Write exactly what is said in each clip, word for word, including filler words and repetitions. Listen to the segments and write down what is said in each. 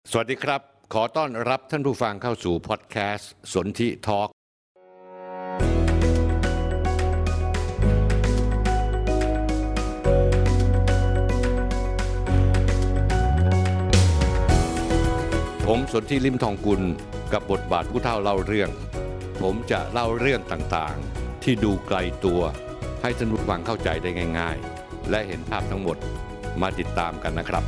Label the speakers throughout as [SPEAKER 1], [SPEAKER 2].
[SPEAKER 1] สวัสดีครับขอต้อนรับท่านผู้ฟังเข้าสู่พอดแคสต์สนธิทอล์กผมสนธิลิมทองกุลกับบทบาทผู้เฒ่าเล่าเรื่องผมจะเล่าเรื่องต่างๆที่ดูไกลตัวให้ท่านผู้ฟังเข้าใจได้ง่ายๆและเห็นภาพทั้งหมดมาติดตามกันนะครับ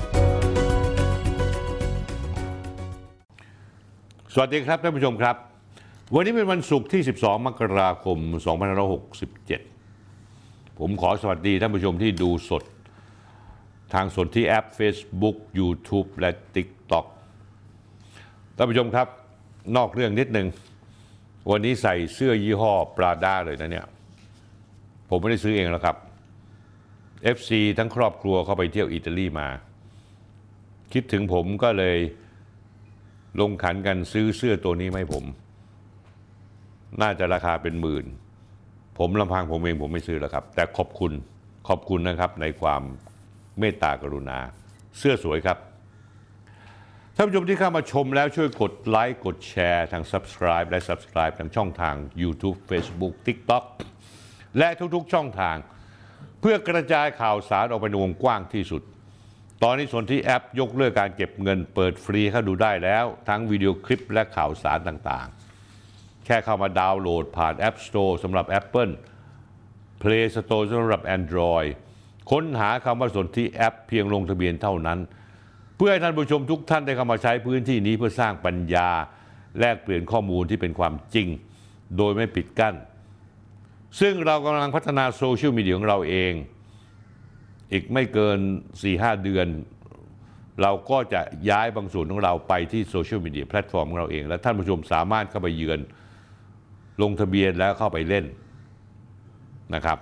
[SPEAKER 1] สวัสดีครับท่านผู้ชมครับวันนี้เป็นวันศุกร์ที่สิบสองมกราคมสองพันห้าร้อยหกสิบเจ็ดผมขอสวัสดีท่านผู้ชมที่ดูสดทางสนที่แอป Facebook YouTube และ TikTok ท่านผู้ชมครับนอกเรื่องนิดนึงวันนี้ใส่เสื้อยี่ห้อ Prada เลยนะเนี่ยผมไม่ได้ซื้อเองแล้วครับ เอฟ ซี ทั้งครอบครัวเข้าไปเที่ยวอิตาลีมาคิดถึงผมก็เลยลงขันกันซื้อเสื้อตัวนี้ให้ผมน่าจะราคาเป็นหมื่นผมลำพังผมเองผมไม่ซื้อแล้วครับแต่ขอบคุณขอบคุณนะครับในความเมตตากรุณาเสื้อสวยครับท่านผู้ชมที่เข้ามาชมแล้วช่วยกดไลค์กดแชร์ทาง Subscribe และ Subscribe ทางช่องทาง YouTube Facebook TikTok และทุกๆช่องทางเพื่อกระจายข่าวสารออกไปในวงกว้างที่สุดตอนนี้สนที่แอปยกเลิกการเก็บเงินเปิดฟรีเข้าดูได้แล้วทั้งวิดีโอคลิปและข่าวสารต่างๆแค่เข้ามาดาวน์โหลดผ่าน App Store สำหรับ Apple Play Store สำหรับ Android ค้นหาคำว่าสนที่แอปเพียงลงทะเบียนเท่านั้นเพื่อให้ท่านผู้ชมทุกท่านได้เข้ามาใช้พื้นที่นี้เพื่อสร้างปัญญาแลกเปลี่ยนข้อมูลที่เป็นความจริงโดยไม่ปิดกั้นซึ่งเรากำลังพัฒนาโซเชียลมีเดียของเราเองอีกไม่เกิน สี่ห้า เดือนเราก็จะย้ายบางส่วนของเราไปที่โซเชียลมีเดียแพลตฟอร์มของเราเองและท่านผู้ชมสามารถเข้าไปเยือนลงทะเบียนแล้วเข้าไปเล่นนะครับ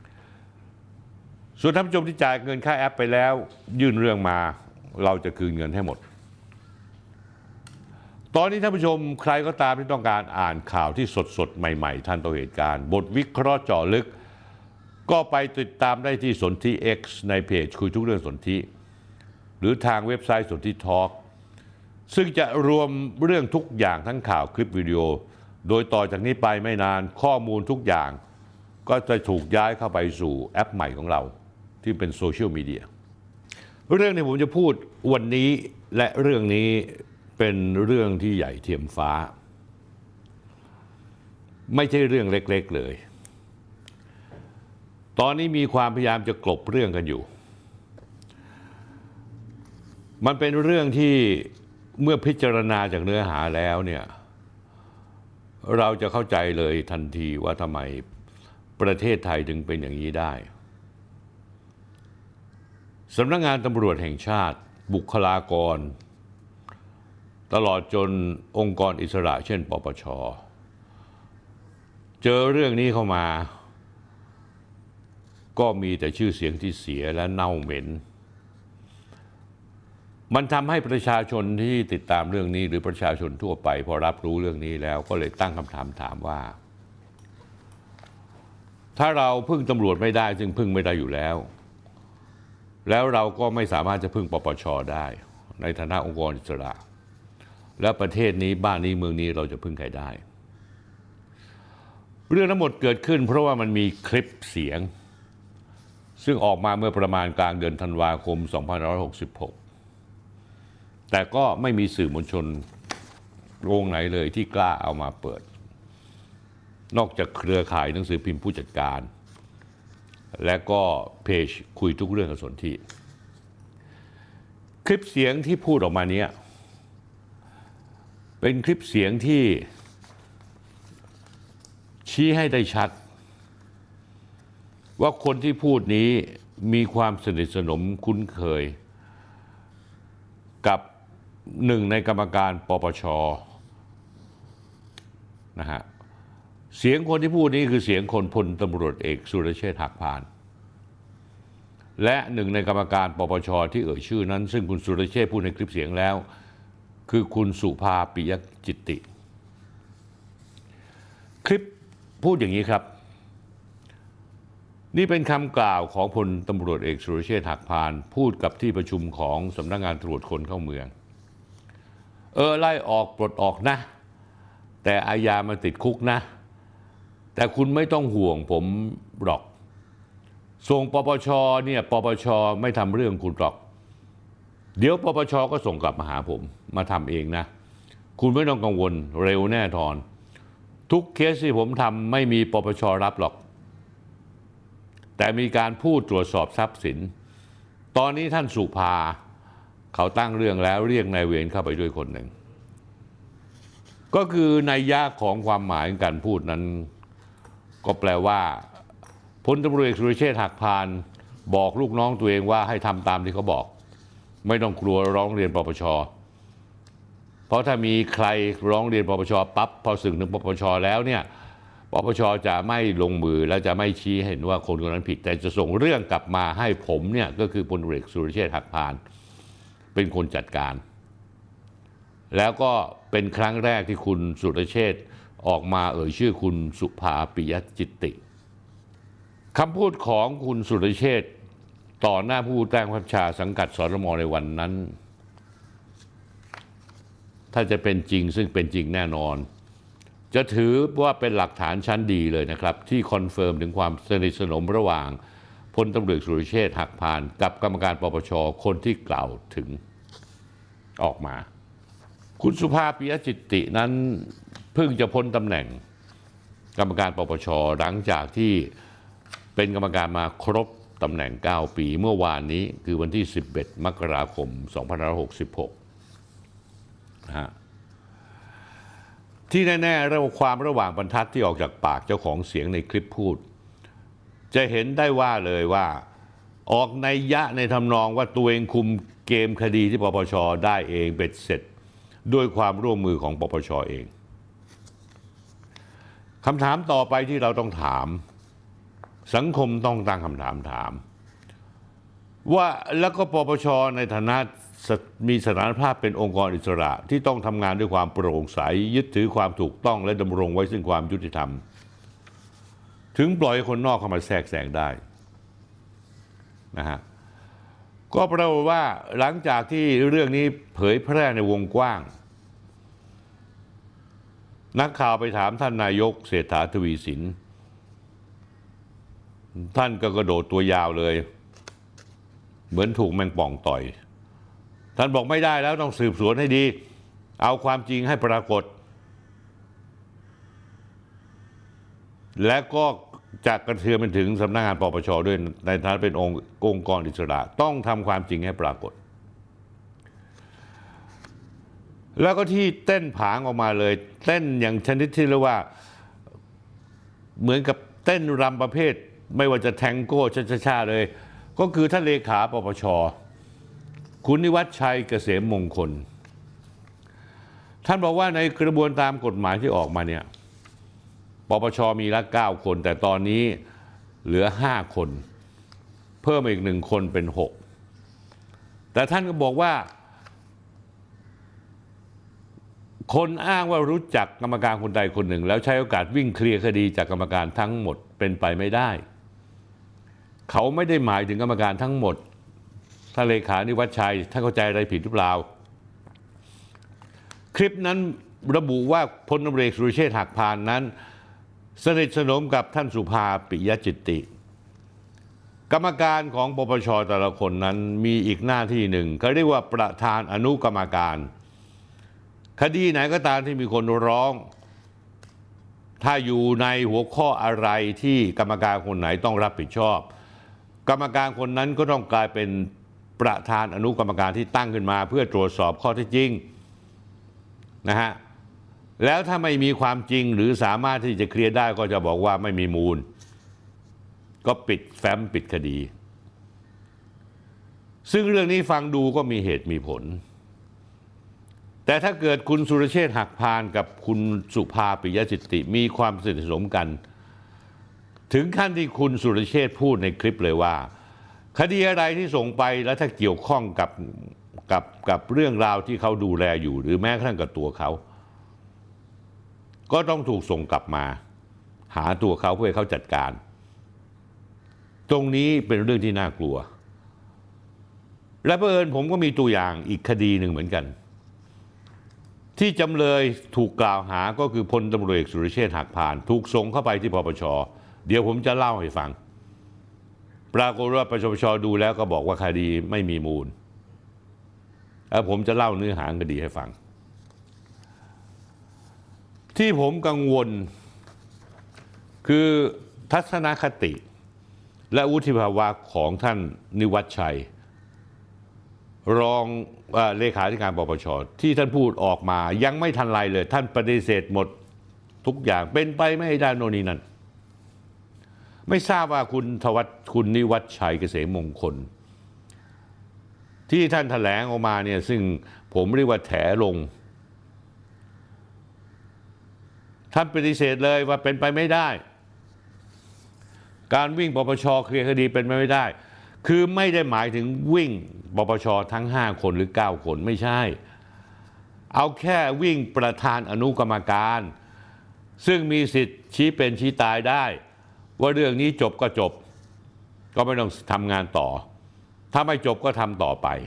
[SPEAKER 1] ส่วนท่านผู้ชมที่จ่ายเงินค่าแอปไปแล้วยื่นเรื่องมาเราจะคืนเงินให้หมดตอนนี้ท่านผู้ชมใครก็ตามที่ต้องการอ่านข่าวที่สดๆใหม่ๆทันต่อเหตุการณ์บทวิเคราะห์เจาะลึกก็ไปติดตามได้ที่สนธิ X ในเพจคุยทุกเรื่องสนธิหรือทางเว็บไซต์สนธิทอล์กซึ่งจะรวมเรื่องทุกอย่างทั้งข่าวคลิปวิดีโอโดยต่อจากนี้ไปไม่นานข้อมูลทุกอย่างก็จะถูกย้ายเข้าไปสู่แอปใหม่ของเราที่เป็นโซเชียลมีเดียเรื่องที่ผมจะพูดวันนี้และเรื่องนี้เป็นเรื่องที่ใหญ่เทียมฟ้าไม่ใช่เรื่องเล็กๆเลยตอนนี้มีความพยายามจะกลบเรื่องกันอยู่มันเป็นเรื่องที่เมื่อพิจารณาจากเนื้อหาแล้วเนี่ยเราจะเข้าใจเลยทันทีว่าทำไมประเทศไทยถึงเป็นอย่างนี้ได้สำนักงานตำรวจแห่งชาติบุคลากรตลอดจนองค์กรอิสระเช่นปปช.เจอเรื่องนี้เข้ามาก็มีแต่ชื่อเสียงที่เสียและเน่าเหม็นมันทำให้ประชาชนที่ติดตามเรื่องนี้หรือประชาชนทั่วไปพอรับรู้เรื่องนี้แล้วก็เลยตั้งคำถามถามว่าถ้าเราพึ่งตำรวจไม่ได้ซึ่งพึ่งไม่ได้อยู่แล้วแล้วเราก็ไม่สามารถจะพึ่งปปช.ได้ในฐานะองค์กรอิสระแล้วประเทศนี้บ้านนี้เมืองนี้เราจะพึ่งใครได้เรื่องทั้งหมดเกิดขึ้นเพราะว่ามันมีคลิปเสียงซึ่งออกมาเมื่อประมาณกลางเดือนธันวาคมสองพันห้าร้อยหกสิบหกแต่ก็ไม่มีสื่อมวลชนวงไหนเลยที่กล้าเอามาเปิดนอกจากเครือข่ายหนังสือพิมพ์ผู้จัดการและก็เพจคุยทุกเรื่องกับสนธิคลิปเสียงที่พูดออกมาเนี้ยเป็นคลิปเสียงที่ชี้ให้ได้ชัดว่าคนที่พูดนี้มีความสนิทสนมคุ้นเคยกับหนึ่งในกรรมการปปช.นะฮะเสียงคนที่พูดนี้คือเสียงคนพลตำรวจเอกสุรเชษฐ์หักพานและหนึ่งในกรรมการปปช.ที่เอ่ยชื่อนั้นซึ่งคุณสุรเชษฐ์พูดในคลิปเสียงแล้วคือคุณสุภาปิยจิตติคลิปพูดอย่างนี้ครับนี่เป็นคำกล่าวของพลตำรวจเอกสุรเชษฐ์หักพานพูดกับที่ประชุมของสำนักงานตรวจคนเข้าเมืองเออไล่ออกปลดออกนะแต่อาญามาติดคุกนะแต่คุณไม่ต้องห่วงผมหรอกส่งปปชเนี่ยปปชไม่ทำเรื่องคุณหรอกเดี๋ยวปปชก็ส่งกลับมาหาผมมาทำเองนะคุณไม่ต้องกังวลเร็วแน่นอนทุกเคสที่ผมทำไม่มีปปชรับหรอกแต่มีการพูดตรวจสอบทรัพย์สินตอนนี้ท่านสุภาเขาตั้งเรื่องแล้วเรียกนายเวรเข้าไปด้วยคนหนึ่งก็คือนัยยะของความหมายการพูดนั้นก็แปลว่าพลตำรวจเอกสุรเชษฐ์หักพานบอกลูกน้องตัวเองว่าให้ทำตามที่เขาบอกไม่ต้องกลัวร้องเรียนปปชเพราะถ้ามีใครร้องเรียนปปชปั๊บพอสึกถึงปปชแล้วเนี่ยปปชจะไม่ลงมือและจะไม่ชี้เห็นว่าคนคนนั้นผิดแต่จะส่งเรื่องกลับมาให้ผมเนี่ยก็คือพลตำรวจเอกสุรเชษฐ์หักพานเป็นคนจัดการแล้วก็เป็นครั้งแรกที่คุณสุรเชษฐ์ออกมาเอ่ยชื่อคุณสุภาปิยจิตติคำพูดของคุณสุรเชษฐ์ต่อหน้าผู้ใต้บังคับบัญชาสังกัดสรม.ในวันนั้นถ้าจะเป็นจริงซึ่งเป็นจริงแน่นอนจะถือว่าเป็นหลักฐานชั้นดีเลยนะครับที่คอนเฟิร์มถึงความสนิทสนมระหว่างพลตำรวจสุรเชษฐ์หักพานกับกรรมการปปชคนที่กล่าวถึงออกมาคุณสุภาปิยจิตตินั้นเพิ่งจะพ้นตำแหน่งกรรมการปปชหลังจากที่เป็นกรรมการมาครบตำแหน่งเก้าปีเมื่อวานนี้คือวันที่สิบเอ็ดมกราคมสองพันห้าร้อยหกสิบหกนะฮะที่แน่ๆเรื่องความระหว่างบรรทัดที่ออกจากปากเจ้าของเสียงในคลิปพูดจะเห็นได้ว่าเลยว่าออกนัยยะในทำนองว่าตัวเองคุมเกมคดีที่ปปชได้เองเบ็ดเสร็จด้วยความร่วมมือของปปชเองคำถามต่อไปที่เราต้องถามสังคมต้องตั้งคำถามถามว่าแล้วก็ปปชในฐานะมีสถานภาพเป็นองค์กรอิสระที่ต้องทำงานด้วยความโปร่งใสยึดถือความถูกต้องและดำรงไว้ซึ่งความยุติธรรมถึงปล่อยคนนอกเข้ามาแทรกแซงได้นะฮะก็แปลว่าหลังจากที่เรื่องนี้เผยแพร่ในวงกว้างนักข่าวไปถามท่านนายกเศรษฐาทวีสินท่านก็กระโดดตัวยาวเลยเหมือนถูกแมงป่องต่อยท่านบอกไม่ได้แล้วต้องสืบสวนให้ดีเอาความจริงให้ปรากฏและก็จะกระเทือนไปถึงสำนักงานปปชด้วยในฐานะเป็นองค์องค์กรอิสระต้องทำความจริงให้ปรากฏแล้วก็ที่เต้นผางออกมาเลยเต้นอย่างชนิดที่เรียกว่าเหมือนกับเต้นรำประเภทไม่ว่าจะแทงโก้ช้าๆเลยก็คือท่านเลขาปปชคุณนิวัฒน์ชัยเกษมมงคลท่านบอกว่าในกระบวนตามกฎหมายที่ออกมาเนี่ยปปชมีละเก้าคนแต่ตอนนี้เหลือห้าคนเพิ่มอีกหนึ่งคนเป็นหกแต่ท่านก็บอกว่าคนอ้างว่ารู้จักกรรมการคนใดคนหนึ่งแล้วใช้โอกาสวิ่งเคลียร์คดีจากกรรมการทั้งหมดเป็นไปไม่ได้เขาไม่ได้หมายถึงกรรมการทั้งหมดท่านเลขานิวัฒน์ชัยท่านเข้าใจอะไรผิดหรือเปล่าคลิปนั้นระบุว่าพลตำรวจเอกสุรเชษฐ์หักพานนั้นสนิทสนมกับท่านสุภาปิยจิตติกรรมการของปปชแต่ละคนนั้นมีอีกหน้าที่หนึ่งเขาเรียกว่าประธานอนุกรรมการคดีไหนก็ตามที่มีคนร้องถ้าอยู่ในหัวข้ออะไรที่กรรมการคนไหนต้องรับผิดชอบกรรมการคนนั้นก็ต้องกลายเป็นประธานอนุกรรมการที่ตั้งขึ้นมาเพื่อตรวจสอบข้อเท็จจริงนะฮะแล้วถ้าไม่มีความจริงหรือสามารถที่จะเคลียร์ได้ก็จะบอกว่าไม่มีมูลก็ปิดแฟ้มปิดคดีซึ่งเรื่องนี้ฟังดูก็มีเหตุมีผลแต่ถ้าเกิดคุณสุรเชษฐ์หักพานกับคุณสุภาปิยจิตติมีความสนิทสนมกันถึงขั้นที่คุณสุรเชษฐ์พูดในคลิปเลยว่าคดีอะไรที่ส่งไปแล้วถ้าเกี่ยวข้องกับกับกับเรื่องราวที่เขาดูแลอยู่หรือแม้กระทั่งกับตัวเขาก็ต้องถูกส่งกลับมาหาตัวเขาเพื่อให้เขาจัดการตรงนี้เป็นเรื่องที่น่ากลัวและเผอิญผมก็มีตัวอย่างอีกคดีหนึ่งเหมือนกันที่จำเลยถูกกล่าวหาก็คือพลตำรวจเอกสุรเชษฐ์หักพานถูกส่งเข้าไปที่ปปช.เดี๋ยวผมจะเล่าให้ฟังปรากฏว่าปปช.ดูแล้วก็บอกว่าคดีไม่มีมูลแล้วผมจะเล่าเนื้อหาคดีให้ฟังที่ผมกังวลคือทัศนคติและวุฒิภาวะของท่านนิวัฒน์ชัยรองเลขาธิการปปช.ที่ท่านพูดออกมายังไม่ทันไรเลยท่านปฏิเสธหมดทุกอย่างเป็นไปไม่ได้โน่นนี่นั่นไม่ทราบว่าคุณทวัฒน์คุณนิวัฒน์ชัยเกษมมงคลที่ท่านแถลงออกมาเนี่ยซึ่งผมเรียกว่าแถลงท่านปฏิเสธเลยว่าเป็นไปไม่ได้การวิ่งปปช.เคลียร์คดีเป็นไปไม่ได้คือไม่ได้หมายถึงวิ่งปปช.ทั้งห้าคนหรือเก้าคนไม่ใช่เอาแค่วิ่งประธานอนุกรรมการซึ่งมีสิทธิ์ชี้เป็นชี้ตายได้ว่าเรื่องนี้จบก็จบก็ไม่ต้องทำงานต่อถ้าไม่จบก็ทำต่อไป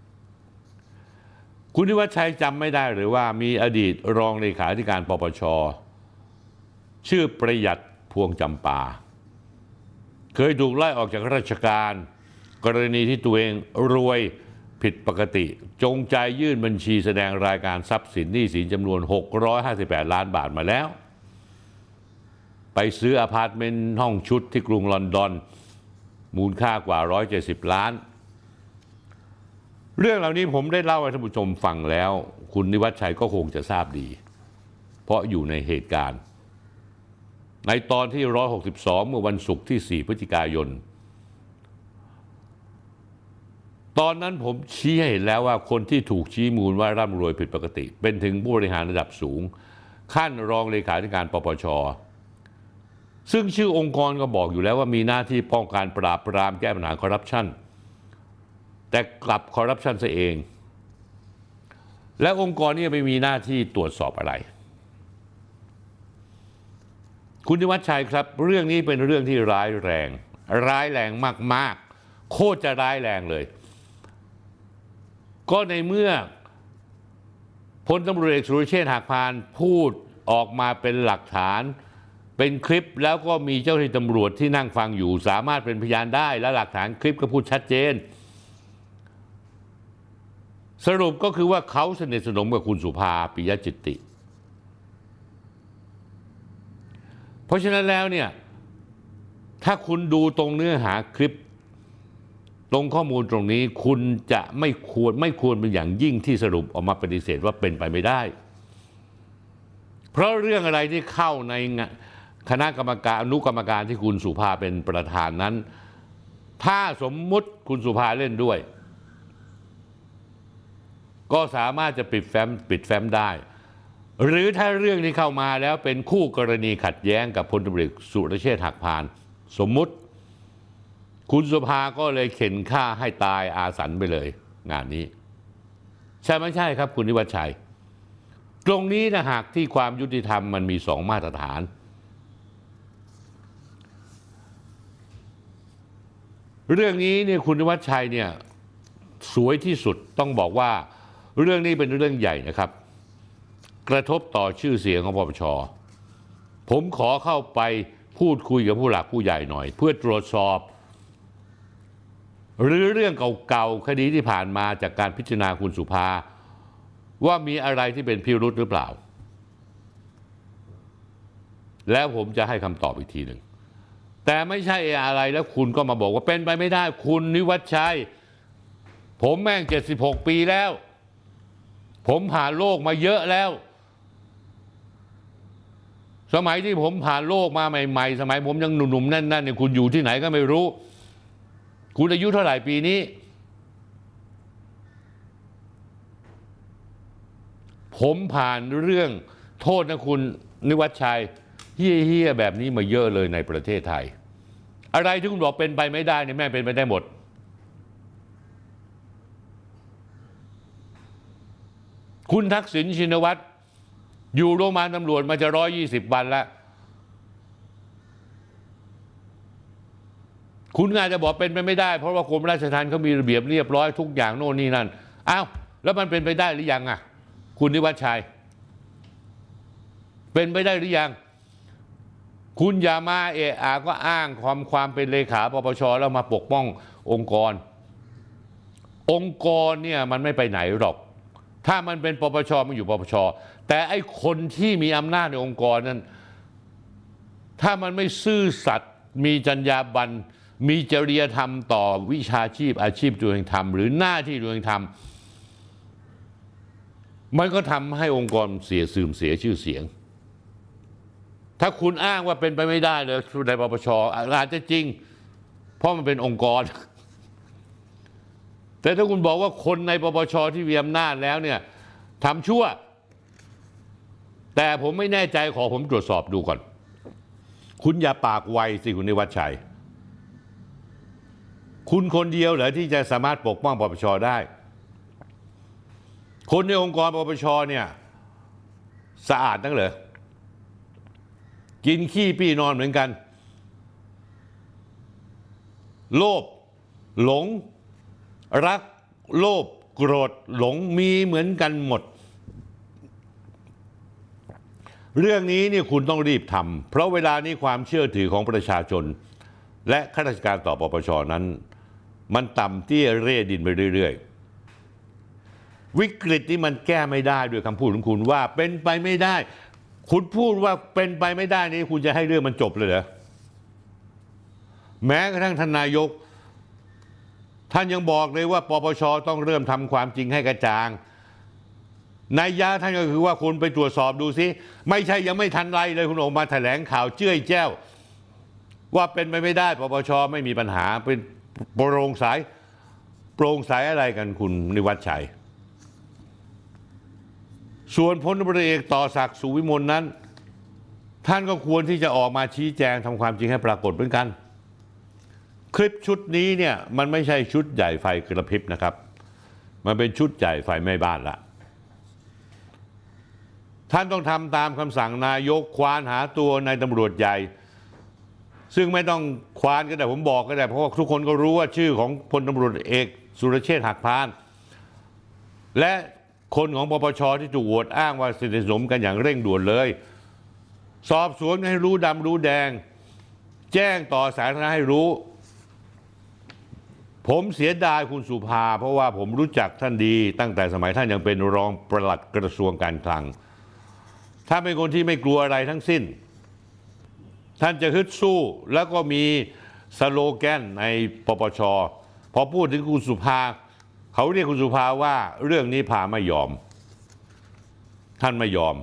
[SPEAKER 1] คุณนิวัฒน์ชัยจำไม่ได้หรือว่ามีอดีตรองเลขาธิการปปช.ชื่อประหยัดพวงจำปาเคยถูกไล่ออกจากราชการกรณีที่ตัวเองรวยผิดปกติจงใจยื่นบัญชีแสดงรายการทรัพย์สินหนี้สินจำนวนหกร้อยห้าสิบแปดล้านบาทมาแล้วไปซื้ออพาร์ตเมนต์ห้องชุดที่กรุงลอนดอนมูลค่ากว่าหนึ่งร้อยเจ็ดสิบล้านเรื่องเหล่านี้ผมได้เล่าให้ท่านผู้ชมฟังแล้วคุณนิวัฒน์ชัยก็คงจะทราบดีเพราะอยู่ในเหตุการณ์ในตอนที่หนึ่งร้อยหกสิบสองเมื่อวันศุกร์ที่สี่พฤศจิกายนตอนนั้นผมชี้ให้เห็นแล้วว่าคนที่ถูกชี้มูลว่าร่ำรวยผิดปกติเป็นถึงผู้บริหารระดับสูงขั้นรองเลขาธิการปปช.ซึ่งชื่อองค์กรก็บอกอยู่แล้วว่ามีหน้าที่ป้องกันปราบปรามแก้ปัญหาคอร์รัปชันแต่กลับคอร์รัปชันซะเองและองค์กรนี้ไม่มีหน้าที่ตรวจสอบอะไรคุณนิวัฒน์ชัยครับเรื่องนี้เป็นเรื่องที่ร้ายแรงร้ายแรงมากๆโคตรจะร้ายแรงเลยก็ในเมื่อพลตำรวจเอกสุรเชษฐ์หักพานพูดออกมาเป็นหลักฐานเป็นคลิปแล้วก็มีเจ้าหน้าที่ตำรวจที่นั่งฟังอยู่สามารถเป็นพยานได้และหลักฐานคลิปก็พูดชัดเจนสรุปก็คือว่าเขาสนิทสนมกับคุณสุภาปิยจิตติเพราะฉะนั้นแล้วเนี่ยถ้าคุณดูตรงเนื้อหาคลิปตรงข้อมูลตรงนี้คุณจะไม่ควรไม่ควรเป็นอย่างยิ่งที่สรุปออกมาปฏิเสธว่าเป็นไปไม่ได้เพราะเรื่องอะไรที่เข้าในคณะกรรมการอนุกรรมการที่คุณสุภาเป็นประธานนั้นถ้าสมมุติคุณสุภาเล่นด้วยก็สามารถจะปิดแฟ้มปิดแฟ้มได้หรือถ้าเรื่องที่เข้ามาแล้วเป็นคู่กรณีขัดแย้งกับพลตำรวจสุรเชษฐ์หักพานสมมุติคุณสุภาก็เลยเข็นฆ่าให้ตายอาสันไปเลยงานนี้ใช่ไม่ใช่ครับคุณนิวัฒน์ชัยตรงนี้นะหากที่ความยุติธรรมมันมีสองมาตรฐานเรื่องนี้เนี่ยคุณนิวัฒน์ชัยเนี่ยสวยที่สุดต้องบอกว่าเรื่องนี้เป็นเรื่องใหญ่นะครับกระทบต่อชื่อเสียงของปปช.ผมขอเข้าไปพูดคุยกับผู้หลักผู้ใหญ่หน่อยเพื่อตรวจสอบหรือเรื่องเก่าๆคดีที่ผ่านมาจากการพิจารณาคุณสุภาว่ามีอะไรที่เป็นพิรุธหรือเปล่าแล้วผมจะให้คำตอบอีกทีหนึ่งแต่ไม่ใช่อะไรแล้วคุณก็มาบอกว่าเป็นไปไม่ได้คุณนิวัฒน์ชัยผมแม่งเจ็ดสิบหกปีแล้วผมผ่านโลกมาเยอะแล้วสมัยที่ผมผ่านโลกมาใหม่ๆสมัยผมยังหนุ่มๆแน่นๆเนี่ยคุณอยู่ที่ไหนก็ไม่รู้คุณอายุเท่าไหร่ปีนี้ผมผ่านเรื่องโทษนะคุณนิวัฒน์ชัยเฮี้ยๆแบบนี้มาเยอะเลยในประเทศไทยอะไรที่คุณบอกเป็นไปไม่ได้เนี่ยแม่เป็นไปได้หมดคุณทักษิณชินวัตรอยู่โรงพยาบาลตำรวจมาจะร้อยยี่สิบวันแล้วคุณอาจจะบอกเป็นไปไม่ได้เพราะว่ากรมราชทัณฑ์เขามีระเบียบเรียบร้อยทุกอย่างโน่นนี่นั่นอ้าวแล้วมันเป็นไปได้หรือยังอ่ะคุณนิวัฒน์ชัยเป็นไปได้หรือยังคุณอย่ามาเอะอะก็อ้างความความเป็นเลขาปปชแล้วมาปกป้ององค์กรองค์กรเนี่ยมันไม่ไปไหนหรอกถ้ามันเป็นปปชมันอยู่ปปชแต่ไอ้คนที่มีอำนาจในองค์กรนั้นถ้ามันไม่ซื่อสัตย์มีจรรยาบรรณมีจริยธรรมต่อวิชาชีพอาชีพตัวเองทำหรือหน้าที่ตัวเองทำมันก็ทำให้องค์กรเสียเสื่อมเสียชื่อเสียงถ้าคุณอ้างว่าเป็นไปไม่ได้เลยในปปชอาจจะจริงเพราะมันเป็นองค์กรแต่ถ้าคุณบอกว่าคนในปปชที่มีอำนาจแล้วเนี่ยทำชั่วแต่ผมไม่แน่ใจขอผมตรวจสอบดูก่อนคุณอย่าปากไวสิคุณนิวัฒน์ชัยคุณคนเดียวเหรอที่จะสามารถปกป้องปปชได้คนในองค์กรปปชเนี่ยสะอาดนักเหรอกินขี้ปี้นอนเหมือนกันโลภหลงรักโลภโกรธหลงมีเหมือนกันหมดเรื่องนี้เนี่ยคุณต้องรีบทำเพราะเวลานี้ความเชื่อถือของประชาชนและข้าราชการต่อปปชนั้นมันต่ำเตี้ยเร่ดินไปเรื่อยๆวิกฤตนี้มันแก้ไม่ได้ด้วยคำพูดของคุณว่าเป็นไปไม่ได้คุณพูดว่าเป็นไปไม่ได้นี่คุณจะให้เรื่องมันจบเลยเหรอแม้กระทั่งท่านนายกท่านยังบอกเลยว่าปปชต้องเริ่มทำความจริงให้กระจ่างนัยยะท่านก็คือว่าคุณไปตรวจสอบดูซิไม่ใช่ยังไม่ทันไรเลยคุณออกมาแถลงข่าวเจ้ยแจ้วว่าเป็นไปไม่ได้ปปชไม่มีปัญหาเป็นโปร่งใสโปร่งใสอะไรกันคุณนิวัฒน์ชัยส่วนพลตำรวจเอกต่อศักดิ์สุวิมลนั้นท่านก็ควรที่จะออกมาชี้แจงทำความจริงให้ปรากฏเหมือนกันคลิปชุดนี้เนี่ยมันไม่ใช่ชุดใหญ่ไฟกระพริบนะครับมันเป็นชุดใหญ่ไฟไหม้บ้านละท่านต้องทำตามคำสั่งนายกควานหาตัวในตำรวจใหญ่ซึ่งไม่ต้องควานก็ได้ผมบอกก็ได้เพราะว่าทุกคนก็รู้ว่าชื่อของพลตำรวจเอกสุรเชษฐ์หักพานและคนของปปชที่ถูกโหวตอ้างว่าสนิทสนมกันอย่างเร่งด่วนเลยสอบสวนให้รู้ดำรู้แดงแจ้งต่อสาธารณะให้รู้ผมเสียดายคุณสุภาเพราะว่าผมรู้จักท่านดีตั้งแต่สมัยท่านยังเป็นรองปลัดกระทรวงการคลังท่านเป็นคนที่ไม่กลัวอะไรทั้งสิ้นท่านจะฮึดสู้แล้วก็มีสโลแกนในปปชพอพูดถึงคุณสุภาเขาเรียกคุณสุภาว่าเรื่องนี้พาไม่ยอมท่านไม่ยอม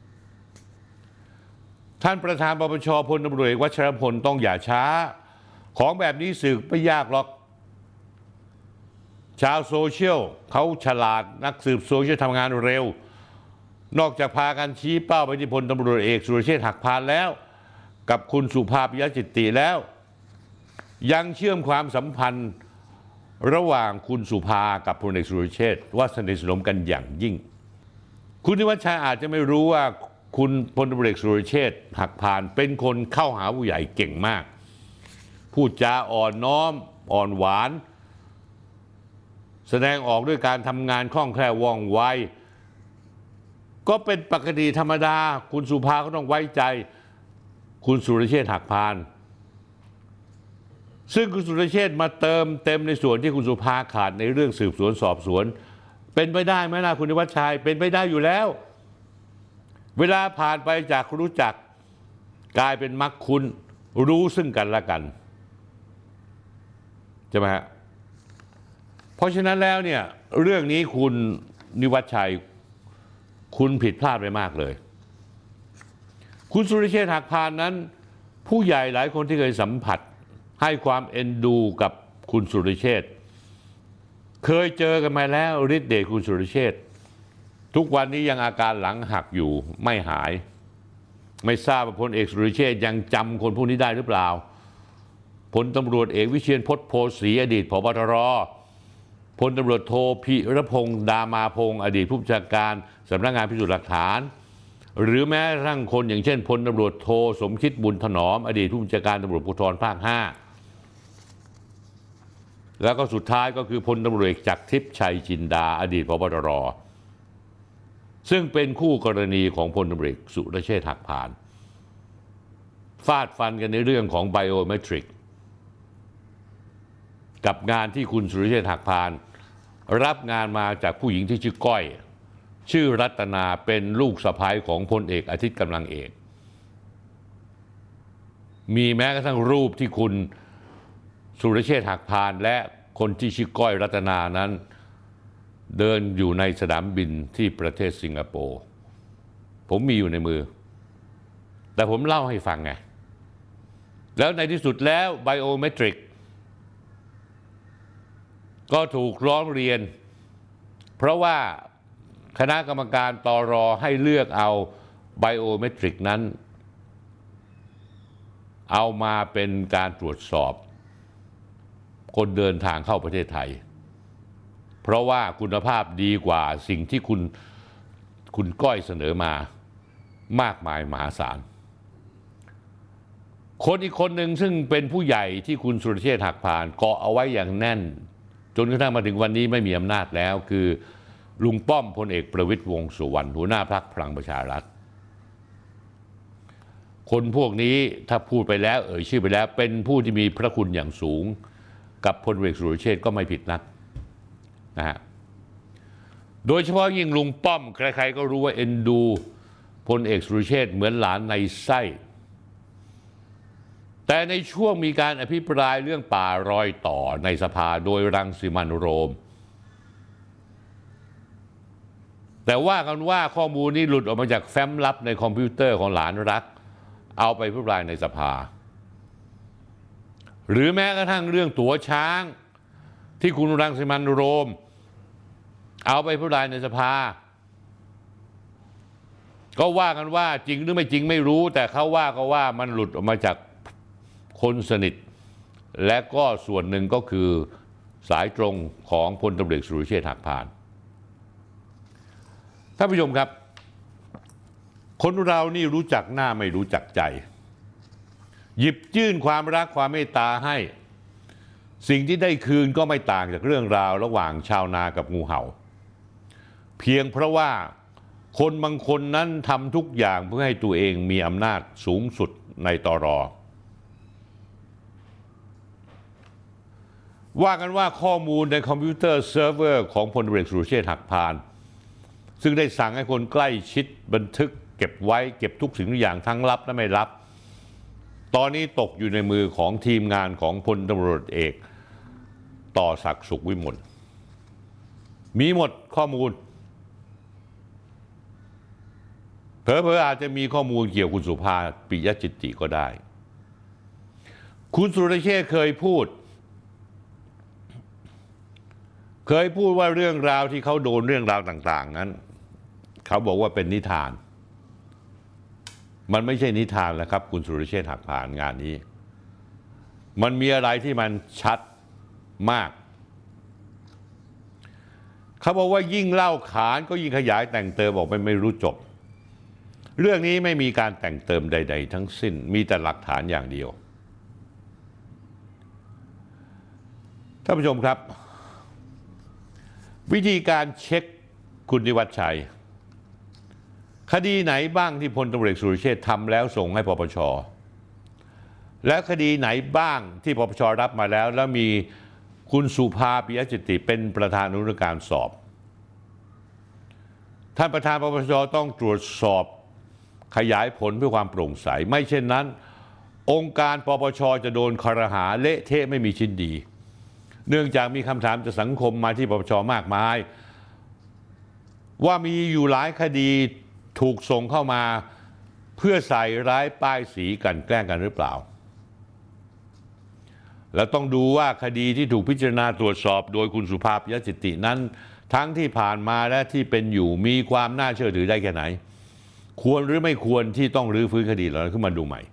[SPEAKER 1] ท่านประธานปปชพลตำรวจเอกวัชรพลต้องอย่าช้าของแบบนี้สืบไม่ยากหรอกชาวโซเชียลเขาฉลาดนักสืบโซเชียลทำงานเร็วนอกจากพากันชี้เป้าไปที่พลตำรวจเอกสุรเชษฐ์หักพานแล้วกับคุณสุภาพปิยจิตติแล้วยังเชื่อมความสัมพันธ์ระหว่างคุณสุภากับพลเอกสุรเชษฐ์ว่าสนิทสนมกันอย่างยิ่งคุณนิวัฒน์ชัยอาจจะไม่รู้ว่าคุณพลตำรวจเอกสุรเชษฐ์หักพานเป็นคนเข้าหาผู้ใหญ่เก่งมากพูดจาอ่อนน้อมอ่อนหวานแสดงออกด้วยการทำงานคล่องแคล่วว่องไวก็เป็นปกติธรรมดาคุณสุภาก็ต้องไว้ใจคุณสุรเชษฐ์หักพานซึ่งคุณสุรเชษฐ์มาเติมเต็มในส่วนที่คุณสุภาขาดในเรื่องสืบสวนสอบสวนเป็นไปได้ไหมล่ะคุณนิวัฒน์ชัยเป็นไปได้อยู่แล้วเวลาผ่านไปจากรู้จักกลายเป็นมักคุ้นรู้ซึ่งกันและกันใช่ไหมฮะเพราะฉะนั้นแล้วเนี่ยเรื่องนี้คุณนิวัฒน์ชัยคุณผิดพลาดไปมากเลยคุณสุรเชษฐ์หักพานนั้นผู้ใหญ่หลายคนที่เคยสัมผัสให้ความเอ็นดูกับคุณสุรเชษฐ์เคยเจอกันมาแล้วฤทธิ์เดชคุณสุรเชษฐ์ทุกวันนี้ยังอาการหลังหักอยู่ไม่หายไม่ทราบว่าพลเอกสุรเชษฐ์ยังจำคนพวกนี้ได้หรือเปล่าพลตำรวจเอกวิเชียรพจน์โพสีอดีตผบ.ตร.พลตำรวจโทพิรพงษ์ดามาพงษ์อดีตผู้บัญชาการสำนักงานพิสูจน์หลักฐานหรือแม้กระทั่งคนอย่างเช่นพลตำรวจโทสมคิดบุญถนอมอดีตผู้บัญชาการตำรวจภูธรภาคห้าแล้วก็สุดท้ายก็คือพลตำรวจเอกจักรทิพย์ชัยจินดาอดีตผบ.ตร. ซึ่งเป็นคู่กรณีของพลตำรวจเอกสุรเชษฐ์หักพานฟาดฟันกันในเรื่องของไบโอเมตริกกับงานที่คุณสุรเชษฐ์หักพานรับงานมาจากผู้หญิงที่ชื่อก้อยชื่อรัตนาเป็นลูกสะใภ้ของพลเอกอาทิตย์กำลังเอกมีแม้กระทั่งรูปที่คุณสุรเชษฐ์หักพานและคนที่ชื่อก้อยรัตนานั้นเดินอยู่ในสนามบินที่ประเทศสิงคโปร์ผมมีอยู่ในมือแต่ผมเล่าให้ฟังไงแล้วในที่สุดแล้วไบโอเมตริกก็ถูกร้องเรียนเพราะว่าคณะกรรมการตรให้เลือกเอาไบโอเมตริกนั้นเอามาเป็นการตรวจสอบคนเดินทางเข้าประเทศไทยเพราะว่าคุณภาพดีกว่าสิ่งที่คุณคุณก้อยเสนอมามากมายมหาศาลคนอีกคนหนึ่งซึ่งเป็นผู้ใหญ่ที่คุณสุรเชษฐ์หักพานเกาะเอาไว้อย่างแน่นจนกระทั่งมาถึงวันนี้ไม่มีอำนาจแล้วคือลุงป้อมพลเอกประวิตรวงษ์สุวรรณหัวหน้าพรรคพลังประชารัฐคนพวกนี้ถ้าพูดไปแล้วเอ่ยชื่อไปแล้วเป็นผู้ที่มีพระคุณอย่างสูงกับพลเอกสุรเชษฐ์ก็ไม่ผิดนักนะฮะโดยเฉพาะยิ่งลุงป้อมใครๆก็รู้ว่าเอ็นดูพลเอกสุรเชษฐ์เหมือนหลานในไส้แต่ในช่วงมีการอภิปรายเรื่องป่ารอยต่อในสภาโดยรังสิมันต์โรมแต่ว่ากันว่าข้อมูลนี้หลุดออกมาจากแฟ้มลับในคอมพิวเตอร์ของหลานรักเอาไปอภิปรายในสภาหรือแม้กระทั่งเรื่องตั๋วช้างที่คุณรังสิมันต์โรมเอาไปอภิปรายในสภาก็ว่ากันว่าจริงหรือไม่จริงไม่รู้แต่เขาว่าก็ว่ามันหลุดออกมาจากคนสนิทและก็ส่วนหนึ่งก็คือสายตรงของพลตำรวจเอกสุรเชษฐ์หักพานท่านผู้ชมครับคนเรานี่รู้จักหน้าไม่รู้จักใจหยิบยื่นความรักความเมตตาให้สิ่งที่ได้คืนก็ไม่ต่างจากเรื่องราวระหว่างชาวนากับงูเห่าเพียงเพราะว่าคนบางคนนั้นทำทุกอย่างเพื่อให้ตัวเองมีอำนาจสูงสุดในตร.ว่ากันว่าข้อมูลในคอมพิวเตอร์เซิร์ฟเวอร์ของพลเอกสุรเชษฐ์หักพานซึ่งได้สั่งให้คนใกล้ชิดบันทึกเก็บไว้เก็บทุกสิ่งทุกอย่างทั้งลับและไม่ลับตอนนี้ตกอยู่ในมือของทีมงานของพลตำรวจเอกต่อศักดิ์สุขวิมลมีหมดข้อมูลเผลอๆอาจจะมีข้อมูลเกี่ยวกับคุณสุภาปิยจิตติก็ได้คุณสุรเชษฐ์เคยพูดเคยพูดว่าเรื่องราวที่เขาโดนเรื่องราวต่างๆนั้นเขาบอกว่าเป็นนิทานมันไม่ใช่นิทานแล้วครับคุณสุรเชษฐ์หักพานงานนี้มันมีอะไรที่มันชัดมากเขาบอกว่ายิ่งเล่าขานก็ยิ่งขยายแต่งเติมบอกไปไม่รู้จบเรื่องนี้ไม่มีการแต่งเติมใดๆทั้งสิ้นมีแต่หลักฐานอย่างเดียวท่านผู้ชมครับวิธีการเช็คคุณนิวัฒน์ชัยคดีไหนบ้างที่พลตำรวจเอกสุรเชษฐ์ทำแล้วส่งให้ปปช.และคดีไหนบ้างที่ปปช.รับมาแล้วแล้วมีคุณสุภาปิยจิตติเป็นประธานอนุการสอบท่านประธานปปช.ต้องตรวจสอบขยายผลเพื่อความโปร่งใสไม่เช่นนั้นองค์การปปช.จะโดนครหาเละเทะไม่มีชิ้นดีเนื่องจากมีคำถามจากสังคมมาที่ปปช.มากมายว่ามีอยู่หลายคดีถูกส่งเข้ามาเพื่อใส่ร้ายป้ายสีกันแกล้งกันหรือเปล่าแล้วต้องดูว่าคดีที่ถูกพิจารณาตรวจสอบโดยคุณสุภาพปิยจิตตินั้นทั้งที่ผ่านมาและที่เป็นอยู่มีความน่าเชื่อถือได้แค่ไหนควรหรือไม่ควรที่ต้องรื้อฟื้นคดีเหล่านั้นขึ้นมาดูใหม่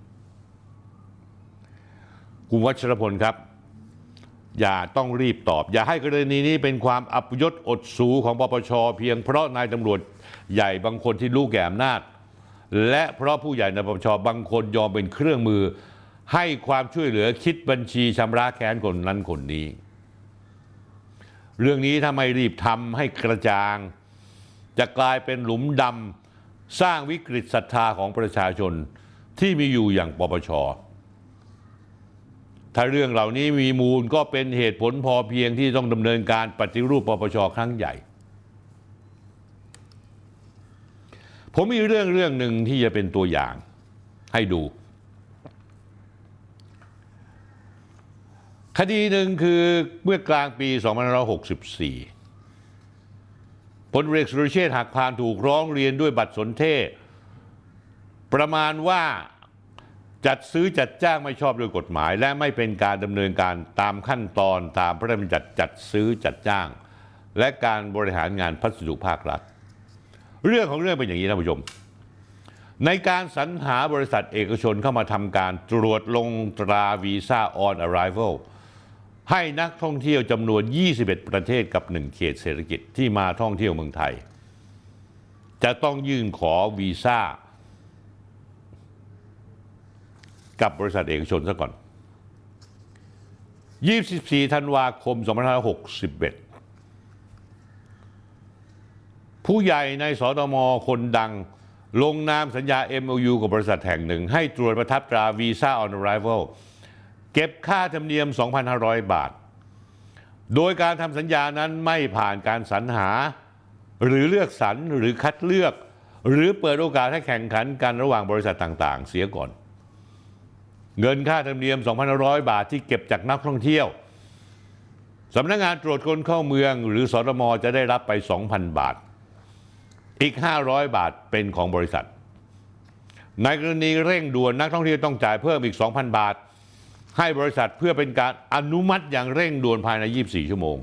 [SPEAKER 1] คุณวัชรพลครับอย่าต้องรีบตอบอย่าให้กรณีนี้เป็นความอัปยศอดสูของปปช.เพียงเพราะนายตำรวจใหญ่บางคนที่รู้แก่อำนาจและเพราะผู้ใหญ่ในปปช.บางคนยอมเป็นเครื่องมือให้ความช่วยเหลือคิดบัญชีชำระแค้นคนนั้นคนนี้เรื่องนี้ถ้าไม่รีบทำให้กระจ่างจะกลายเป็นหลุมดำสร้างวิกฤตศรัทธาของประชาชนที่มีอยู่อย่างปปช.ถ้าเรื่องเหล่านี้มีมูลก็เป็นเหตุผลพอเพียงที่ต้องดำเนินการปฏิรูปปปช.ครั้งใหญ่ผมมีเรื่องเรื่องหนึ่งที่จะเป็นตัวอย่างให้ดูคดีหนึ่งคือเมื่อกลางปีสองพันห้าร้อยหกสิบสี่พลเอกสุรเชษฐ์หักพานถูกร้องเรียนด้วยบัตรสนเทศประมาณว่าจัดซื้อจัดจ้างไม่ชอบด้วยกฎหมายและไม่เป็นการดำเนินการตามขั้นตอนตามพระราชบัญญัติจัดซื้อจัดจ้างและการบริหารงานพัสดุภาครัฐเรื่องของเรื่องเป็นอย่างนี้ท่านผู้ชมในการสรรหาบริษัทเอกชนเข้ามาทำการตรวจลงตราวีซ่า on arrival ให้นักท่องเที่ยวจำนวนยี่สิบเอ็ดประเทศกับหนึ่งเขตเศรษฐกิจที่มาท่องเที่ยวเมืองไทยจะต้องยื่นขอวีซ่ากับบริษัทเอกชนซะก่อนยี่สิบสี่ธันวาคมสองพันห้าร้อยหกสิบเอ็ดผู้ใหญ่ในสตม.คนดังลงนามสัญญา เอ็ม โอ ยู กับบริษัทแห่งหนึ่งให้ตรวจประทับตราวีซ่า on arrival เก็บค่าธรรมเนียม สองพันห้าร้อย บาทโดยการทำสัญญานั้นไม่ผ่านการสรรหาหรือเลือกสรรหรือคัดเลือกหรือเปิดโอกาสให้แข่งขันกันระหว่างบริษัทต่างๆเสียก่อนเงินค่าธรรมเนียม สองพันห้าร้อย บาทที่เก็บจากนักท่องเที่ยวสำนักงานตรวจคนเข้าเมืองหรือสตม.จะได้รับไป สองพัน บาทอีกห้าร้อยบาทเป็นของบริษัทในกรณีเร่งด่วนนักท่องเที่ยวต้องจ่ายเพิ่มอีก สองพัน บาทให้บริษัทเพื่อเป็นการอนุมัติอย่างเร่งด่วนภายในยี่สิบสี่ชั่วโมง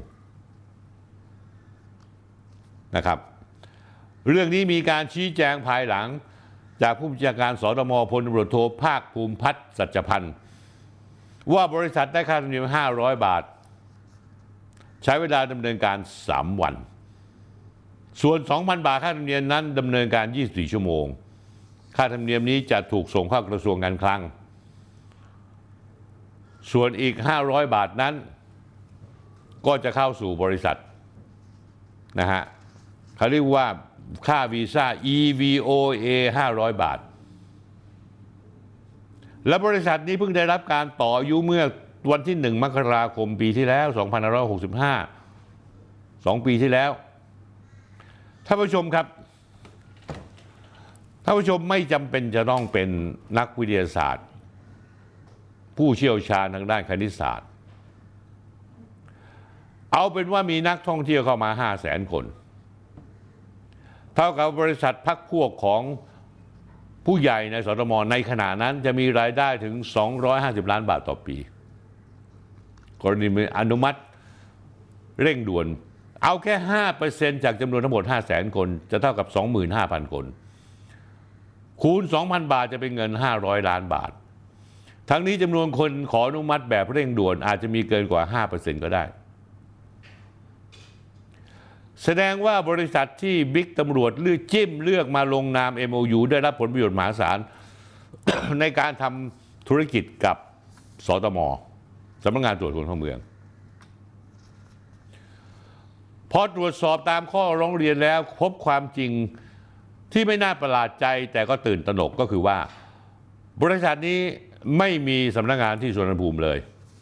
[SPEAKER 1] นะครับเรื่องนี้มีการชี้แจงภายหลังจากผู้บัญชาการสตม.พลตำรวจโทภาคภูมิพัฒน์สัจพันธ์ว่าบริษัทได้ค่าธรรมเนียมห้าร้อยบาทใช้เวลาดำเนินการสามวันส่วน สองพัน บาทค่าธรรมเนียมนั้นดำเนินการยี่สิบสี่ชั่วโมงค่าธรรมเนียมนี้จะถูกส่งเข้ากระทรวงการคลังส่วนอีกห้าร้อยบาทนั้นก็จะเข้าสู่บริษัทนะฮะเขาเรียกว่าค่าวีซ่า อี วี โอ เอ ห้าร้อยบาทและบริษัทนี้เพิ่งได้รับการต่ออายุเมื่อวันที่หนึ่งมกราคมปีที่แล้วสองพันห้าร้อยหกสิบห้า สองปีที่แล้วท่านผู้ชมครับท่านผู้ชมไม่จำเป็นจะต้องเป็นนักวิทยาศาสตร์ผู้เชี่ยวชาญทางด้านคณิตศาสตร์เอาเป็นว่ามีนักท่องเที่ยวเข้ามาห้าแสนคนเท่ากับบริษัทพรรคพวกของผู้ใหญ่ในสตม.ในขณะนั้นจะมีรายได้ถึงสองร้อยห้าสิบล้านบาทต่อปีกรณีอนุมัติเร่งด่วนเอาแค่ ห้าเปอร์เซ็นต์ จากจำนวนทั้งหมด ห้าแสน คนจะเท่ากับ สองหมื่นห้าพัน คนคูณ สองพัน บาทจะเป็นเงินห้าร้อยล้านบาททั้งนี้จำนวนคนขออนุมัติแบบเร่งด่วนอาจจะมีเกินกว่า ห้าเปอร์เซ็นต์ ก็ได้แสดงว่าบริษัทที่บิ๊กตำรวจเลือกจิ้มเลือกมาลงนาม เอ็ม โอ ยู ได้รับผลประโยชน์มหาศาล ในการทำธุรกิจกับสตม.สำนักงานตรวจคนเข้าเมืองพอตรวจสอบตามข้อร้องเรียนแล้วพบความจริงที่ไม่น่าประหลาดใจแต่ก็ตื่นตระหนกก็คือว่าบริษัทนี้ไม่มีสำนักงานที่สุวรรณภูมิเลย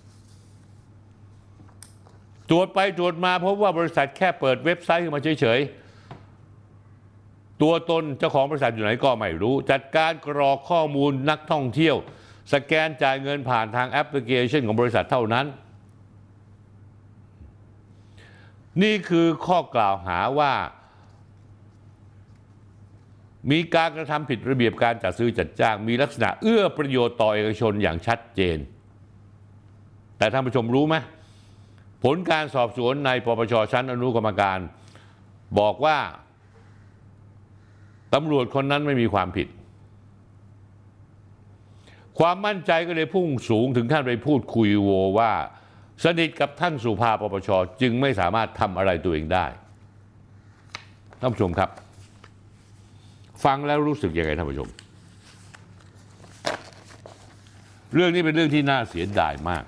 [SPEAKER 1] ตรวจไปตรวจมาพบว่าบริษัทแค่เปิดเว็บไซต์ขึ้นมาเฉยๆตัวตนเจ้าของบริษัทอยู่ไหนก็ไม่รู้จัดการกรอกข้อมูลนักท่องเที่ยวสแกนจ่ายเงินผ่านทางแอปพลิเคชันของบริษัทเท่านั้นนี่คือข้อกล่าวหาว่ามีการกระทำผิดระเบียบการจัดซื้อจัดจ้างมีลักษณะเอื้อประโยชน์ต่อเอกชนอย่างชัดเจนแต่ท่านผู้ชมรู้ไหมผลการสอบสวนในปปช.ชั้นอนุกรรมการบอกว่าตำรวจคนนั้นไม่มีความผิดความมั่นใจก็เลยพุ่งสูงถึงขั้นไปพูดคุยโวว่าสนิทกับท่านสุภาปปช.จึงไม่สามารถทำอะไรตัวเองได้ท่านผู้ชมครับฟังแล้วรู้สึกยังไงท่านผู้ชมเรื่องนี้เป็นเรื่องที่น่าเสียดายมาก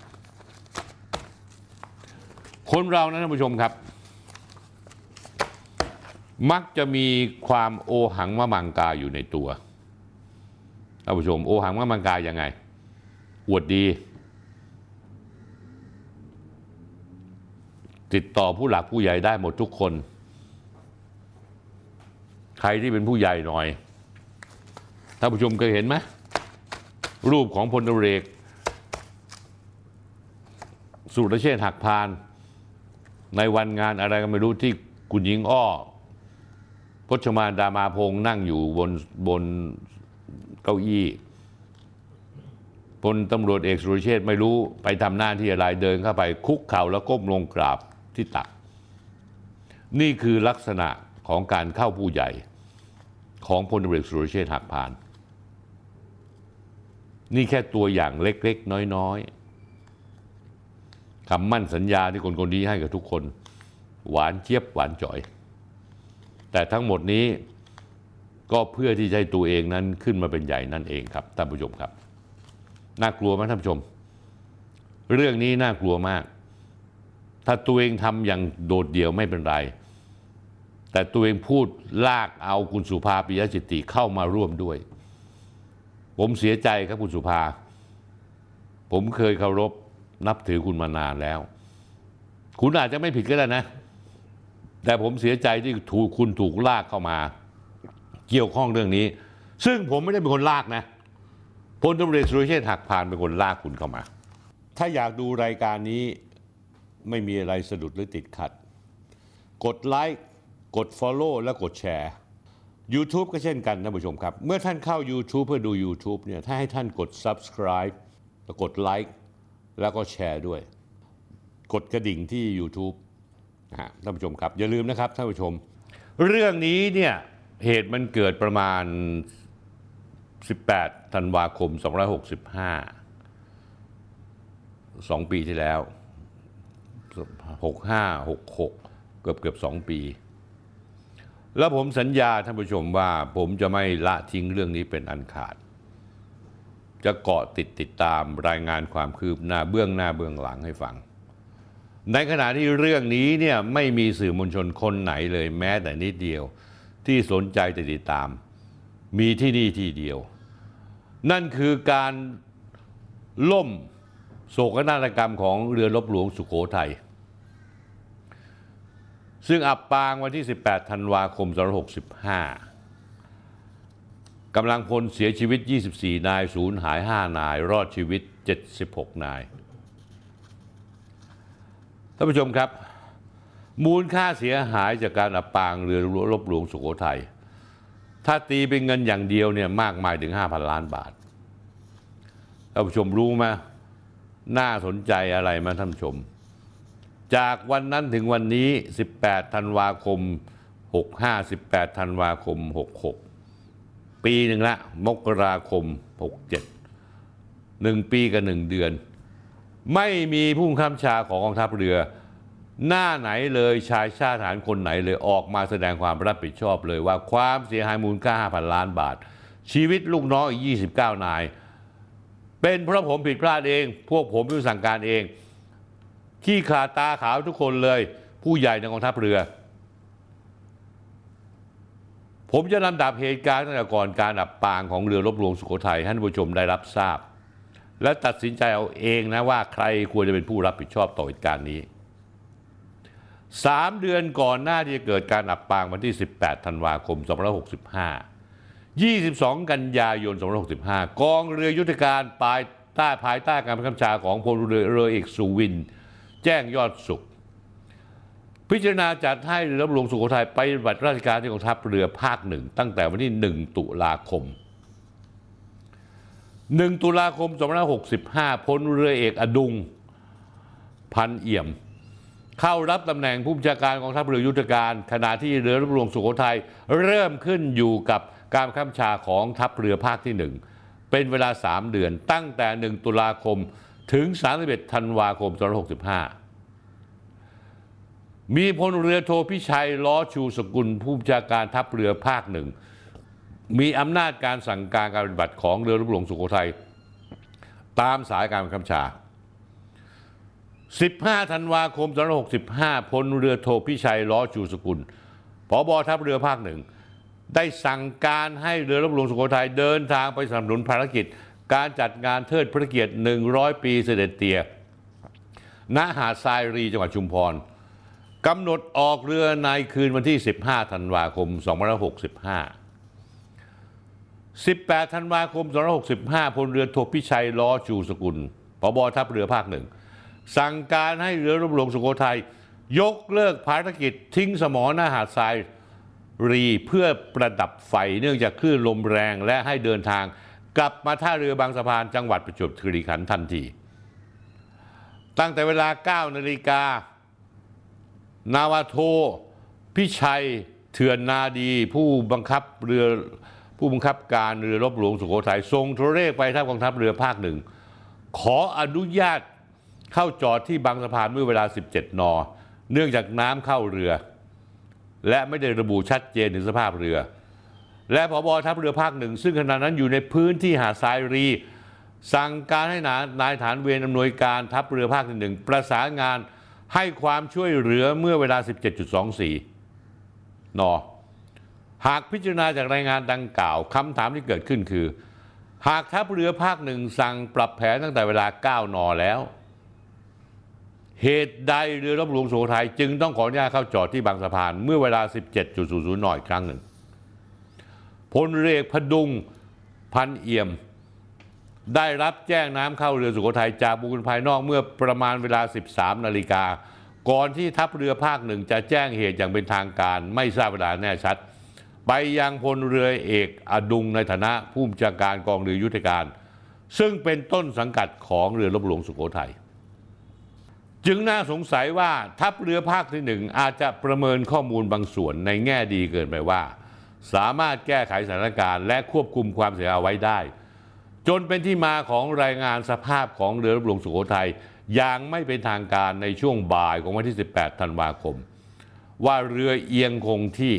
[SPEAKER 1] คนเรานะท่านผู้ชมครับมักจะมีความโอหังมะมังกาอยู่ในตัวท่านผู้ชมโอหังมะมังกายังไงอวดดีติดต่อผู้หลักผู้ใหญ่ได้หมดทุกคนใครที่เป็นผู้ใหญ่หน่อยท่านผู้ชมเคยเห็นไหมรูปของพลตำรวจเอกสุรเชษฐ์หักพานในวันงานอะไรก็ไม่รู้ที่คุณหญิงอ้อพจมานดามาพงษ์นั่งอยู่บนบนเก้าอี้พลตำรวจเอกสุรเชษฐ์ไม่รู้ไปทำหน้าที่อะไรเดินเข้าไปคุกเข่าแล้วก้มลงกราบที่ตักนี่คือลักษณะของการเข้าผู้ใหญ่ของพลตำรวจเอกสุรเชษฐ์หักพานนี่แค่ตัวอย่างเล็กๆน้อยๆคำมั่นสัญญาที่คนคนนี้ให้กับทุกคนหวานเจี๊ยบหวานจ่อยแต่ทั้งหมดนี้ก็เพื่อที่จะให้ตัวเองนั้นขึ้นมาเป็นใหญ่นั่นเองครับท่านผู้ชมครับน่ากลัวไหมท่านผู้ชมเรื่องนี้น่ากลัวมากถ้าตัวเองทำอย่างโดดเดี่ยวไม่เป็นไรแต่ตัวเองพูดลากเอาคุณสุภาปิยจิตติเข้ามาร่วมด้วยผมเสียใจครับคุณสุภาผมเคยเคารพนับถือคุณมานานแล้วคุณอาจจะไม่ผิดก็ได้นะแต่ผมเสียใจที่ถูกคุณถูกลากเข้ามาเกี่ยวข้องเรื่องนี้ซึ่งผมไม่ได้เป็นคนลากนะพลตำรวจเอกสุรเชษฐ์หักพานเป็นคนลากคุณเข้ามาถ้าอยากดูรายการนี้ไม่มีอะไรสะดุดหรือติดขัดกดไลค์กด Follow และกดแชร์ YouTube ก็เช่นกันท่านผู้ชมครับเมื่อท่านเข้า YouTube เพื่อดู YouTube เนี่ยถ้าให้ท่านกด Subscribe แล้วกดไลค์แล้วก็แชร์ด้วยกดกระดิ่งที่ YouTube นะฮะท่านผู้ชมครับอย่าลืมนะครับท่านผู้ชมเรื่องนี้เนี่ยเหตุมันเกิดประมาณสิบแปดธันวาคมสองพันห้าร้อยหกสิบห้าสองปีที่แล้วหกห้า หกหกเกือบเกือบสองปีแล้วผมสัญญาท่านผู้ชมว่าผมจะไม่ละทิ้งเรื่องนี้เป็นอันขาดจะเกาะติดติดตามรายงานความคืบหน้าเบื้องหน้าเบื้องหลังให้ฟังในขณะที่เรื่องนี้เนี่ยไม่มีสื่อมวลชนคนไหนเลยแม้แต่นิดเดียวที่สนใจจะติดตามมีที่นี่ที่เดียวนั่นคือการล่มโศกนาฏกรรมของเรือรบหลวงสุโขทัยซึ่งอับปางวันที่สิบแปดธันวาคมสองพันห้าร้อยหกสิบห้ากำลังพลเสียชีวิตยี่สิบสี่นายสูญหายห้านายรอดชีวิตเจ็ดสิบหกนายท่านผู้ชมครับมูลค่าเสียหายจากการอับปางเรือรบหลวงสุโขทัยถ้าตีเป็นเงินอย่างเดียวเนี่ยมากมายถึง ห้าพันล้านบาทท่านผู้ชมรู้ไหมน่าสนใจอะไรไหมท่านผู้ชมจากวันนั้นถึงวันนี้สิบแปดธันวาคมหกห้า สิบแปดธันวาคมหกหกปีหนึ่งละมกราคมหกเจ็ดหนึ่งปีกับหนึ่งเดือนไม่มีผู้บังคับบัญชาของกองทัพเรือหน้าไหนเลยชายชาติทหารคนไหนเลยออกมาแสดงความรับผิดชอบเลยว่าความเสียหายมูลค่า ห้าพันล้านบาทชีวิตลูกน้องอีกยี่สิบเก้านายเป็นเพราะผมผิดพลาดเองพวกผมเป็นสั่งการเองขี้ขาตาขาวทุกคนเลยผู้ใหญ่ในกองทัพเรือผมจะลำดับเหตุการณ์ตั้งแต่ก่อนการอับปางของเรือรบหลวงสุโขทัยให้ท่านผู้ชมได้รับทราบและตัดสินใจเอาเองนะว่าใครควรจะเป็นผู้รับผิดชอบต่อเหตุการณ์นี้สามเดือนก่อนหน้าที่จะเกิดการอับปางวันที่สิบแปดธันวาคมสองพันห้าร้อยหกสิบห้า ยี่สิบสองกันยายนสองพันห้าร้อยหกสิบห้ากองเรือยุทธการภายใต้ภายใต้การบังคับบัญชาของพลเรือเรือเอกสุวินแจ้งยอดสุขพิจารณาจัดให้เรือรบหลวงสุโขทัยไปปฏิบัติราชการที่กองทัพเรือภาคหนึ่งตั้งแต่วันที่หนึ่งตุลาคมหนึ่งตุลาคมสองพันห้าร้อยหกสิบห้าพลเรือเอกอดุงพันเอี่ยมเข้ารับตำแหน่งผู้บัญชาการกองทัพเรือยุทธการขณะที่เรือรบหลวงสุโขทัยเริ่มขึ้นอยู่กับการบังคับบัญชาของทัพเรือภาคที่หนึ่งเป็นเวลาสามเดือนตั้งแต่หนึ่งตุลาคมถึงสามสิบเอ็ดธันวาคมสองพันห้าร้อยหกสิบห้ามีพลเรือโทพิชัยล้อชูสกุลผู้บัญชาการทัพเรือภาคหนึ่งมีอำนาจการสั่งการการปฏิบัติของเรือรบหลวงสุโขทัยตามสายการบังคับบัญชาสิบห้าธันวาคมสองพันห้าร้อยหกสิบห้าพลเรือโทพิชัยล้อชูสกุลผบ.ทัพเรือภาคหนึ่งได้สั่งการให้เรือรบหลวงสุโขทัยเดินทางไปสนับสนุนภารกิจการจัดงานเทิดพระเกียรติหนึ่งร้อยปีเสด็จเตี่ยณหาดทรายรีจังหวัดชุมพรกำหนดออกเรือในคืนวันที่สิบห้าธันวาคมสองพันห้าร้อยหกสิบห้า สิบแปดธันวาคมสองพันห้าร้อยหกสิบห้าพลเรือโทพิชัยล้อชูสกุลผบ.ทัพเรือภาคหนึ่งสั่งการให้เรือรบหลวงสุโขทัยยกเลิกภารกิจทิ้งสมอหน้าหาดทรายรีเพื่อประดับไฟเนื่องจากคลื่นลมแรงและให้เดินทางกลับมาท่าเรือบางสะพานจังหวัดประจวบคีรีขันธ์ทันทีตั้งแต่เวลา เก้านาฬิกา นาวาโทพิชัยเถื่อนนาดีผู้บังคับเรือผู้บังคับการเรือรบหลวงสุโขทัยส่งโทรเลขไปท่ากองทัพเรือภาคหนึ่งขออนุญาตเข้าจอดที่บางสะพานเมื่อเวลา สิบเจ็ด น.เนื่องจากน้ำเข้าเรือและไม่ได้ระบุชัดเจนถึงสภาพเรือและผบ.ทัพเรือภาคหนึ่งซึ่งขณะนั้นอยู่ในพื้นที่หาดทรายรีสั่งการให้นายฐานเวรอำนวยการทัพเรือภาคที่หนึ่งประสานงานให้ความช่วยเหลือเมื่อเวลา สิบเจ็ดนาฬิกายี่สิบสี่ น.หากพิจารณาจากรายงานดังกล่าวคำถามที่เกิดขึ้นคือหากทัพเรือภาคหนึ่งสั่งปรับแผนตั้งแต่เวลา เก้า น.แล้วเหตุใดเรือรบหลวงสุโขทัยจึงต้องขออนุญาตเข้าจอดที่บางสะพานเมื่อเวลา สิบเจ็ดนาฬิกา น.อีกครั้งหนึ่งพลเรือพดุงพันเอี่ยมได้รับแจ้งน้ำเข้าเรือสุโขทัยจากบุคคลภายนอกเมื่อประมาณเวลา สิบสามนาฬิกาก่อนที่ทัพเรือภาคหนึ่งจะแจ้งเหตุอย่างเป็นทางการไม่ทราบเวลาแน่ชัดไปยังพลเรือเอกอดุงในฐานะผู้บัญชาการกองเรือยุทธการซึ่งเป็นต้นสังกัดของเรือรบหลวงสุโขทัยจึงน่าสงสัยว่าทัพเรือภาคที่หนึ่งอาจจะประเมินข้อมูลบางส่วนในแง่ดีเกินไปว่าสามารถแก้ไขสถานการณ์และควบคุมความเสียหายไว้ได้จนเป็นที่มาของรายงานสภาพของเรือรบหลวงสุโขทัยอย่างไม่เป็นทางการในช่วงบ่ายของวันที่สิบแปดธันวาคมว่าเรือเอียงคงที่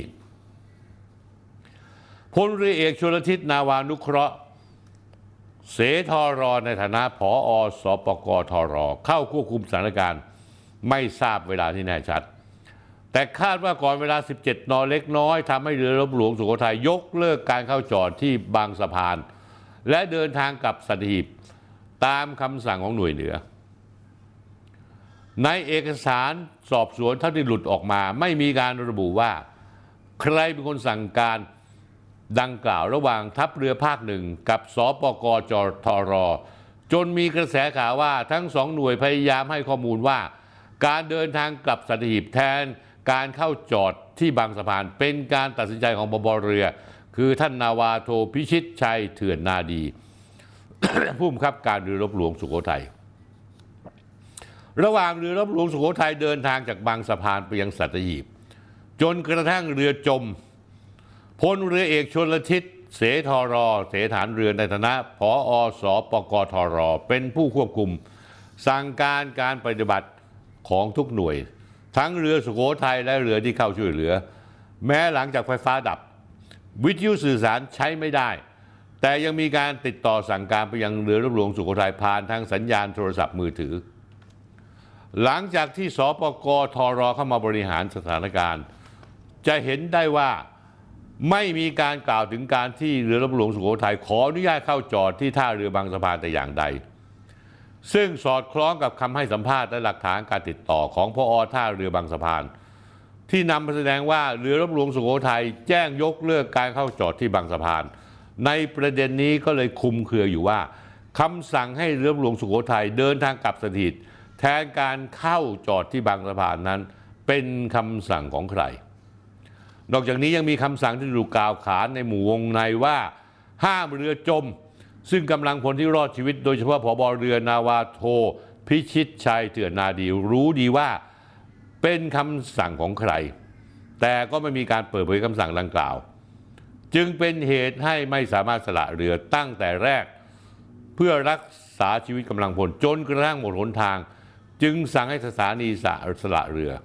[SPEAKER 1] พลเรือเอกชลทิศนาวานุเคราะห์เสทรในฐานะผอ.สปกทรเข้าควบคุมสถานการณ์ไม่ทราบเวลาที่แน่ชัดแต่คาดว่าก่อนเวลา สิบเจ็ด น.เล็กน้อยทำให้เรือรบหลวงสุโขทัยยกเลิกการเข้าจอดที่บางสะพานและเดินทางกลับสัตหีบตามคำสั่งของหน่วยเหนือในเอกสารสอบสวนเท่าที่หลุดออกมาไม่มีการระบุว่าใครเป็นคนสั่งการดังกล่าวระหว่างทัพเรือภาคหนึ่งกับสปกจทรจนมีกระแสข่าวว่าทั้งสองหน่วยพยายามให้ข้อมูลว่าการเดินทางกลับสัตหีบแทนการเข้าจอดที่บางสะพานเป็นการตัดสินใจของบร.เรือคือท่านนาวาโทพิชิตชัยเถื่อนนาดี ผู้บังคับการเรือรบหลวงสุโขทัยระหว่างเรือรบหลวงสุโขทัยเดินทางจากบางสะพานไปยังสัตหีบจนกระทั่งเรือจมพลเรือเอกชลทิศเสทรเสฐานเรือในฐานะผอ.สปกทรเป็นผู้ควบคุมสั่งการการปฏิบัติของทุกหน่วยทั้งเรือสุโขทัยและเรือที่เข้าช่วยเหลือแม้หลังจากไฟฟ้าดับวิทยุสื่อสารใช้ไม่ได้แต่ยังมีการติดต่อสั่งการไปยังเรือรบหลวงสุโขทัยผ่านทางสัญญาณโทรศัพท์มือถือหลังจากที่สปกทรเข้ามาบริหารสถานการณ์จะเห็นได้ว่าไม่มีการกล่าวถึงการที่เรือรบหลวงสุโขทัยขออนุญาตเข้าจอดที่ท่าเรือบางสะพานแต่อย่างใดซึ่งสอดคล้องกับคำให้สัมภาษณ์และหลักฐานการติดต่อของผอ.ท่าเรือบางสะพานที่นำมาแสดงว่าเรือรบหลวงสุโขทัยแจ้งยกเลิกการเข้าจอดที่บางสะพานในประเด็นนี้ก็เลยคลุมเครืออยู่ว่าคำสั่งให้เรือรบหลวงสุโขทัยเดินทางกลับสัตหีบแทนการเข้าจอดที่บางสะพานนั้นเป็นคำสั่งของใครนอกจากนี้ยังมีคำสั่งที่ถูกกล่าวขานในหมู่วงในว่าห้ามเรือจมซึ่งกำลังพลที่รอดชีวิตโดยเฉพาะผบ.เรือนาวาโทพิชิตชัยเถื่อนนาดีรู้ดีว่าเป็นคำสั่งของใครแต่ก็ไม่มีการเปิดเผยคำสั่งดังกล่าวจึงเป็นเหตุให้ไม่สามารถสละเรือตั้งแต่แรกเพื่อรักษาชีวิตกำลังพลจนกระทั่งหมดหนทางจึงสั่งให้สถานีสละเรือ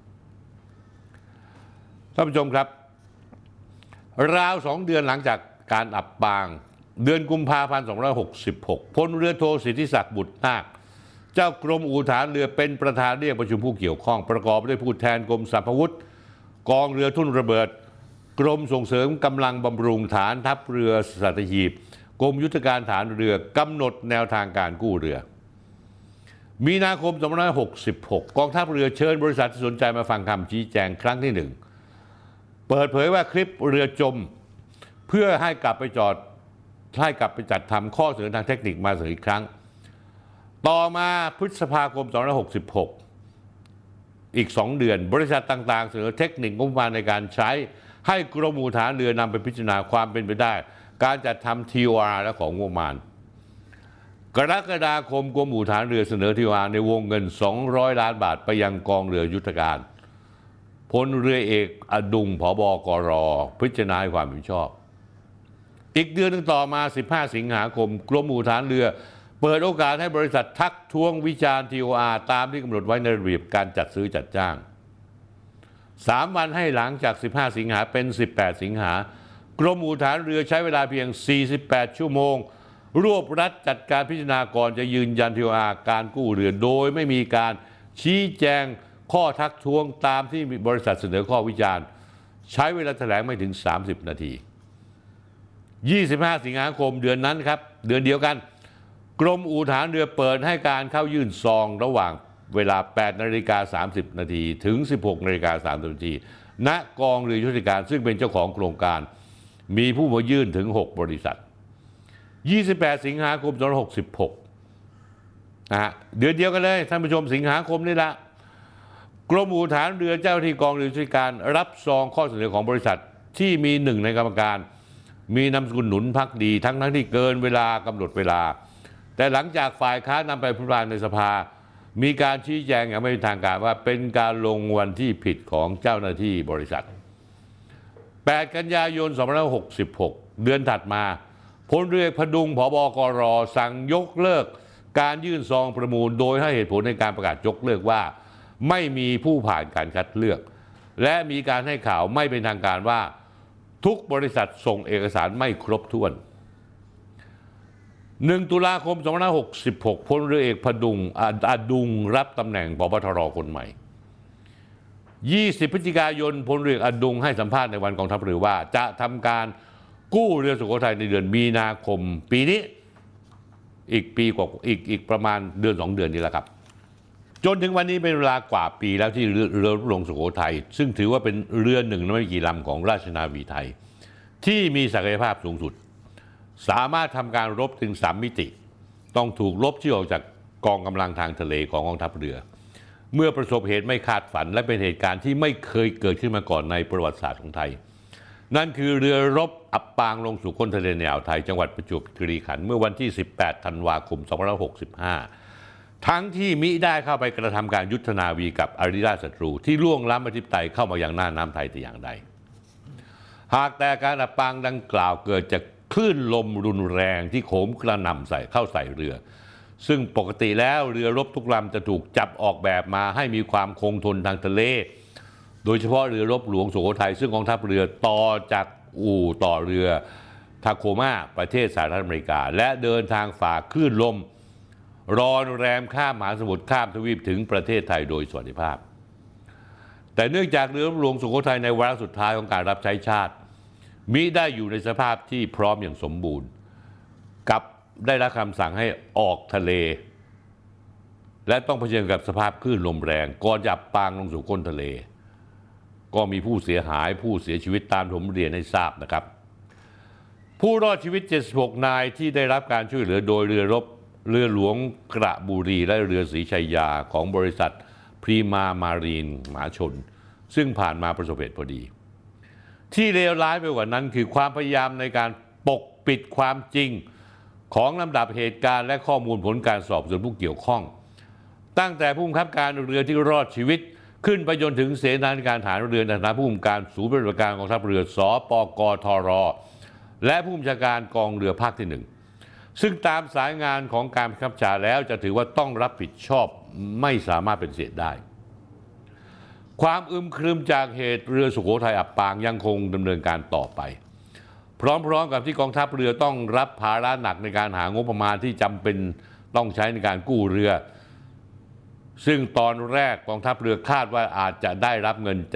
[SPEAKER 1] ท่านผู้ชมครับราวสองเดือนหลังจากการอับปางเดือนกุมภาพันธ์สองพันห้าร้อยหกสิบหกพลเรือโทสิทธิศักดิ์บุตรนาคเจ้ากรมอู่ฐานเรือเป็นประธานเรียกประชุมผู้เกี่ยวข้องประกอบด้วยผู้แทนกรมสรรพาวุธกองเรือทุ่นระเบิดกรมส่งเสริมกำลังบำรุงฐานทัพเรือสัตหีบกรมยุทธการฐานเรือกำหนดแนวทางการกู้เรือมีนาคมสองพันห้าร้อยหกสิบหกกองทัพเรือเชิญบริษัทที่สนใจมาฟังคำชี้แจงครั้งที่หนึ่งเปิดเผยว่าคลิปเรือจมเพื่อให้กลับไปจอดให้กลับไปจัดทำข้อเสนอทางเทคนิคมาเสนออีกครั้งต่อมาพฤษภาคมสองพันห้าร้อยหกสิบหกอีกสองเดือนบริษัทต่างๆเสนอเทคนิคงบประมาณในการใช้ให้กรมอู่ทหารเรือนำไปพิจารณาความเป็นไปได้การจัดทำ ที โอ อาร์ และของงบประมาณกรกฎาคมกรมอู่ทหารเรือเสนอ ที โอ อาร์ ในวงเงินสองร้อยล้านบาทไปยังกองเรือยุทธการพลเรือเอกอดุงผบกรพิจารณาให้ความเห็นชอบอีกเดือนหนึ่งต่อมาสิบห้าสิงหาคมกรมอู่ทหารเรือเปิดโอกาสให้บริษัททักท้วงวิจารณ์ ที โอ อาร์ ตามที่กำหนดไว้ในระเบียบการจัดซื้อจัดจ้างสามวันให้หลังจากสิบห้าสิงหาเป็นสิบแปดสิงหากรมอู่ทหารเรือใช้เวลาเพียงสี่สิบแปดชั่วโมงรวบรัดจัดการพิจารณาก่อนจะยืนยัน ที โอ อาร์ การกู้เรือโดยไม่มีการชี้แจงข้อทักท้วงตามที่บริษัทเสนอข้อวิจารณ์ใช้เวลาแถลงไม่ถึงสามสิบนาทียี่สิบห้าสิงหาคมเดือนนั้นครับเดือนเดียวกันกรมอู่ทหารเรือเปิดให้การเข้ายื่นซองระหว่างเวลาแปดนาฬิกาสามสิบนาทีถึงสิบหกนาฬิกาสามสิบนาทีณกองเรือยุทธการซึ่งเป็นเจ้าของโครงการมีผู้มายื่นถึงหกบริษัทยี่สิบแปดสิงหาคมสองพันห้าร้อยหกสิบหกนะฮะเดือนเดียวกันเลยท่านผู้ชมสิงหาคมนี่ละกรมอู่ทหารเรือเจ้าที่กองเรือยุทธการรับซองข้อเสนอของบริษัทที่มีหนึ่งในกรรมการมีนามสกุลหนุนพักดีทั้งทั้งที่เกินเวลากำหนดเวลาแต่หลังจากฝ่ายค้านำไปพิจารณาในสภามีการชี้แจงอย่างไม่เป็นทางการว่าเป็นการลงวันที่ผิดของเจ้าหน้าที่บริษัทแปดกันยายนสองพันห้าร้อยหกสิบหกเดือนถัดมาพลเรือพดุงผบกรสั่งยกเลิกการยื่นซองประมูลโดยให้เหตุผลในการประกาศยกเลิกว่าไม่มีผู้ผ่านการคัดเลือกและมีการให้ข่าวไม่เป็นทางการว่าทุกบริษัทส่งเอกสารไม่ครบถ้วนหนึ่งตุลาคมสองพันห้าร้อยหกสิบหกพลเรือเอกพดุงอดุงรับตำแหน่งผบทรคนใหม่ยี่สิบพฤศจิกายนพลเรือเอกอดุงให้สัมภาษณ์ในวันกองทัพเรือว่าจะทำการกู้เรือสุโขทัยในเดือนมีนาคมปีนี้อีกปีกว่าอีกอีกประมาณเดือนสองเดือนนี้แหละครับจนถึงวันนี้เป็นเวลากว่าปีแล้วที่เรือเรือหลวงสุโขทัยซึ่งถือว่าเป็นเรือหนึ่งในไม่กี่ลำของราชนาวีไทยที่มีศักยภาพสูงสุดสามารถทำการรบถึงสามมิติต้องถูกลบที่ออกจากกองกำลังทางทะเลของกองทัพเรือเมื่อประสบเหตุไม่คาดฝันและเป็นเหตุการณ์ที่ไม่เคยเกิดขึ้นมาก่อนในประวัติศาสตร์ของไทยนั่นคือเรือรบอับปางลงสู่ก้นทะเลในอ่าวไทยจังหวัดประจวบคีรีขันธ์เมื่อวันที่สิบแปดธันวาคมสองพันห้าร้อยหกสิบห้าทั้งที่มิได้เข้าไปกระทำการยุทธนาวีกับอริราชศัตรูที่ล่วงล้ำอธิปไตยเข้ามายังหน้าน้ำไทยแต่อย่างใดหากแต่การอับปางดังกล่าวเกิดจากคลื่นลมรุนแรงที่โขมกระหน่ำใส่เข้าใส่เรือซึ่งปกติแล้วเรือรบทุกลำจะถูกจับออกแบบมาให้มีความคงทนทางทะเลโดยเฉพาะเรือรบหลวงสุโขทัยซึ่งกองทัพเรือต่อจากอู่ต่อเรือทาโคมาประเทศสหรัฐอเมริกาและเดินทางฝ่าคลื่นลมรอนแรมข้ามมหาสมุทรข้ามทวีปถึงประเทศไทยโดยสวัสดิภาพแต่เนื่องจากเรือรบหลวงสุโขทัยในวาระสุดท้ายของการรับใช้ชาติมิได้อยู่ในสภาพที่พร้อมอย่างสมบูรณ์กับได้รับคำสั่งให้ออกทะเลและต้องเผชิญกับสภาพคลื่นลมแรงก่อนจะอับปางลงสู่ก้นทะเลก็มีผู้เสียหายผู้เสียชีวิตตามที่ผมเรียนให้ทราบนะครับผู้รอดชีวิตเจ็ดสิบหกนายที่ได้รับการช่วยเหลือโดยเรือรบเรือหลวงกระบุรีและเรือศรีชัยยาของบริษัทพรีมามารีนมหาชนซึ่งผ่านมาประสบเหตุพอดีที่เลวร้ายไปกว่านั้นคือความพยายามในการปกปิดความจริงของลำดับเหตุการณ์และข้อมูลผลการสอบสวนผู้เกี่ยวข้องตั้งแต่ผู้บังคับการเรือที่รอดชีวิตขึ้นไปจนถึงเสนาธิการฐานเรือในฐานะผู้บัญชาการศูนย์ปฏิบัติการกองทัพเรือสปกทรและผู้บัญชาการกองเรือภาคที่หนึ่งซึ่งตามสายงานของการบังคับบัญชาแล้วจะถือว่าต้องรับผิดชอบไม่สามารถเป็นเสียได้ความอึมครึมจากเหตุเรือสุโขทัยอับปางยังคงดำเนินการต่อไปพร้อมๆกับที่กองทัพเรือต้องรับภาระหนักในการหางบประมาณที่จำเป็นต้องใช้ในการกู้เรือซึ่งตอนแรกกองทัพเรือคาดว่าอาจจะได้รับเงินจาก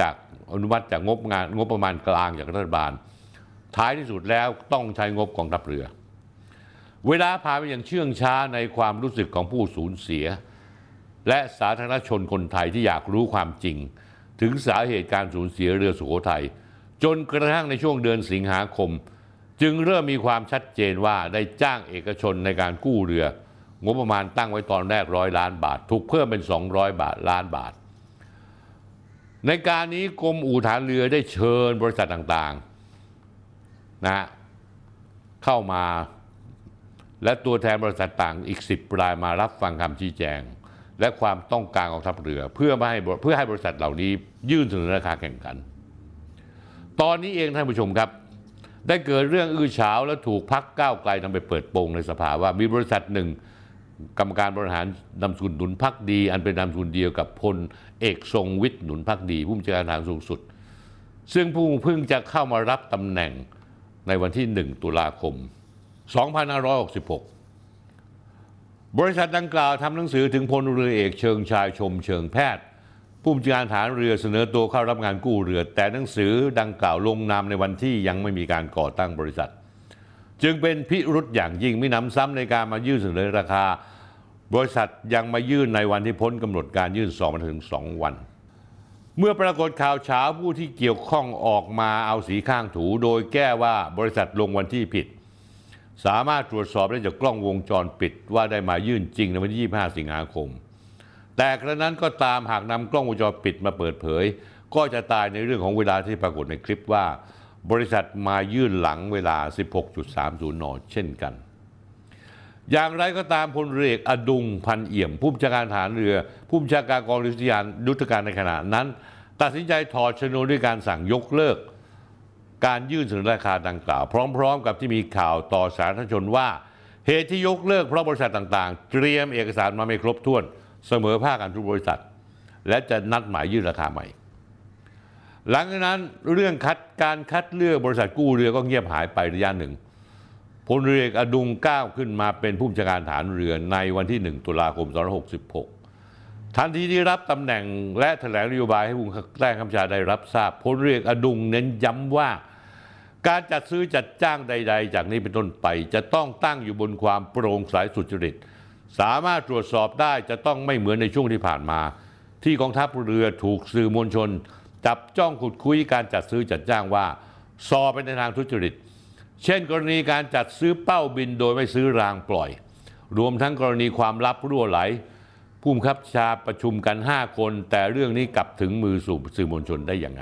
[SPEAKER 1] อนุมัติจากงบงานงบประมาณกลางจากรัฐบาลท้ายที่สุดแล้วต้องใช้งบกองทัพเรือเวลาผ่านไปอย่างเชื่องช้าในความรู้สึกของผู้สูญเสียและสาธารณชนคนไทยที่อยากรู้ความจริงถึงสาเหตุการสูญเสียเรือสุโขทัยจนกระทั่งในช่วงเดือนสิงหาคมจึงเริ่มมีความชัดเจนว่าได้จ้างเอกชนในการกู้เรืองบประมาณตั้งไว้ตอนแรกร้อยล้านบาทถูกเพิ่มเป็นสองร้อยบาทล้านบาทในการนี้กรมอู่ฐานเรือได้เชิญบริษัทต่างๆนะเข้ามาและตัวแทนบริษัทต่างอีกสิบรายมารับฟังคำชี้แจงและความต้องการของทัพเรือเพื่อไม่ให้เพื่อให้บริษัทเหล่านี้ยื่นเสนอราคาแข่งขันตอนนี้เองท่านผู้ชมครับได้เกิดเรื่องอื้อฉาวและถูกพรรคก้าวไกลนำไปเปิดโปงในสภาว่ามีบริษัทหนึ่งกรรมการบริหารนำสกุลหนุนพรรคดีอันเป็นนามสกุลเดียวกับพลเอกทรงวิทย์หนุนพรรคดีผู้บัญชาการทหารสูงสุดซึ่งผู้เพิ่งจะเข้ามารับตำแหน่งในวันที่หนึ่งตุลาคมสองพันห้าร้อยหกสิบหกบริษัทดังกล่าวทำหนังสือถึงพลเรือเอกเชิงชายชมเชิงแพทย์ผู้บัญชาการฐานเรือเสนอตัวเข้ารับงานกู้เรือแต่หนังสือดังกล่าวลงนามในวันที่ยังไม่มีการก่อตั้งบริษัทจึงเป็นพิรุธอย่างยิ่งมิหนำซ้ำในการมายื่นเสนอราคาบริษัทยังมายื่นในวันที่พ้นกำหนดการยื่นสอบมาถึงสองวันเมื่อปรากฏข่าวเช้าผู้ที่เกี่ยวข้องออกมาเอาสีข้างถูโดยแก้ว่าบริษัทลงวันที่ผิดสามารถตรวจสอบได้จากกล้องวงจรปิดว่าได้มายื่นจริงในวันที่ยี่สิบห้าสิงหาคมแต่กระนั้นก็ตามหากนำกล้องวงจรปิดมาเปิดเผยก็จะตายในเรื่องของเวลาที่ปรากฏในคลิปว่าบริษัทมายื่นหลังเวลา สิบหกนาฬิกาสามสิบ น.เช่นกันอย่างไรก็ตามพลเรือเอกอดุงพันเอี่ยมผู้บัญชาการทหารเรือผู้บัญชาการกองเรือยุทธการในขณะนั้นตัดสินใจถอดชนวนด้วยการสั่งยกเลิกการยื่นเสนอราคาดังกล่าวพร้อมๆกับที่มีข่าวต่อสาธารณชนว่าเหตุที่ยกเลิกเพราะบริษัทต่างๆเตรียมเอกสารมาไม่ครบถ้วนเสมอภาคกันทุกบริษัทและจะนัดหมายยื่นราคาใหม่หลังจากนั้นเรื่องคัดการคัดเลือกบริษัทกู้เรือก็เงียบหายไประยะหนึ่งพลเรือเอกอดุงก้าวขึ้นมาเป็นผู้บัญชาการฐานเรือในวันที่หนึ่งตุลาคมสองพันห้าร้อยหกสิบหกทันทีที่รับตำแหน่งและแถลงนโยบายให้ผู้ใต้บังคับบัญชาได้รับทราบพลเรือเอกอดุงเน้นย้ำว่าการจัดซื้อจัดจ้างใดๆจากนี้เป็นต้นไปจะต้องตั้งอยู่บนความโปร่งใสสุจริตสามารถตรวจสอบได้จะต้องไม่เหมือนในช่วงที่ผ่านมาที่กองทัพเรือถูกสื่อมวลชนจับจ้องขุดคุยการจัดซื้อจัดจ้างว่าสอบไปในทางทุจริตเช่นกรณีการจัดซื้อเป้าบินโดยไม่ซื้อรางปล่อยรวมทั้งกรณีความลับรั่วไหลผู้บังคับบัญชาประชุมกันห้าคนแต่เรื่องนี้กลับถึงมือสู่สื่อมวลชนได้อย่างไง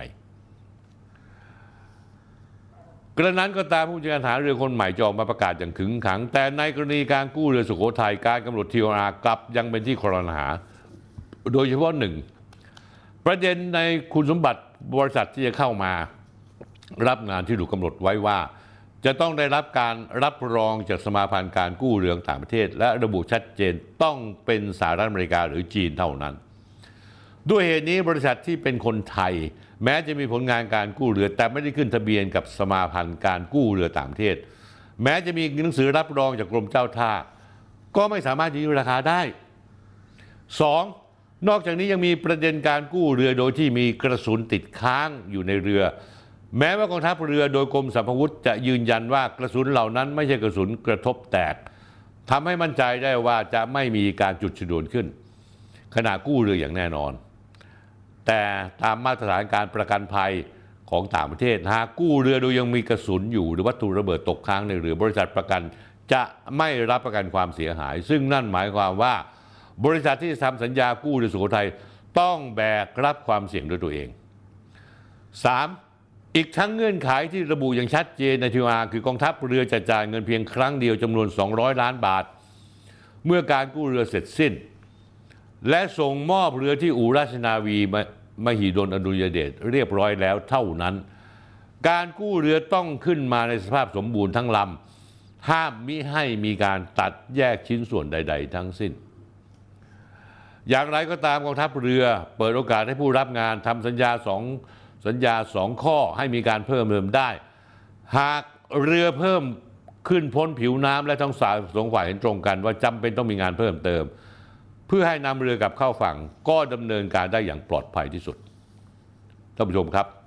[SPEAKER 1] กระนั้นก็ตามผู้บัญชาการทหารเรือคนใหม่จะออกมาประกาศอย่างขึงขังแต่ในกรณีการกู้เรือสุโขทัยการกำหนด ที โอ อาร์ กลับยังเป็นที่ครหาโดยเฉพาะหนึ่งประเด็นในคุณสมบัติบริษัทที่จะเข้ามารับงานที่ถูกกำหนดไว้ว่าจะต้องได้รับการรับรองจากสมาพันธ์การกู้เรือต่างประเทศและระบุชัดเจนต้องเป็นสหรัฐอเมริกาหรือจีนเท่านั้นด้วยเหตุนี้บริษัทที่เป็นคนไทยแม้จะมีผลงานการกู้เรือแต่ไม่ได้ขึ้นทะเบียนกับสมาพันธ์การกู้เรือต่างประเทศแม้จะมีหนังสือรับรองจากกรมเจ้าท่าก็ไม่สามารถยื่นราคาได้สองนอกจากนี้ยังมีประเด็นการกู้เรือโดยที่มีกระสุนติดค้างอยู่ในเรือแม้ว่ากองทัพเรือโดยกรมสรรพาวุธจะยืนยันว่ากระสุนเหล่านั้นไม่ใช่กระสุนกระทบแตกทำให้มั่นใจได้ว่าจะไม่มีการจุดฉนวนขึ้นขณะกู้เรืออย่างแน่นอนแต่ตามมาตรฐานการประกันภัยของต่างประเทศหากกู้เรือโดยยังมีกระสุนอยู่หรือวัตถุระเบิดตกค้างในเรือบริษัทประกันจะไม่รับประกันความเสียหายซึ่งนั่นหมายความว่าบริษัทที่ทำสัญญากู้เรือสุโขทัยต้องแบกรับความเสี่ยงด้วยตัวเอง สาม. อีกทั้งเงื่อนไขที่ระบุอย่างชัดเจนใน ที โอ อาร์ คือกองทัพเรือจะจ่ายเงินเพียงครั้งเดียวจำนวนสองร้อยล้านบาทเมื่อการกู้เรือเสร็จสิ้นและส่งมอบเรือที่อู่ราชนาวีมหิดลอดุลยเดชเรียบร้อยแล้วเท่านั้นการกู้เรือต้องขึ้นมาในสภาพสมบูรณ์ทั้งลำห้ามมิให้มีการตัดแยกชิ้นส่วนใดๆทั้งสิ้นอย่างไรก็ตามกองทัพเรือเปิดโอกาสให้ผู้รับงานทำสัญญาสองสัญญาสองข้อให้มีการเพิ่มเติมได้หากเรือเพิ่มขึ้นพ้นผิวน้ำและทั้งสองฝ่ายเห็นตรงกันว่าจำเป็นต้องมีงานเพิ่มเติมเพื่อให้นำเรือกลับเข้าฝั่งก็ดำเนินการได้อย่างปลอดภัยที่สุดท่านผู้ชมครับ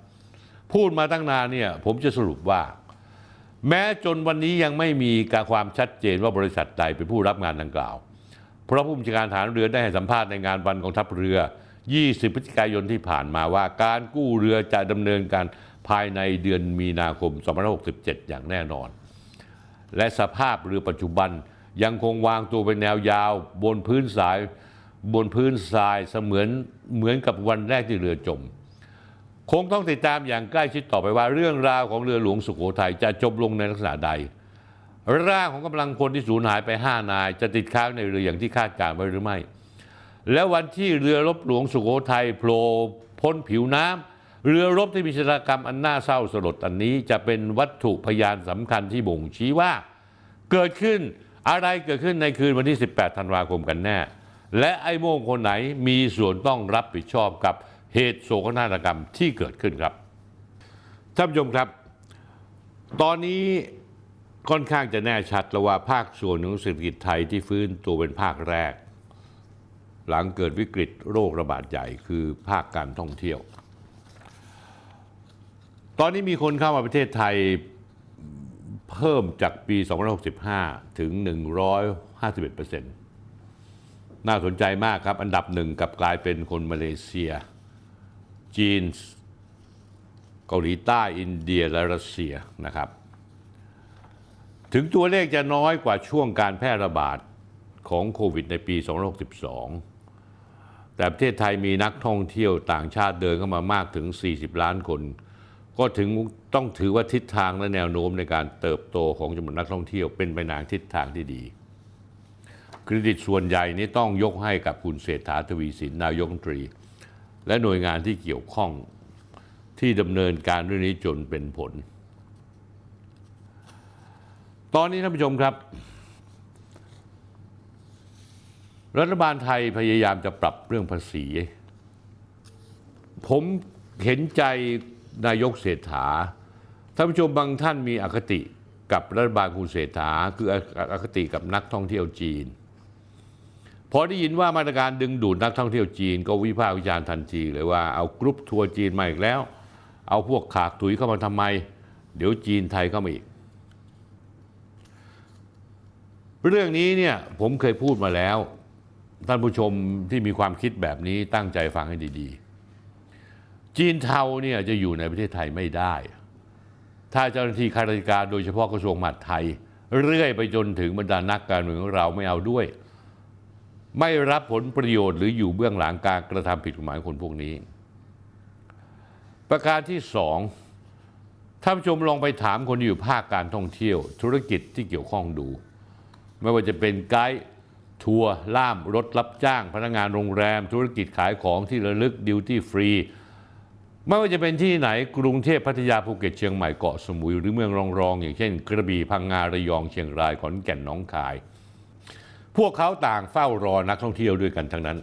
[SPEAKER 1] พูดมาตั้งนานเนี่ยผมจะสรุปว่าแม้จนวันนี้ยังไม่มีการความชัดเจนว่าบริษัทใดเป็นผู้รับงานดังกล่าวเพราะผู้บัญชาการทหารเรือได้ให้สัมภาษณ์ในงานวันกองทัพเรือยี่สิบพฤศจิกายนที่ผ่านมาว่าการกู้เรือจะดำเนินการภายในเดือนมีนาคมสองพันห้าร้อยหกสิบเจ็ดอย่างแน่นอนและสภาพเรือปัจจุบันยังคงวางตัวเป็นแนวยาวบนพื้นทรายบนพื้นทรายเสมือนเหมือนกับวันแรกที่เรือจมคงต้องติดตามอย่างใกล้ชิดต่อไปว่าเรื่องราวของเรือหลวงสุโขทัยจะจบลงในลักษณะใดร่างของกำลังพลที่สูญหายไปห้านายจะติดค้างในเรืออย่างที่คาดการณ์ไว้หรือไม่และวันที่เรือรบหลวงสุโขทัยโผล่พ้นผิวน้ำเรือรบที่มีชะตากรรมอันน่าเศร้าสลดอันนี้จะเป็นวัตถุพยานสำคัญที่บ่งชี้ว่าเกิดขึ้นอะไรเกิดขึ้นในคืนวันที่สิบแปดธันวาคมกันแน่และไอ้โม่งคนไหนมีส่วนต้องรับผิดชอบกับเหตุโศกนาฏกรรมที่เกิดขึ้นครับท่านผู้ชมครับตอนนี้ค่อนข้างจะแน่ชัดแล้วว่าภาคส่วนของเศรษฐกิจไทยที่ฟื้นตัวเป็นภาคแรกหลังเกิดวิกฤตโรคระบาดใหญ่คือภาคการท่องเที่ยวตอนนี้มีคนเข้ามาประเทศไทยเพิ่มจากปีสองพันห้าร้อยหกสิบห้าถึง หนึ่งร้อยห้าสิบเอ็ดเปอร์เซ็นต์ น่าสนใจมากครับอันดับหนึ่งกลับกลายเป็นคนมาเลเซียจีนเกาหลีใต้อินเดียและรัสเซียนะครับถึงตัวเลขจะน้อยกว่าช่วงการแพร่ระบาดของโควิดในปีสองพันห้าร้อยหกสิบสองแต่ประเทศไทยมีนักท่องเที่ยวต่างชาติเดินเข้ามามากถึงสี่สิบล้านคนก็ถึงต้องถือว่าทิศทางและแนวโน้มในการเติบโตของจำนวนนักท่องเที่ยวเป็นไปในทิศทางที่ดีเครดิตส่วนใหญ่นี้ต้องยกให้กับคุณเศรษฐาทวีสินนายกรัฐมนตรีและหน่วยงานที่เกี่ยวข้องที่ดำเนินการเรื่องนี้จนเป็นผลตอนนี้ท่านผู้ชมครับรัฐบาลไทยพยายามจะปรับเรื่องภาษีผมเห็นใจนายกเศรษฐาท่านผู้ชมบางท่านมีอคติกับรัฐบาลคุณเศรษฐาคืออคติกับนักท่องเที่ยวจีนพอได้ยินว่ามาตรการดึงดูดนักท่องเที่ยวจีนก็วิพากษ์วิจารณ์ทันทีเลยว่าเอากรุ๊ปทัวร์จีนมาอีกแล้วเอาพวกขากถุยเข้ามาทำไมเดี๋ยวจีนไทยเข้ามาอีกเรื่องนี้เนี่ยผมเคยพูดมาแล้วท่านผู้ชมที่มีความคิดแบบนี้ตั้งใจฟังให้ดีๆจีนเทาเนี่ยจะอยู่ในประเทศไทยไม่ได้ถ้าเจ้าหน้าที่ข้าราชการโดยเฉพาะกระทรวงมหาดไทยเรื่อยไปจนถึงบรรดานักการเมืองของเราไม่เอาด้วยไม่รับผลประโยชน์หรืออยู่เบื้องหลังการกระทำผิดกฎหมายคนพวกนี้ประการที่สองท่านผู้ชมลองไปถามคนที่อยู่ภาคการท่องเที่ยวธุรกิจที่เกี่ยวข้องดูไม่ว่าจะเป็นไกด์ทัวร์ล่ามรถรับจ้างพนักงานโรงแรมธุรกิจขายของที่ระลึกดิวตี้ฟรีไม่ว่าจะเป็นที่ไหนกรุงเทพพัทยาภูเก็ตเชียงใหม่เกาะสมุยหรือเมืองรองๆอย่างเช่นกระบี่พังงาระยองเชียงรายขอนแก่นหนองคายพวกเขาต่างเฝ้ารอนักท่องเที่ยวด้วยกันทั้งนั้น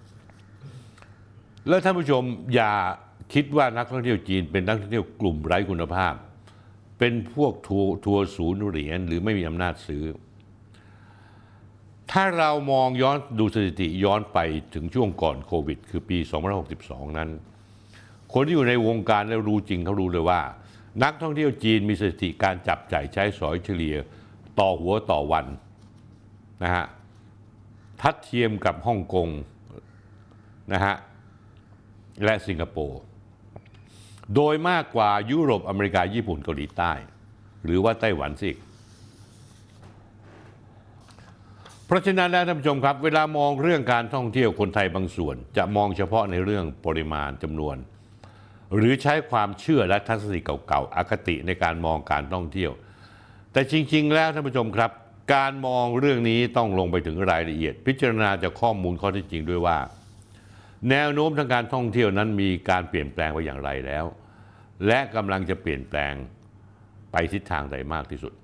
[SPEAKER 1] แล้วท่านผู้ชมอย่าคิดว่านักท่องเที่ยวจีนเป็นนักท่องเที่ยวกลุ่มไร้คุณภาพเป็นพวกทัวร์ทัวร์ศูนย์เหรียญหรือไม่มีอำนาจซื้อถ้าเรามองย้อนดูสถิติย้อนไปถึงช่วงก่อนโควิดคือปีสองพันห้าร้อยหกสิบสองนั้นคนที่อยู่ในวงการและรู้จริงเขารู้เลยว่านักท่องเที่ยวจีนมีสถิติการจับจ่ายใช้สอยเฉลี่ยต่อหัวต่อวันนะฮะทัดเทียมกับฮ่องกงนะฮะและสิงคโปร์โดยมากกว่ายุโรปอเมริกาญี่ปุ่นเกาหลีใต้หรือว่าไต้หวันสิเพราะฉะนั้นแล้วท่านผู้ชมครับเวลามองเรื่องการท่องเที่ยวคนไทยบางส่วนจะมองเฉพาะในเรื่องปริมาณจำนวนหรือใช้ความเชื่อและทัศนคติเก่าๆอคติในการมองการท่องเที่ยวแต่จริงๆแล้วท่านผู้ชมครับการมองเรื่องนี้ต้องลงไปถึงรายละเอียดพิจารณาจากข้อมูลข้อเท็จจริงด้วยว่าแนวโน้มทางการท่องเที่ยวนั้นมีการเปลี่ยนแปลงไปอย่างไรแล้วและกำลังจะเปลี่ยนแปลงไปทิศทางใดมากที่สุด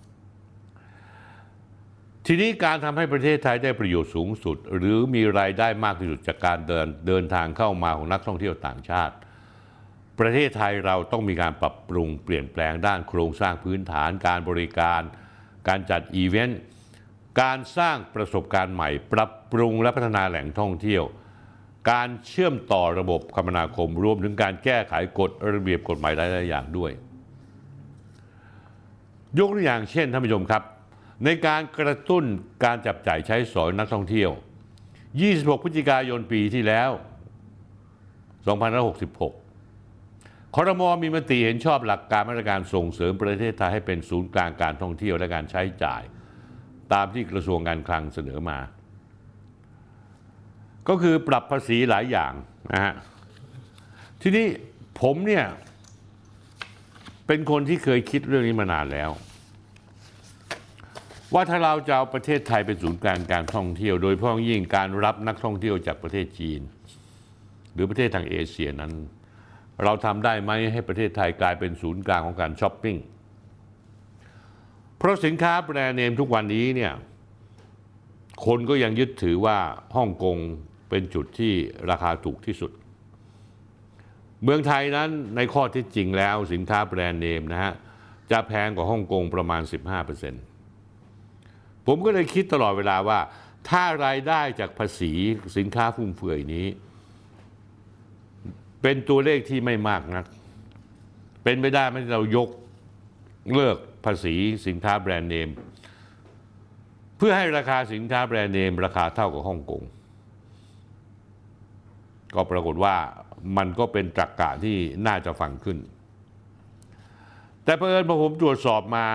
[SPEAKER 1] ทีนี้การทำให้ประเทศไทยได้ประโยชน์สูงสุดหรือมีรายได้มากที่สุดจากการเดินเดินทางเข้ามาของนักท่องเที่ยวต่างชาติประเทศไทยเราต้องมีการปรับปรุงเปลี่ยนแปลงด้านโครงสร้างพื้นฐานการบริการการจัดอีเวนต์การสร้างประสบการณ์ใหม่ปรับปรุงและพัฒนาแหล่งท่องเที่ยวการเชื่อมต่อระบบคมนาคมรวมถึงการแก้ไขกฎระเบียบกฎหมายหลายๆอย่างด้วยยกตัวอย่างเช่นท่านผู้ชมครับในการกระตุ้นการจับจ่ายใช้สอยนักท่องเที่ยวยี่สิบหกพฤศจิกายนปีที่แล้วสองพันห้าร้อยหกสิบหกครม.มีมติเห็นชอบหลักการมาตรการส่งเสริมประเทศไทยให้เป็นศูนย์กลางการท่องเที่ยวและการใช้จ่ายตามที่กระทรวงการคลังเสนอมาก็คือปรับภาษีหลายอย่างนะฮะทีนี้ผมเนี่ยเป็นคนที่เคยคิดเรื่องนี้มานานแล้วว่าถ้าเราจะเอาประเทศไทยเป็นศูนย์กลางการท่องเที่ยวโดยเฉพาะยิ่งการรับนักท่องเที่ยวจากประเทศจีนหรือประเทศทางเอเชียนั้นเราทำได้ไหมให้ประเทศไทยกลายเป็นศูนย์กลางของการช้อปปิ้งเพราะสินค้าแบรนด์เนมทุกวันนี้เนี่ยคนก็ยังยึดถือว่าฮ่องกงเป็นจุดที่ราคาถูกที่สุดเมืองไทยนั้นในข้อที่จริงแล้วสินค้าแบรนด์เนมนะฮะจะแพงกว่าฮ่องกงประมาณ สิบห้าเปอร์เซ็นต์ ผมก็เลยคิดตลอดเวลาว่าถ้ารายได้จากภาษีสินค้าฟุ่มเฟือยนี้เป็นตัวเลขที่ไม่มากนักเป็นไปได้ไหมที่เรายกเลิกภาษีสินค้าแบรนด์เนมเพื่อให้ราคาสินค้าแบรนด์เนมราคาเท่ากับฮ่องกงก็ปรากฏว่ามันก็เป็นตรรกะที่น่าจะฟังขึ้นแต่เผอิญพอผมตรวจสอบมา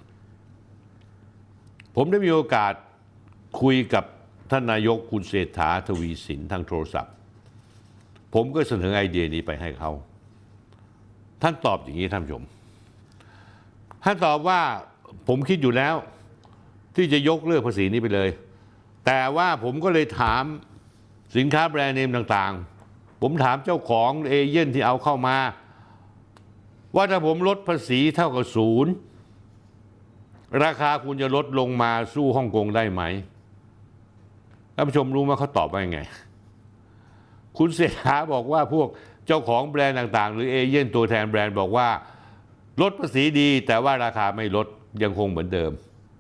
[SPEAKER 1] ผมได้มีโอกาสคุยกับท่านนายกคุณเศรษฐาทวีสินทางโทรศัพท์ผมก็เสนอไอเดียนี้ไปให้เขาท่านตอบอย่างนี้ท่านผู้ชมท่านตอบว่าผมคิดอยู่แล้วที่จะยกเลิกภาษีนี้ไปเลยแต่ว่าผมก็เลยถามสินค้าแบรนด์เนมต่างๆผมถามเจ้าของเอเย่นที่เอาเข้ามาว่าถ้าผมลดภาษีเท่ากับศูนย์ราคาคุณจะลดลงมาสู้ฮ่องกงได้ไหมท่านผู้ชมรู้ไหมเขาตอบว่ายังไงคุณเศรษฐาบอกว่าพวกเจ้าของแบรนด์ต่างๆหรือเอเย่นตัวแทนแบรนด์บอกว่าลดภาษีดีแต่ว่าราคาไม่ลดยังคงเหมือนเดิม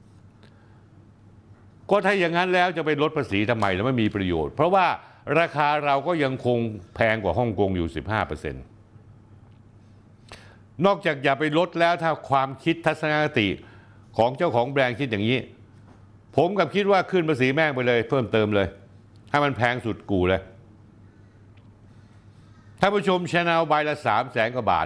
[SPEAKER 1] ก็ถ้าอย่างนั้นแล้วจะไปลดภาษีทำไมแล้วไม่มีประโยชน์เพราะว่าราคาเราก็ยังคงแพงกว่าฮ่องกงอยู่ สิบห้าเปอร์เซ็นต์ นอกจากอย่าไปลดแล้วถ้าความคิดทัศนคติของเจ้าของแบรนด์คิดอย่างนี้ผมกับคิดว่าขึ้นภาษีแม่งไปเลยเพิ่มเติมเลยให้มันแพงสุดกูเลยถ้าผู้ชมชาแนลใบละสามแสนกว่าบาท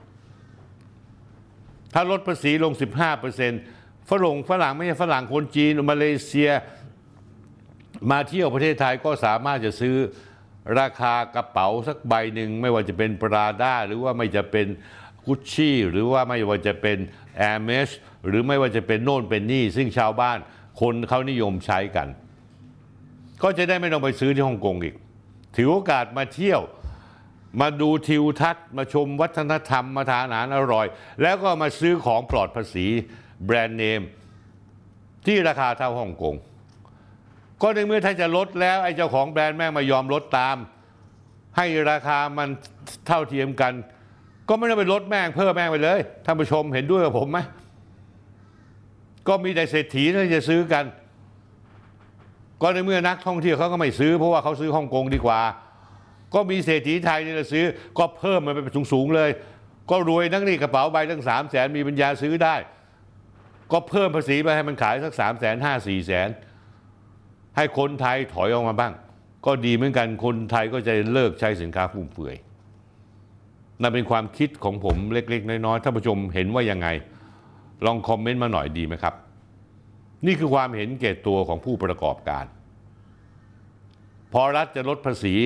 [SPEAKER 1] ถ้าลดภาษีลง สิบห้าเปอร์เซ็นต์ ฝรั่งฝรั่งไม่ใช่ฝรั่งคนจีนมาเลเซียมาเที่ยวประเทศไทยก็สามารถจะซื้อราคากระเป๋าสักใบหนึ่งไม่ว่าจะเป็นปราด้าหรือว่าไม่จะเป็นกุชชี่หรือว่าไม่ว่าจะเป็นแอร์เมสหรือไม่ว่าจะเป็นโน่นเป็นนี่ซึ่งชาวบ้านคนเขานิยมใช้กันก็จะได้ไม่ต้องไปซื้อที่ฮ่องกงอีกถือโอกาสมาเที่ยวมาดูทิวทัศน์มาชมวัฒนธรรมมาทานอาหารอร่อยแล้วก็มาซื้อของปลอดภาษีแบรนด์เนมที่ราคาเท่าฮ่องกงก็ในเมื่อถ้าจะลดแล้วไอ้เจ้าของแบรนด์แม่งมายอมลดตามให้ราคามันเท่าเทียมกันก็ไม่ต้องไปลดแม่งเพิ่มแม่งไปเลยท่านผู้ชมเห็นด้วยกับผมไหมก็มีแต่เศรษฐีที่จะซื้อกันก็ในเมื่อนักท่องเที่ยวเขาก็ไม่ซื้อเพราะว่าเขาซื้อฮ่องกงดีกว่าก็มีเศรษฐีไทยนี่จะซื้อก็เพิ่มมันไปสูงๆเลยก็รวยนักนี่กระเป๋าใบตั้งสามแสนมีปัญญาซื้อได้ก็เพิ่มภาษีไปให้มันขายสักสามแสนห้าสี่แสนให้คนไทยถอยออกมาบ้างก็ดีเหมือนกันคนไทยก็จะเลิกใช้สินค้าฟุ่มเฟือยนั่นเป็นความคิดของผมเล็กๆน้อยๆท่านผู้ชมเห็นว่ายังไงลองคอมเมนต์มาหน่อยดีไหมครับนี่คือความเห็นแก่ตัวของผู้ประกอบการพอรัฐจะลดภาษี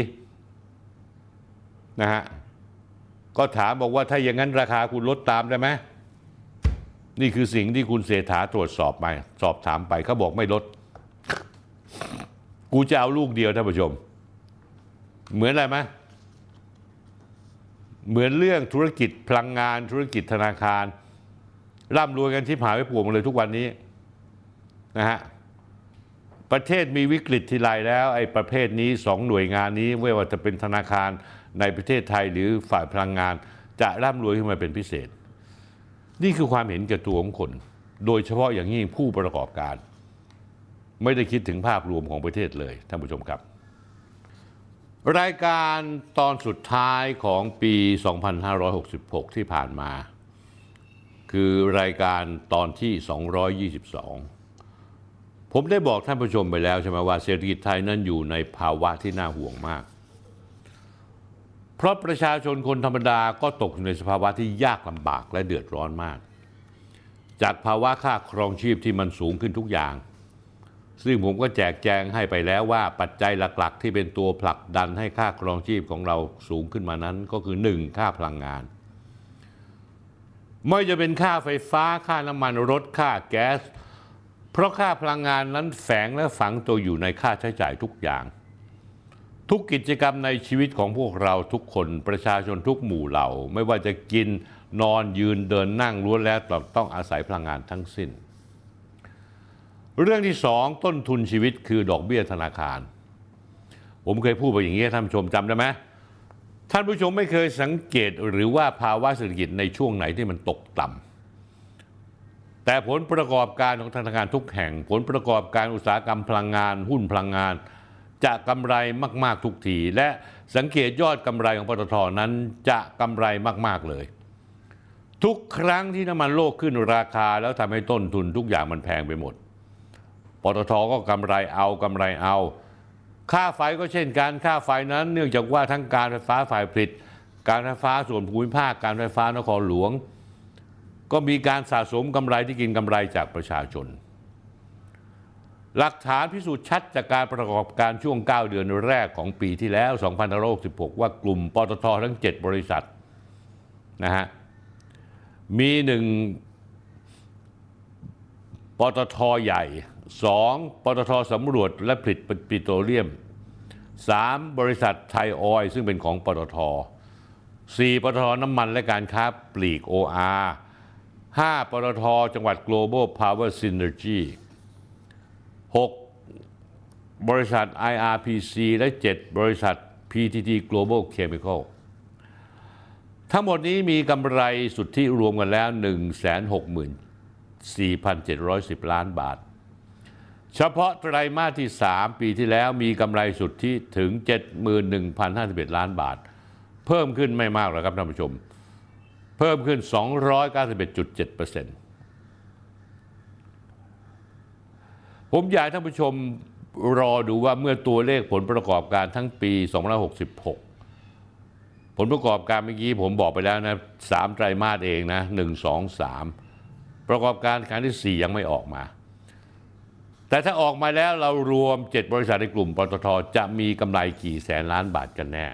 [SPEAKER 1] นะฮะก็ถามบอกว่าถ้าอย่างนั้นราคาคุณลดตามได้ไหมนี่คือสิ่งที่คุณเศรษฐาตรวจสอบไปสอบถามไปเขาบอกไม่ลดกูจะเอาลูกเดียวท่านผู้ชมเหมือนอะไรไหมเหมือนเรื่องธุรกิจพลังงานธุรกิจธนาคารร่ำรวยกันที่หายไปปวงเลยทุกวันนี้นะฮะประเทศมีวิกฤตทีไรแล้วไอ้ประเภทนี้สองหน่วยงานนี้ไม่ว่าจะเป็นธนาคารในประเทศไทยหรือฝ่ายพลังงานจะร่ำรวยขึ้นมาเป็นพิเศษนี่คือความเห็นแก่ตัวของคนโดยเฉพาะอย่างยิ่งผู้ประกอบการไม่ได้คิดถึงภาพรวมของประเทศเลยท่านผู้ชมครับรายการตอนสุดท้ายของปี สองพันห้าร้อยหกสิบหก ที่ผ่านมาคือรายการตอนที่ สองร้อยยี่สิบสอง ผมได้บอกท่านผู้ชมไปแล้วใช่ไหมว่าเศรษฐกิจไทยนั้นอยู่ในภาวะที่น่าห่วงมากเพราะประชาชนคนธรรมดาก็ตกอยู่ในสภาวะที่ยากลำบากและเดือดร้อนมากจากภาวะค่าครองชีพที่มันสูงขึ้นทุกอย่างซึ่งผมก็แจกแจงให้ไปแล้วว่าปัจจัยหลักๆที่เป็นตัวผลักดันให้ค่าครองชีพของเราสูงขึ้นมานั้นก็คือหนึ่งค่าพลังงานไม่จะเป็นค่าไฟฟ้าค่าน้ำมันรถค่าแก๊สเพราะค่าพลังงานนั้นแฝงและฝังตัวอยู่ในค่าใช้จ่ายทุกอย่างทุกกิจกรรมในชีวิตของพวกเราทุกคนประชาชนทุกหมู่เหล่าไม่ว่าจะกินนอนยืนเดินนั่งล้วนแล้วต้องอาศัยพลังงานทั้งสิ้นเรื่องที่สองต้นทุนชีวิตคือดอกเบี้ยธนาคารผมเคยพูดไปอย่างนี้ท่านผู้ชมจำได้ไหมท่านผู้ชมไม่เคยสังเกตหรือว่าภาวะเศรษฐกิจในช่วงไหนที่มันตกต่ำแต่ผลประกอบการของธนาคารทุกแห่งผลประกอบการอุตสาหกรรมพลังงานหุ้นพลังงานจะกำไรมากๆทุกทีและสังเกตยอดกำไรของปตท.นั้นจะกำไรมากๆเลยทุกครั้งที่น้ำมันโลกขึ้นราคาแล้วทำให้ต้นทุนทุกอย่างมันแพงไปหมดปตท.ก็กำไรเอากำไรเอาค่าไฟก็เช่นกันค่าไฟนั้นเนื่องจากว่าทั้งการไฟฟ้าฝ่ายผลิตการไฟฟ้าส่วนภูมิภาคการไฟฟ้านครหลวงก็มีการสะสมกำไรที่กินกำไรจากประชาชนหลักฐานพิสูจน์ชัดจากการประกอบการช่วงเก้าเดือนแรกของปีที่แล้วสองพันห้าร้อยหกสิบหกว่ากลุ่มปตท.ทั้งเจ็ดบริษัทนะฮะมีหนึ่งปตท.ใหญ่สองปตท.สำรวจและผลิตปิโตรเลียมสามบริษัทไทยออยล์ซึ่งเป็นของปตท.สี่ปตท.น้ำมันและการค้าปลีก โอ อาร์ ห้าปตท.จังหวัด Global Power Synergy หกบริษัท ไอ อาร์ พี ซี และเจ็ดบริษัท พี ที ที Global Chemical ทั้งหมดนี้มีกำไรสุทธิรวมกันแล้ว หนึ่งแสนหกหมื่นสี่พันเจ็ดร้อยสิบ ล้านบาทเฉพาะไตรมาสที่สามปีที่แล้วมีกำไรสุทธิถึง เจ็ดหมื่นหนึ่งพันห้าสิบเอ็ด ล้านบาทเพิ่มขึ้นไม่มากหรอกครับท่านผู้ชมเพิ่มขึ้น สองร้อยเก้าสิบเอ็ดจุดเจ็ดเปอร์เซ็นต์ ผมอยากให้ท่านผู้ชมรอดูว่าเมื่อตัวเลขผลประกอบการทั้งปีสองพันห้าร้อยหกสิบหกผลประกอบการเมื่อกี้ผมบอกไปแล้วนะสามไตรมาสเองนะหนึ่ง สอง สามประกอบการครั้งที่สี่ยังไม่ออกมาแต่ถ้าออกมาแล้วเรารวมเจ็ดบริษัทในกลุ่มปตท.จะมีกำไรกี่แสนล้านบาทกันแน่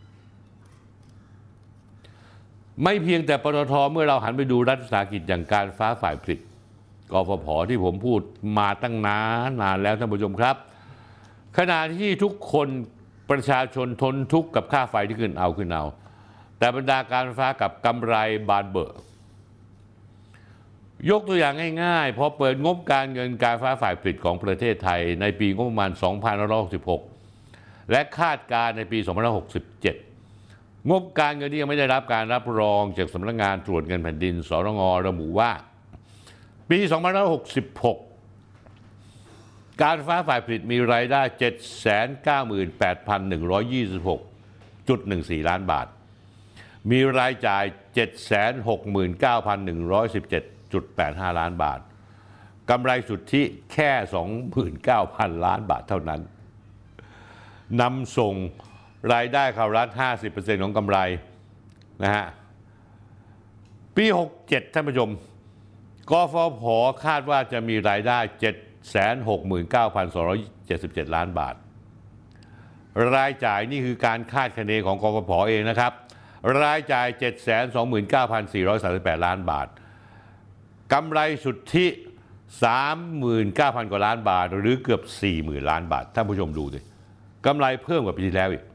[SPEAKER 1] ไม่เพียงแต่ปตท.เมื่อเราหันไปดูรัฐวิสาหกิจอย่างการฟ้าฝ่ายผลิตกฟผ.ที่ผมพูดมาตั้งนานนานแล้วท่านผู้ชมครับขณะที่ทุกคนประชาชนทนทุกข์กับค่าไฟที่ขึ้นเอาขึ้นเอาแต่บรรดาการไฟฟ้ากับกำไรบานเบอร์ยกตัวอย่างง่ายๆพอเปิดงบการเงินการไฟฟ้าฝ่ายผลิตของประเทศไทยในปีงบประมาณสองพันห้าร้อยหกสิบหกและคาดการณ์ในปีสองพันห้าร้อยหกสิบเจ็ดงบการเงินที่ยังไม่ได้รับการรับรองจากสำนักงานตรวจเงินแผ่นดินสรง.ระบุว่าปีสองพันห้าร้อยหกสิบหกการไฟฟ้าฝ่ายผลิตมีรายได้ เจ็ดแสนเก้าหมื่นแปดพันหนึ่งร้อยยี่สิบหกจุดหนึ่งสี่ ล้านบาทมีรายจ่าย เจ็ดแสนหกหมื่นเก้าพันหนึ่งร้อยสิบเจ็ดจุดแปดห้า ล้านบาทกำไรสุทธิแค่ สองหมื่นเก้าพัน ล้านบาทเท่านั้นนำส่งรายได้เข้ารัฐ ห้าสิบเปอร์เซ็นต์ ของกำไรนะฮะปีหกสิบเจ็ดท่านผู้ชมกฟผ.คาดว่าจะมีรายได้ เจ็ดแสนหกหมื่นเก้าพันสองร้อยเจ็ดสิบเจ็ด ล้านบาทรายจ่ายนี่คือการคาดคะเนของกฟผ.เองนะครับรายจ่าย เจ็ดแสนสองหมื่นเก้าพันสี่ร้อยสามสิบแปด ล้านบาทกำไรสุทธิ สามหมื่นเก้าพัน กว่าล้านบาทหรือเกือบ สี่หมื่น ล้านบาทท่านผู้ชมดูดิกำไรเพิ่มกว่าปีที่แล้วอีก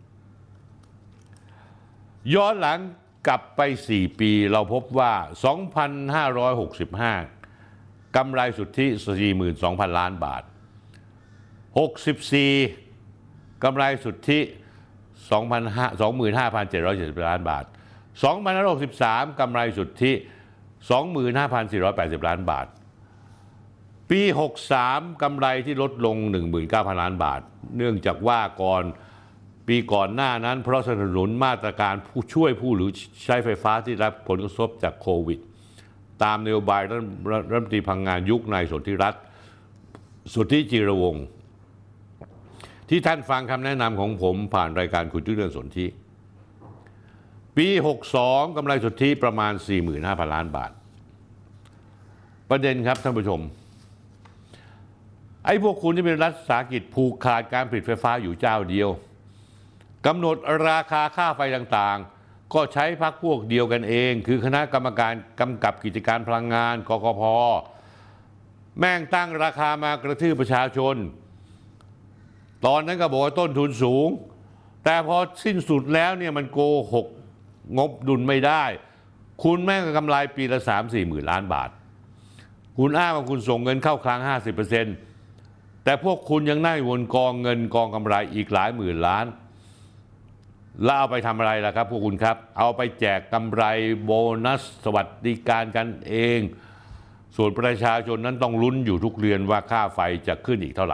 [SPEAKER 1] ย้อนหลังกลับไปสี่ปีเราพบว่า สองพันห้าร้อยหกสิบห้ากำไรสุทธิ สี่หมื่นสองพัน ล้านบาทหกสิบสี่กำไรสุทธิ สองหมื่นห้าพันเจ็ดร้อยเจ็ดสิบ ล้านบาทสองพันห้าร้อยหกสิบสามกำไรสุทธิ สองหมื่นห้าพันสี่ร้อยแปดสิบ ล้านบาทปีหกสิบสามกำไรที่ลดลง หนึ่งหมื่นเก้าพัน ล้านบาทเนื่องจากว่าก่อนปีก่อนหน้านั้นเพราะสนับสนุนมาตรการผู้ช่วยผู้หรือใช้ไฟฟ้าที่รับผลกระทบจากโควิดตามนโยบายรัฐมนตรีพลังงานยุคนายสนธิรัตน์สุทธิจิรวงศ์ที่ท่านฟังคำแนะนำของผมผ่านรายการคุยเรื่องสนธิปีหกสิบสองกำไรสุทธิประมาณ สี่หมื่นห้าพัน ล้านบาทประเด็นครับท่านผู้ชมไอ้พวกคุณที่เป็นรัฐวิสาหกิจผูกขาดการผลิตไฟฟ้าอยู่เจ้าเดียวกำหนดราคาค่าไฟต่างๆก็ใช้พรรคพวกเดียวกันเองคือคณะกรรมการกำกับกิจการพลังงานกกพ.แม่งตั้งราคามากระทืบประชาชนตอนนั้นก็บอกว่าต้นทุนสูงแต่พอสิ้นสุดแล้วเนี่ยมันโกหกงบดุลไม่ได้คุณแม่งกำไรปีละ สามสี่ หมื่นล้านบาทคุณอ้างว่าคุณส่งเงินเข้าคลัง ห้าสิบเปอร์เซ็นต์ แต่พวกคุณยังนั่งวนกองเงินกองกำไรอีกหลายหมื่นล้านแล้วเอาไปทำอะไรล่ะครับพวกคุณครับเอาไปแจกกำไรโบนัสสวัสดิการกันเองส่วนประชาชนนั้นต้องลุ้นอยู่ทุกเดือนว่าค่าไฟจะขึ้นอีกเท่าไหร่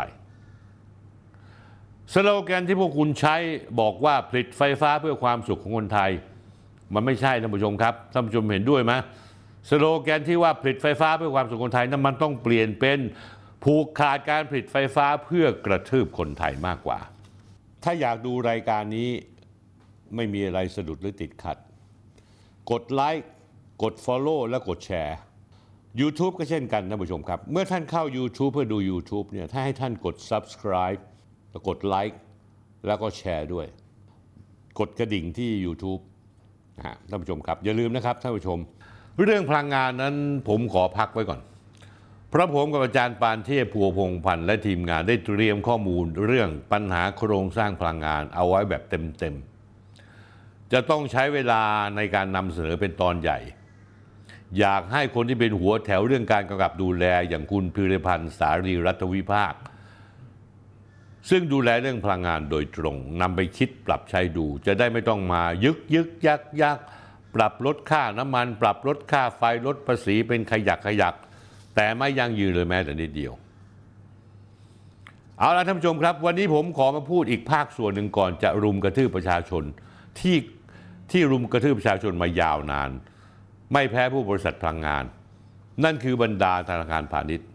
[SPEAKER 1] สโลแกนที่พวกคุณใช้บอกว่าผลิตไฟฟ้าเพื่อความสุขของคนไทยมันไม่ใช่ท่านผู้ชมครับท่านผู้ชมเห็นด้วยไหมสโลแกนที่ว่าผลิตไฟฟ้าเพื่อความสุขคนไทยนั้นมันต้องเปลี่ยนเป็นผูกขาดการผลิตไฟฟ้าเพื่อกระทืบคนไทยมากกว่าถ้าอยากดูรายการนี้ไม่มีอะไรสะดุดหรือติดขัดกดไลค์กด Follow และกดแชร์ YouTube ก็เช่นกันท่านผู้ชมครับเมื่อท่านเข้า YouTube เพื่อดู YouTube เนี่ยถ้าให้ท่านกด Subscribe แล้วกดไลค์แล้วก็แชร์ด้วยกดกระดิ่งที่ YouTube นะฮะท่านผู้ชมครับอย่าลืมนะครับท่านผู้ชมเรื่องพลังงานนั้นผมขอพักไว้ก่อนเพราะผมกับอาจารย์ปานเทพภัวพงษ์พันธ์และทีมงานได้เตรียมข้อมูลเรื่องปัญหาโครงสร้างพลังงานเอาไว้แบบเต็มๆจะต้องใช้เวลาในการนำเสนอเป็นตอนใหญ่อยากให้คนที่เป็นหัวแถวเรื่องการกำกับดูแลอย่างคุณพิรพันธ์สารีรัตนวิภาคซึ่งดูแลเรื่องพลังงานโดยตรงนำไปคิดปรับใช้ดูจะได้ไม่ต้องมายึกยึกยักยักปรับลดค่าน้ำมันปรับลดค่าไฟลดภาษีเป็นขยักขยักแต่ไม่ยั่งยืนเลยแม้แต่นิดเดียวเอาล่ะท่านผู้ชมครับวันนี้ผมขอมาพูดอีกภาคส่วนหนึ่งก่อนจะรุมกระทืบประชาชนที่ที่รุมกระทืบประชาชนมายาวนานไม่แพ้ผู้บริษัทพลังงานนั่นคือบรรดาธนาคารพาณิชย์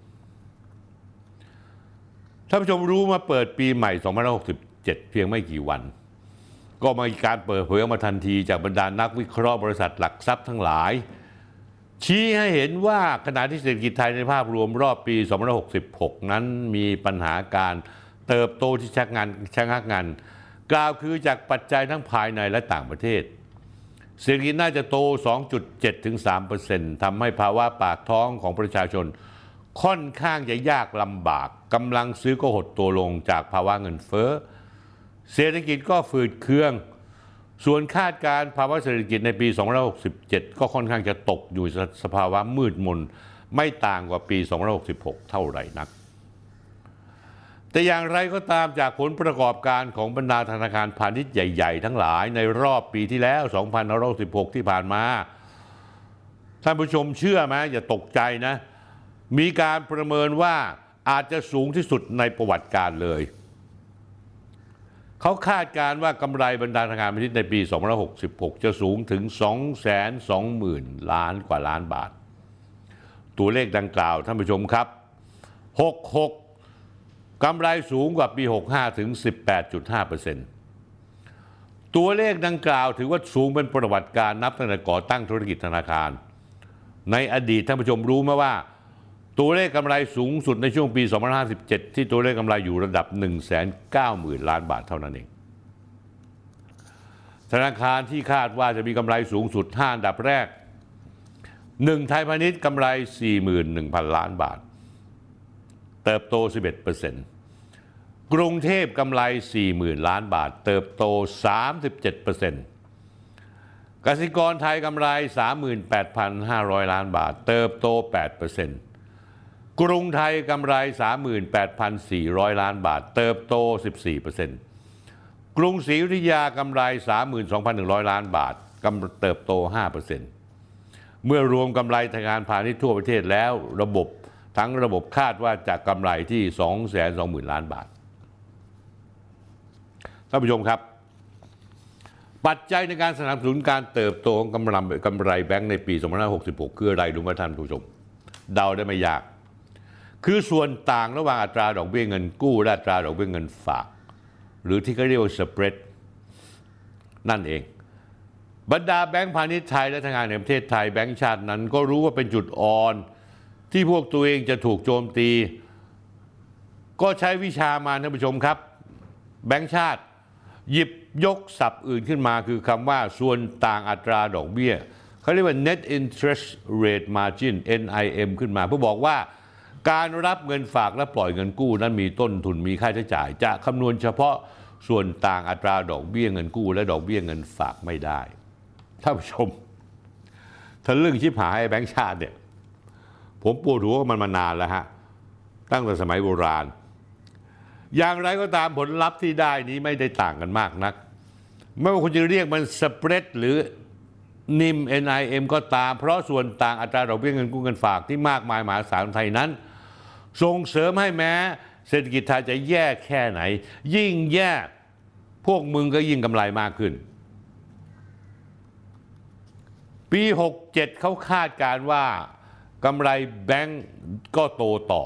[SPEAKER 1] ท่านผู้ชมรู้มาเปิดปีใหม่สองพันห้าร้อยหกสิบเจ็ดเพียงไม่กี่วันก็มีการเปิดเผยออกมาทันทีจากบรรดานักวิเคราะห์บริษัทหลักทรัพย์ทั้งหลายชี้ให้เห็นว่าขณะที่เศรษฐกิจไทยในภาพรวมรอบปีสองพันห้าร้อยหกสิบหกนั้นมีปัญหาการเติบโตที่ชักงานชักงักงันกล่าวคือจากปัจจัยทั้งภายในและต่างประเทศเศรษฐกิจน่าจะโต สองจุดเจ็ดถึงสามเปอร์เซ็นต์ ทำให้ภาวะปากท้องของประชาชนค่อนข้างจะยากลำบากกำลังซื้อก็หดตัวลงจากภาวะเงินเฟ้อเศรษฐกิจก็ฝืดเคืองส่วนคาดการภาวะเศรษฐกิจในปีสองพันห้าร้อยหกสิบเจ็ดก็ค่อนข้างจะตกอยู่สภาวะมืดมนไม่ต่างกว่าปีสองพันห้าร้อยหกสิบหกเท่าไหร่นักแต่อย่างไรก็ตามจากผลประกอบการของบรรดาธนาคารพาณิชย์ใหญ่ๆทั้งหลายในรอบปีที่แล้วสองพันห้าร้อยหกสิบหกที่ผ่านมาท่านผู้ชมเชื่อไหมอย่าตกใจนะมีการประเมินว่าอาจจะสูงที่สุดในประวัติการเลยเขาคาดการณ์ว่ากำไรบรรดาธนาคารพาณิชย์ในปีสองพันห้าร้อยหกสิบหกจะสูงถึง สองแสนสองหมื่น ล้านกว่าล้านบาทตัวเลขดังกล่าวท่านผู้ชมครับหกสิบหกกำไรสูงกว่าปีหกสิบห้าถึง สิบแปดจุดห้าเปอร์เซ็นต์ ตัวเลขดังกล่าวถือว่าสูงเป็นประวัติการนับตั้งแต่ก่อตั้งธุรกิจธนาคารในอดีตท่านผู้ชมรู้ไหมว่าตัวเลขกำไรสูงสุดในช่วงปีสองพันห้าร้อยห้าสิบเจ็ดที่ตัวเลขกำไรอยู่ระดับ หนึ่งแสนเก้าหมื่น ล้านบาทเท่านั้นเองธนาคารที่คาดว่าจะมีกำไรสูงสุดห้าอันดับแรกหนึ่งไทยพาณิชย์กำไร สี่หมื่นหนึ่งพัน ล้านบาทเติบโต สิบเอ็ดเปอร์เซ็นต์ กรุงเทพกำไร สี่หมื่น ล้านบาทเติบโต สามสิบเจ็ดเปอร์เซ็นต์ กสิกรไทยกำไร สามหมื่นแปดพันห้าร้อย ล้านบาทเติบโต แปดเปอร์เซ็นต์กรุงไทยกำไร สามหมื่นแปดพันสี่ร้อย ล้านบาทเติบโต สิบสี่เปอร์เซ็นต์ กรุงศรีอยุธยากำไร สามหมื่นสองพันหนึ่งร้อย ล้านบาทกำเติบโต ห้าเปอร์เซ็นต์ เมื่อรวมกำไรธนาคารพาณิชย์ทั่วประเทศแล้วระบบทั้งระบบคาดว่าจะกำไรที่ สองแสนสองหมื่น ล้านบาทท่านผู้ชมครับปัจจัยในการสนับสนุนการเติบโตของกำไรกำไรแบงก์ในปีสองพันห้าร้อยหกสิบหกคืออะไรรู้ไหมท่านผู้ชมเดาได้ไม่ยากคือส่วนต่างระหว่างอัตราดอกเบี้ยเงินกู้และอัตราดอกเบี้ยเงินฝากหรือที่เขาเรียกว่าสเปรดนั่นเองบรรดาแบงก์พาณิชย์ไทยและธนาคารแห่งประเทศไทยแบงก์ชาตินั้นก็รู้ว่าเป็นจุดอ่อนที่พวกตัวเองจะถูกโจมตีก็ใช้วิชามาท่านผู้ชมครับแบงก์ชาติหยิบยกศัพท์อื่นขึ้นมาคือคำว่าส่วนต่างอัตราดอกเบี้ยเขาเรียกว่า net interest rate margin เอ็น ไอ เอ็ม ขึ้นมาเพื่อบอกว่าการรับเงินฝากและปล่อยเงินกู้นั้นมีต้นทุนมีค่าใช้จ่ายจะคำนวณเฉพาะส่วนต่างอัตราดอกเบี้ยเงินกู้และดอกเบี้ยเงินฝากไม่ได้ท่านผู้ชมถ้าเรื่องชิบหายแบงก์ชาติเนี่ยผมปวดหัวกับมันมานานแล้วฮะตั้งแต่สมัยโบราณอย่างไรก็ตามผลลัพธ์ที่ได้นี้ไม่ได้ต่างกันมากนักไม่ว่าคุณจะเรียกมันสเปรดหรือนิม เอ็น ไอ เอ็ม ก็ตามเพราะส่วนต่างอัตราดอกเบี้ยเงินกู้เงินฝากที่มากมายมหาศาลไทยนั้นส่งเสริมให้แม้เศรษฐกิจไทยจะแย่แค่ไหนยิ่งแย่พวกมึงก็ยิ่งกำไรมากขึ้นปีหกเจ็ดเขาคาดการว่ากำไรแบงก์ก็โตต่อ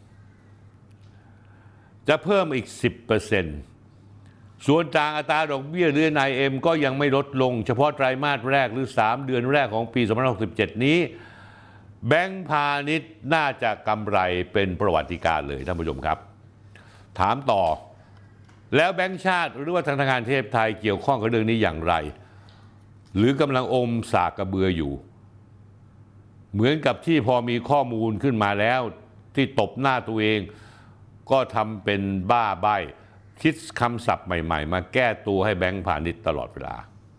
[SPEAKER 1] จะเพิ่มอีก สิบเปอร์เซ็นต์ ส่วนต่างอัตราดอกเบี้ยหรือ เอ็น ไอ เอ็ม ก็ยังไม่ลดลงเฉพาะไตรมาสแรกหรือสามเดือนแรกของปีสองพันห้าร้อยหกสิบเจ็ดนี้แบงก์พาณิชย์น่าจะกำไรเป็นประวัติการณ์เลยท่านผู้ชมครับถามต่อแล้วแบงก์ชาติหรือว่าธนาคารเทพไทยเกี่ยวข้องกับเรื่องนี้อย่างไรหรือกำลังอมสากกระเบืออยู่เหมือนกับที่พอมีข้อมูลขึ้นมาแล้วที่ตบหน้าตัวเองก็ทำเป็นบ้าใบ้คิดคำศัพท์ใหม่ๆมาแก้ตัวให้แบงก์พาณิชย์ตลอดเวลา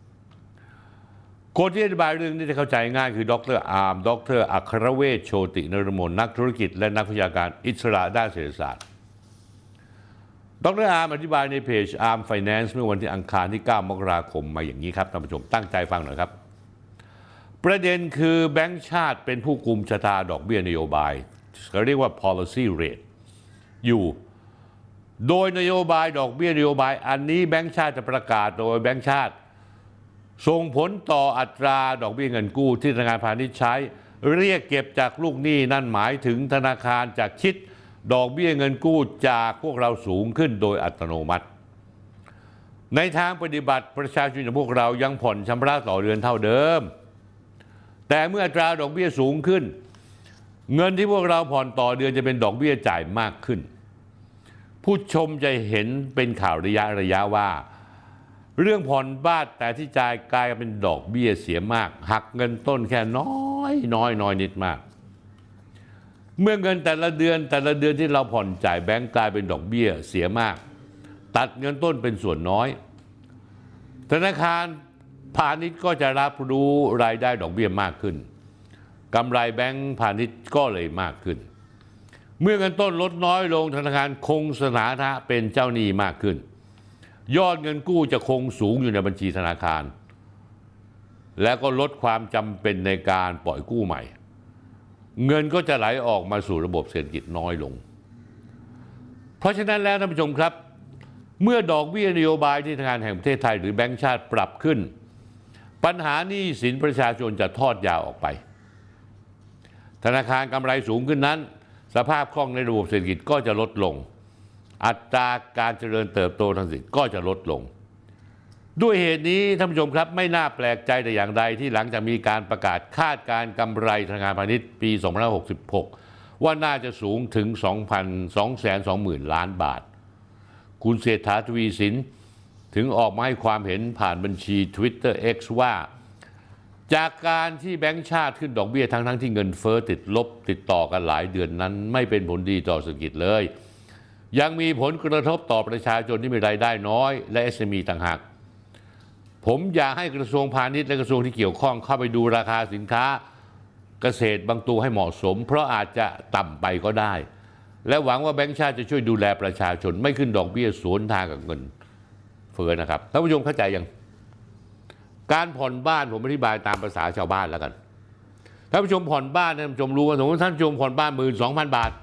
[SPEAKER 1] คนที่อธิบายเรื่องนี้จะเข้าใจง่ายคือดรอาร์มดรอัครเวชโชตินรมนนักธุรกิจและนักวิชาการอิสระด้านเศรษฐศาสตร์ดรอาร์มอธิบายในเพจ Arm Finance เมื่อวันที่อังคารที่เก้ามกราคมมาอย่างนี้ครับท่านผู้ชมตั้งใจฟังหน่อยครับประเด็นคือแบงก์ชาติเป็นผู้กุมชะตาดอกเบี้ยนโยบายเขาเรียกว่า policy rate อยู่โดยนโยบายดอกเบี้ยนโยบายอันนี้แบงก์ชาติจะประกาศโดยแบงก์ชาติส่งผลต่ออัตราดอกเบี้ยเงินกู้ที่ธนาคารพาณิชย์ใช้เรียกเก็บจากลูกหนี้นั่นหมายถึงธนาคารจะคิดดอกเบี้ยเงินกู้จากพวกเราสูงขึ้นโดยอัตโนมัติในทางปฏิบัติประชาชนอย่างพวกเรายังผ่อนชำระต่อเดือนเท่าเดิมแต่เมื่ออัตราดอกเบี้ยสูงขึ้นเงินที่พวกเราผ่อนต่อเดือนจะเป็นดอกเบี้ยจ่ายมากขึ้นผู้ชมจะเห็นเป็นข่าวระยะระยะว่าเรื่องผ่อนบ้านแต่ที่จ่ายกลายเป็นดอกเบี้ยเสียมากหักเงินต้นแค่น้อยน้อยน้อยนิดมากเมื่อเงินแต่ละเดือนแต่ละเดือนที่เราผ่อนจ่ายแบงก์กลายเป็นดอกเบี้ยเสียมากตัดเงินต้นเป็นส่วนน้อยธนาคารพาณิชย์ก็จะรับรู้รายได้ดอกเบี้ยมากขึ้นกำไรแบงก์พาณิชย์ก็เลยมากขึ้นเมื่อเงินต้นลดน้อยลงธนาคารคงสถานะเป็นเจ้าหนี้มากขึ้นยอดเงินกู้จะคงสูงอยู่ในบัญชีธนาคารและก็ลดความจำเป็นในการปล่อยกู้ใหม่เงินก็จะไหลออกมาสู่ระบบเศรษฐกิจน้อยลงเพราะฉะนั้นแล้วท่านผู้ชมครับเมื่อดอกเบี้ยนโยบายที่ธนาคารแห่งประเทศไทยหรือแบงก์ชาติปรับขึ้นปัญหาหนี้สินประชาชนจะทอดยาวออกไปธนาคารกำไรสูงขึ้นนั้นสภาพคล่องในระบบเศรษฐกิจก็จะลดลงอัตราการเจริญเติบโตทางเศรษฐกิจก็จะลดลงด้วยเหตุนี้ท่านผู้ชมครับไม่น่าแปลกใจแต่อย่างใดที่หลังจากมีการประกาศคาดการกำไรธนาคารพาณิชย์ปีสองพันห้าร้อยหกสิบหกว่าน่าจะสูงถึง สองแสนสองหมื่น ล้านบาทคุณเศรษฐาทวีสินถึงออกมาให้ความเห็นผ่านบัญชี Twitter X ว่าจากการที่แบงก์ชาติขึ้นดอกเบี้ยทั้งทั้งที่เงินเฟ้อติดลบติดต่อกันหลายเดือนนั้นไม่เป็นผลดีต่อเศรษฐกิจเลยยังมีผลกระทบต่อประชาชนที่มีรายได้น้อยและ เอส เอ็ม อี ต่างหากผมอยากให้กระทรวงพาณิชย์และกระทรวงที่เกี่ยวข้องเข้าไปดูราคาสินค้าเกษตรบางตัวให้เหมาะสมเพราะอาจจะต่ำไปก็ได้และหวังว่าแบงก์ชาติจะช่วยดูแลประชาชนไม่ขึ้นดอกเบี้ยสวนทางกับเงินเฟ้อนะครับท่านผู้ชมเข้าใจยังการผ่อนบ้านผมอธิบายตามภาษาชาวบ้านแล้วกันท่านผู้ชมผ่อนบ้านท่านผู้ชมรู้ว่าสมมติท่านผู้ชมผ่อนบ้านหมื่นสองพันบาท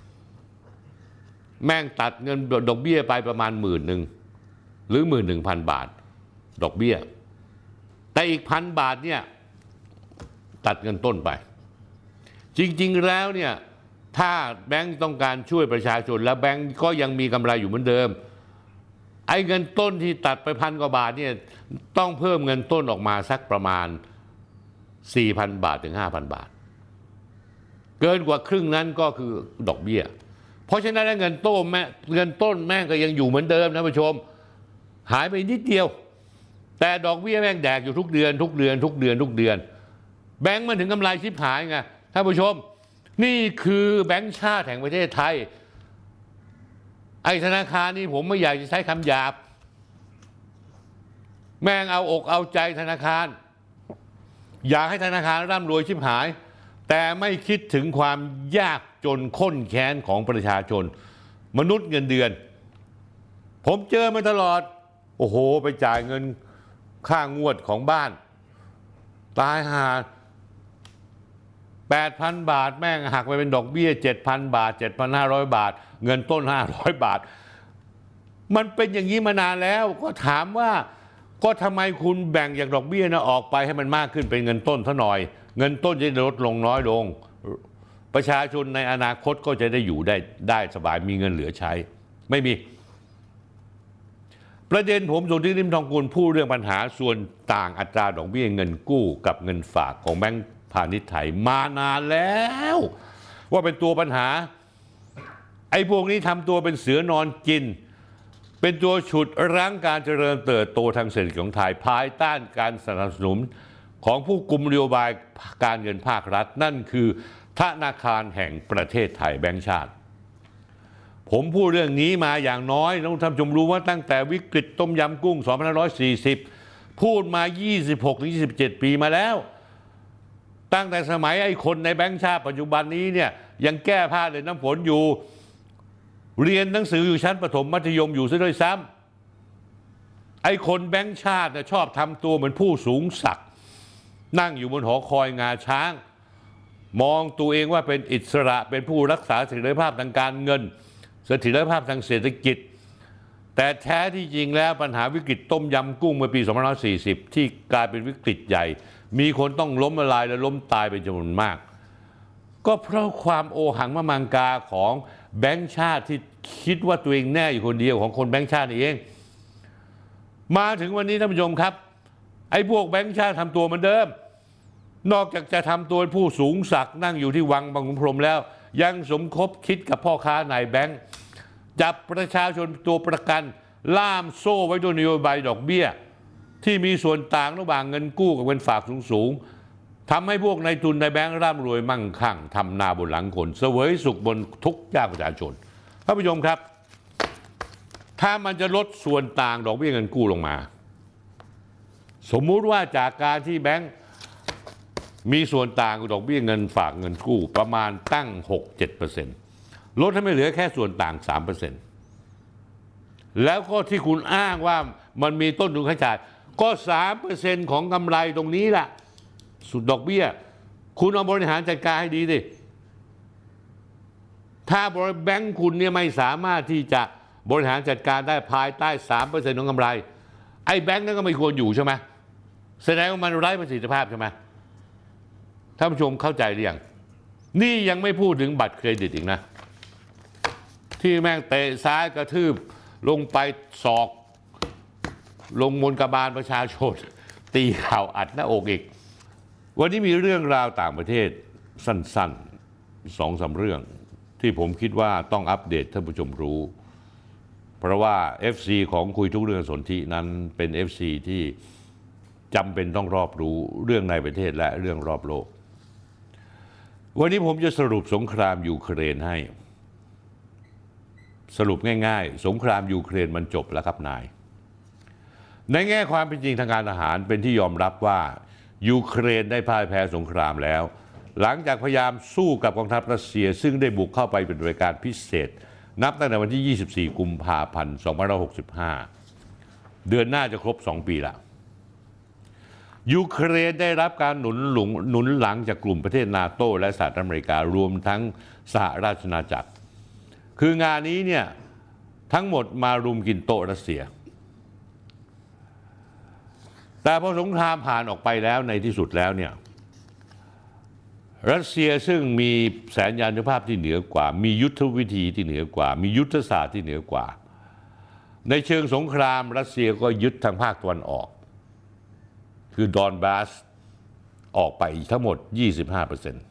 [SPEAKER 1] แม่งตัดเงินดอกเบี้ยไปประมาณหมื่นหนึ่งหรือหมื่นหนึ่งพันบาทดอกเบี้ยแต่อีกพันบาทเนี่ยตัดเงินต้นไปจริงๆแล้วเนี่ยถ้าแบงก์ต้องการช่วยประชาชนแล้วแบงก์ก็ยังมีกำไรอยู่เหมือนเดิมไอ้เงินต้นที่ตัดไปพันกว่าบาทเนี่ยต้องเพิ่มเงินต้นออกมาสักประมาณ สี่พัน บาทถึง ห้าพัน บาทเกินกว่าครึ่งนั้นก็คือดอกเบี้ยเพราะฉะนั้นเงินต้นแม่เงินต้นแม่งก็ยังอยู่เหมือนเดิมนะผู้ชมหายไปนิดเดียวแต่ดอกเบี้ยแม่งแดกอยู่ทุกเดือนทุกเดือนทุกเดือนทุกเดือนแบงก์มันถึงกำไรชิบหายไงท่านผู้ชมนี่คือแบงก์ชาติแห่งประเทศไทยไอ้ธนาคารนี่ผมไม่อยากจะใช้คำหยาบแม่งเอาอกเอาใจธนาคารอยากให้ธนาคารร่ำรวยชิบหายแต่ไม่คิดถึงความยากจนข้นแค้นของประชาชนมนุษย์เงินเดือนผมเจอมาตลอดโอ้โหไปจ่ายเงินค่างวดของบ้านตายห่า แปดพัน บาทแม่งหักไปเป็นดอกเบี้ย เจ็ดพัน บาท เจ็ดพันห้าร้อย บาทเงินต้นห้าร้อยบาทมันเป็นอย่างนี้มานานแล้วก็ถามว่าก็ทำไมคุณแบ่งจากดอกเบี้ยนะออกไปให้มันมากขึ้นเป็นเงินต้นซะหน่อยเงินต้นจะลดลงน้อยลงประชาชนในอนาคตก็จะได้อยู่ได้ได้สบายมีเงินเหลือใช้ไม่มีประเด็นผมสนธิริมทองกุลพูดเรื่องปัญหาส่วนต่างอัตราดอกเบี้ยเงินกู้กับเงินฝากของแบงก์พาณิชย์ไทยมานานแล้วว่าเป็นตัวปัญหาไอ้พวกนี้ทำตัวเป็นเสือนอนกินเป็นตัวฉุดรั้งการเจริญเติบโตทางเศรษฐกิจของไทยภายใต้การสนับสนุนของผู้กุมนโยบายการเงินภาครัฐนั่นคือธนาคารแห่งประเทศไทยแบงก์ชาติผมพูดเรื่องนี้มาอย่างน้อยต้องท่านผู้ชมรู้ว่าตั้งแต่วิกฤตต้มยำกุ้งสองพันห้าร้อยสี่สิบพูดมา ยี่สิบหกถึงยี่สิบเจ็ด ปีมาแล้วตั้งแต่สมัยไอ้คนในแบงก์ชาติปัจจุบันนี้เนี่ยยังแก้ผ้าเลยน้ำฝนอยู่เรียนหนังสืออยู่ชั้นประถมมัธยมอยู่ซะด้วยซ้ำไอ้คนแบงก์ชาติชอบทำตัวเหมือนผู้สูงศักดิ์นั่งอยู่บนหอคอยงาช้างมองตัวเองว่าเป็นอิสระเป็นผู้รักษาเสถียรภาพทางการเงินเสถียรภาพทางเศรษฐกิจแต่แท้ที่จริงแล้วปัญหาวิกฤตต้มยำกุ้งเมื่อปีสองพันห้าร้อยสี่สิบที่กลายเป็นวิกฤตใหญ่มีคนต้องล้มละลายและล้มตายเป็นจำนวนมากก็เพราะความโอหังมะมังกาของแบงก์ชาติที่คิดว่าตัวเองแน่อยู่คนเดียวของคนแบงก์ชาติเองมาถึงวันนี้ท่านผู้ชมครับไอ้พวกแบงก์ชาติทำตัวเหมือนเดิมนอกจากจะทำตัวเป็นผู้สูงศักดิ์นั่งอยู่ที่วังบางขุนพรหมแล้วยังสมคบคิดกับพ่อค้านายแบงก์จับประชาชนตัวประกันล่ามโซ่ไว้ด้วยนโยบายดอกเบี้ยที่มีส่วนต่างระหว่างเงินกู้กับเงินฝากสูงๆทำให้พวกนายทุนในแบงก์ร่ำรวยมั่งคั่งทำนาบนหลังคนเสวยสุขบนทุกข์ยากประชาชนท่านผู้ชมครับถ้ามันจะลดส่วนต่างดอกเบี้ยเงินกู้ลงมาสมมุติว่าจากการที่แบงก์มีส่วนต่างดอกเบี้ยเงินฝากเงินกู้ประมาณตั้ง หกถึงเจ็ดเปอร์เซ็นต์ ลดให้ไม่เหลือแค่ส่วนต่าง สามเปอร์เซ็นต์ แล้วก็ที่คุณอ้างว่ามันมีต้นทุนค่าใช้จ่ายก็ สามเปอร์เซ็นต์ ของกำไรตรงนี้แหละสุดดอกเบี้ยคุณเอาบริหารจัดการให้ดีดิถ้าแบงก์คุณเนี่ยไม่สามารถที่จะบริหารจัดการได้ภายใต้ สามเปอร์เซ็นต์ ของกำไรไอ้แบงก์นั้นก็ไม่ควรอยู่ใช่ไหมแสดงว่ามันไร้ประสิทธิภาพใช่ไหมท่านผู้ชมเข้าใจหรือยังนี่ยังไม่พูดถึงบัตรเครดิตอีกนะที่แม่งเตะซ้ายกระทืบลงไปศอกลงบนกระบาลประชาชนตีข่าวอัดหน้าอกอีกวันนี้มีเรื่องราวต่างประเทศสั้นๆสองสามเรื่องที่ผมคิดว่าต้องอัปเดตท่านผู้ชมรู้เพราะว่า เอฟ ซี ของคุยทุกเรื่องสนธินั้นเป็น เอฟ ซี ที่จำเป็นต้องรอบรู้เรื่องในประเทศและเรื่องรอบโลกวันนี้ผมจะสรุปสงครามยูเครนให้สรุปง่ายๆสงครามยูเครนมันจบแล้วครับนายในแง่ความเป็นจริงทางการทหารเป็นที่ยอมรับว่ายูเครนได้พ่ายแพ้สงครามแล้วหลังจากพยายามสู้กับกองทัพรัสเซียซึ่งได้บุกเข้าไปเป็นหน่วยการพิเศษนับตั้งแต่วันที่ยี่สิบสี่กุมภาพันธ์สองพันห้าร้อยหกสิบห้าเดือนหน้าจะครบสองปีละยูเครนได้รับการหนุนหลุงหนุนหลังจากกลุ่มประเทศนาโต้และสหรัฐอเมริการวมทั้งสหราชอาณาจักรคืองานนี้เนี่ยทั้งหมดมารุมกินโต๊ะรัสเซียแต่พอสงครามผ่านออกไปแล้วในที่สุดแล้วเนี่ยรัสเซียซึ่งมีแสนยานุภาพที่เหนือกว่ามียุทธวิธีที่เหนือกว่ามียุทธศาสตร์ที่เหนือกว่าในเชิงสงครามรัสเซียก็ยึดทางภาคตะวันออกคือดอนบาสออกไปทั้งหมด ยี่สิบห้าเปอร์เซ็นต์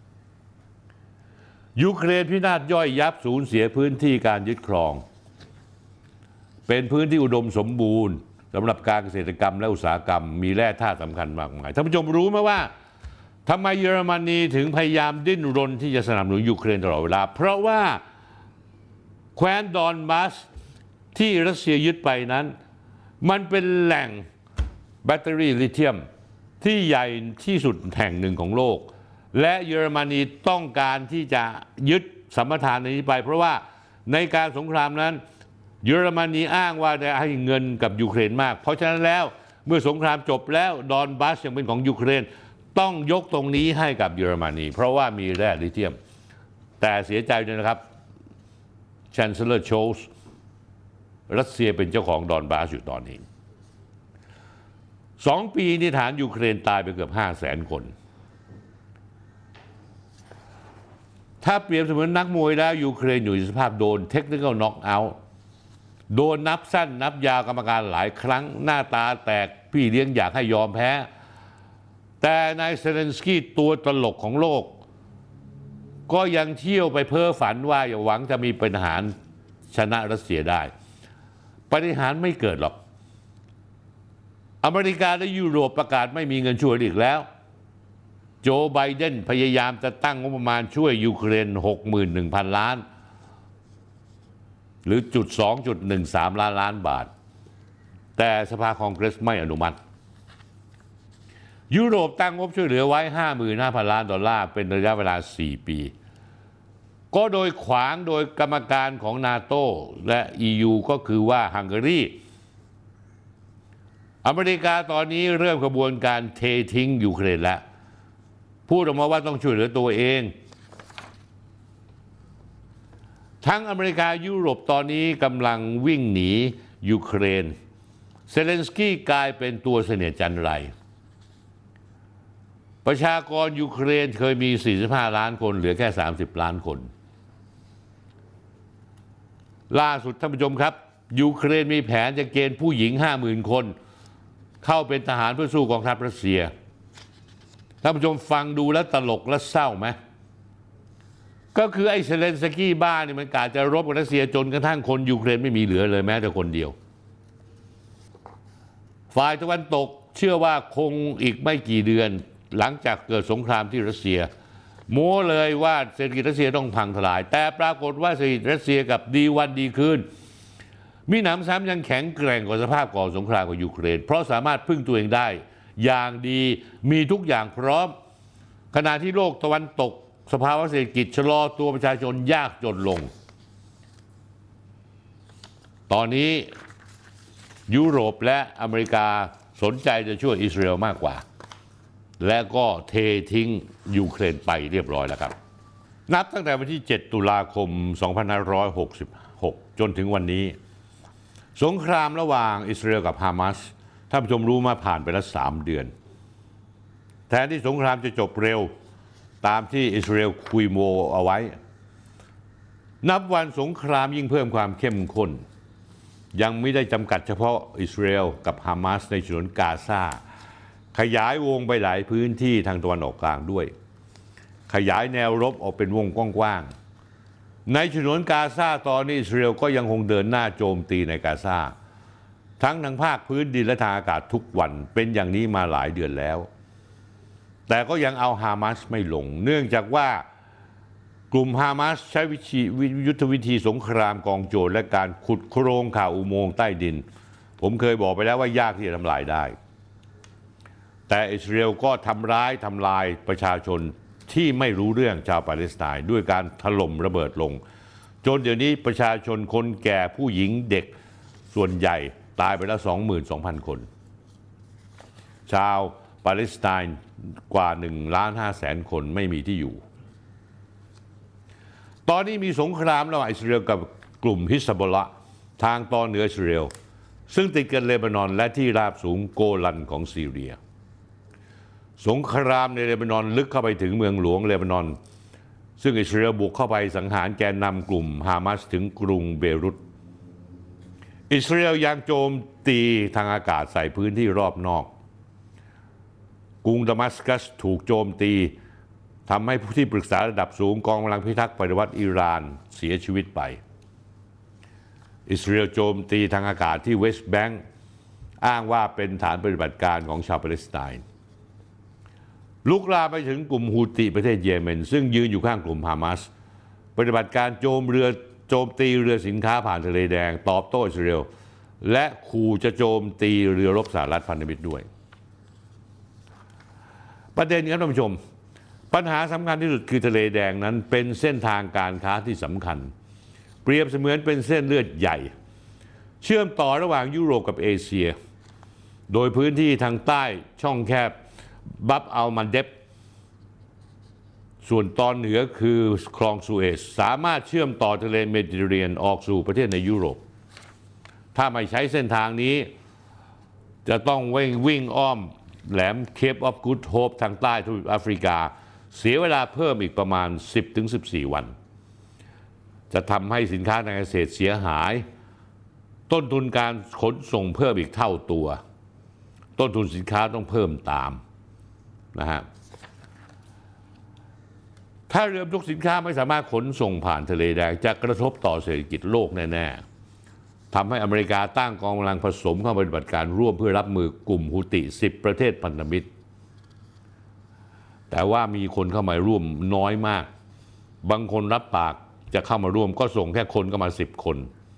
[SPEAKER 1] ยูเครนพินาศย่อยยับสูญเสียพื้นที่การยึดครองเป็นพื้นที่อุดมสมบูรณ์สำหรับการเกษตรกรรมและอุตสาหกรรมมีแร่ธาตุสำคัญมากมายท่านผู้ชมรู้ไหมว่าทำไมเยอรมนีถึงพยายามดิ้นรนที่จะสนับสนุนยูเครนตลอดเวลาเพราะว่าแคว้นดอนบาสที่รัสเซียยึดไปนั้นมันเป็นแหล่งแบตเตอรี่ลิเธียมที่ใหญ่ที่สุดแห่งหนึ่งของโลกและเยอรมนีต้องการที่จะยึดสัมปทานนี้ไปเพราะว่าในการสงครามนั้นเยอรมนีอ้างว่าจะให้เงินกับยูเครนมากเพราะฉะนั้นแล้วเมื่อสงครามจบแล้วดอนบาสยังเป็นของยูเครนต้องยกตรงนี้ให้กับเยอรมนีเพราะว่ามีแร่ลิเธียมแต่เสียใจด้วยนะครับ Chancellor Scholz รัสเซียเป็นเจ้าของดอนบาสอยู่ตอนนี้สองปีนี้ฐานยูเครนตายไปเกือบห้าแสนคนถ้าเปรียบเสมือนนักมวยแล้วยูเครนอยู่ในสภาพโดนเทคนิคอลน็อกเอาท์โดนนับสั้นนับยาวกรรมการหลายครั้งหน้าตาแตกพี่เลี้ยงอยากให้ยอมแพ้แต่นายเซเลนสกี้ตัวตลกของโลกก็ยังเที่ยวไปเพ้อฝันว่าอย่าหวังจะมีปฏิหารชนะรัสเซียได้ปฏิหารไม่เกิดหรอกอเมริกาและยุโรปประกาศไม่มีเงินช่วยอีกแล้วโจไบเดนพยายามจะตั้งงบประมาณช่วยยูเครน หกหมื่นหนึ่งพัน ล้านหรือจุด สองจุดหนึ่งสาม ล้านล้านบาทแต่สภาคองเกรสไม่อนุมัติยุโรปตั้งงบช่วยเหลือไว้ ห้าหมื่นห้าพัน ล้านดอลลาร์เป็นระยะเวลาสี่ปีก็โดยขวางโดยกรรมการของนาโต้และ อี ยู ก็คือว่าฮังการีอเมริกาตอนนี้เริ่มกระบวนการเททิ้งยูเครนแล้วพูดออกมาว่าต้องช่วยเหลือตัวเองทั้งอเมริกายุโรปตอนนี้กำลังวิ่งหนียูเครนเซเลนสกี้กลายเป็นตัวเสน่ห์จันไรประชากรยูเครนเคยมีสี่สิบห้าล้านคนเหลือแค่สามสิบล้านคนล่าสุดท่านผู้ชมครับยูเครนมีแผนจะเกณฑ์ผู้หญิง ห้าหมื่น คนเข้าเป็นทหารเพื่อสู้กองทัพรัสเซียท่านผู้ชมฟังดูแล้วตลกและเศร้าไหมก็คือไอ้เซเลนสกี้บ้านี่มันกะจะรบกับรัสเซียจนกระทั่งคนยูเครนไม่มีเหลือเลยแม้แต่คนเดียวฝ่ายตะวันตกเชื่อว่าคงอีกไม่กี่เดือนหลังจากเกิดสงครามที่รัสเซียโม้เลยว่าเศรษฐกิจรัสเซียต้องพังทลายแต่ปรากฏว่าเศรษฐกิจรัสเซียกับดีวันดีคืนมีหนำซ้ำยังแข็งแกร่งกว่าสภาพก่อนสงครามกับยูเครนเพราะสามารถพึ่งตัวเองได้อย่างดีมีทุกอย่างพร้อมขณะที่โลกตะวันตกสภาวะเศรษฐกิจชะลอตัวประชาชนยากจนลงตอนนี้ยุโรปและอเมริกาสนใจจะช่วยอิสราเอลมากกว่าและก็เททิ้งยูเครนไปเรียบร้อยแล้วครับนับตั้งแต่วันที่เจ็ดตุลาคมสองพันห้าร้อยหกสิบหกจนถึงวันนี้สงครามระหว่างอิสราเอลกับฮามาสท่านผู้ชมรู้มาผ่านไปแล้วสามเดือนแทนที่สงครามจะจบเร็วตามที่อิสราเอลคุยโมเอาไว้นับวันสงครามยิ่งเพิ่มความเข้มข้นยังไม่ได้จำกัดเฉพาะอิสราเอลกับฮามาสในฉนวนกาซาขยายวงไปหลายพื้นที่ทางตะวันออกกลางด้วยขยายแนวรบออกเป็นวงกว้างๆในฉนวนกาซาตอนนี้อิสราเอลก็ยังคงเดินหน้าโจมตีในกาซาทั้งทางภาคพื้นดินและทางอากาศทุกวันเป็นอย่างนี้มาหลายเดือนแล้วแต่ก็ยังเอาฮามาสไม่ลงเนื่องจากว่ากลุ่มฮามาสใช้วิธียุทธวิธีสงครามกองโจรและการขุดโครงข่าวอุโมงค์ใต้ดินผมเคยบอกไปแล้วว่ายากที่จะทำลายได้แต่อิสราเอลก็ทำร้ายทำลายประชาชนที่ไม่รู้เรื่องชาวปาเลสไตน์ด้วยการถล่มระเบิดลงจนเดี๋ยวนี้ประชาชนคนแก่ผู้หญิงเด็กส่วนใหญ่ตายไปแล้ว สองหมื่นสองพัน คนชาวปาเลสไตน์กว่าหนึ่งล้านห้าแสนคนไม่มีที่อยู่ตอนนี้มีสงครามระหว่างอิสราเอลกับกลุ่มฮิซบอลละทางตอนเหนืออิสราเอลซึ่งติดกับเลบานอนและที่ราบสูงโกลันของซีเรียสงครามในเลบานอนลึกเข้าไปถึงเมืองหลวงเลบานอนซึ่งอิสราเอลบุกเข้าไปสังหารแกนนำกลุ่มฮามาสถึงกรุงเบรุตอิสราเอลยังโจมตีทางอากาศใส่พื้นที่รอบนอกกรุงดามัสกัสถูกโจมตีทำให้ผู้ที่ปรึกษาระดับสูงกองกำลังพิทักษ์ปฏิวัติอิหร่านเสียชีวิตไปอิสราเอลโจมตีทางอากาศที่เวสต์แบงก์อ้างว่าเป็นฐานปฏิบัติการของชาวปาเลสไตน์ลุกลามไปถึงกลุ่มฮูติประเทศเยเมนซึ่งยืนอยู่ข้างกลุ่มฮามาสปฏิบัติการโจมเรือโจมตีเรือสินค้าผ่านทะเลแดงตอบโต้อิสราเอลและขู่จะโจมตีเรือรบสหรัฐพันธมิตรด้วยประเด็นครับท่านผู้ชมปัญหาสำคัญที่สุดคือทะเลแดงนั้นเป็นเส้นทางการค้าที่สำคัญเปรียบเสมือนเป็นเส้นเลือดใหญ่เชื่อมต่อระหว่างยุโรปกับเอเชียโดยพื้นที่ทางใต้ช่องแคบบับอัลมันเดบส่วนตอนเหนือคือคลองสุเอซสามารถเชื่อมต่อทะเลเมดิเตอร์เรเนียนออกสู่ประเทศในยุโรปถ้าไม่ใช้เส้นทางนี้จะต้องวิ่งวิ่งอ้อมแหลมเคปออฟกูดโฮปทางใต้ทวีปแอฟริกาเสียเวลาเพิ่มอีกประมาณ สิบถึงสิบสี่ วันจะทำให้สินค้าทางเกษตรเสียหายต้นทุนการขนส่งเพิ่มอีกเท่าตัวต้นทุนสินค้าต้องเพิ่มตามนะฮะถ้าเรือบรรทุกสินค้าไม่สามารถขนส่งผ่านทะเลแดงจะกระทบต่อเศรษฐกิจโลกแน่ๆทำให้อเมริกาตั้งกองกำลังผสมเข้าปฏิบัติการร่วมเพื่อรับมือกลุ่มฮูติสิบประเทศพันธมิตรแต่ว่ามีคนเข้ามาร่วมน้อยมากบางคนรับปากจะเข้ามาร่วมก็ส่งแค่คนก็มาสิบคน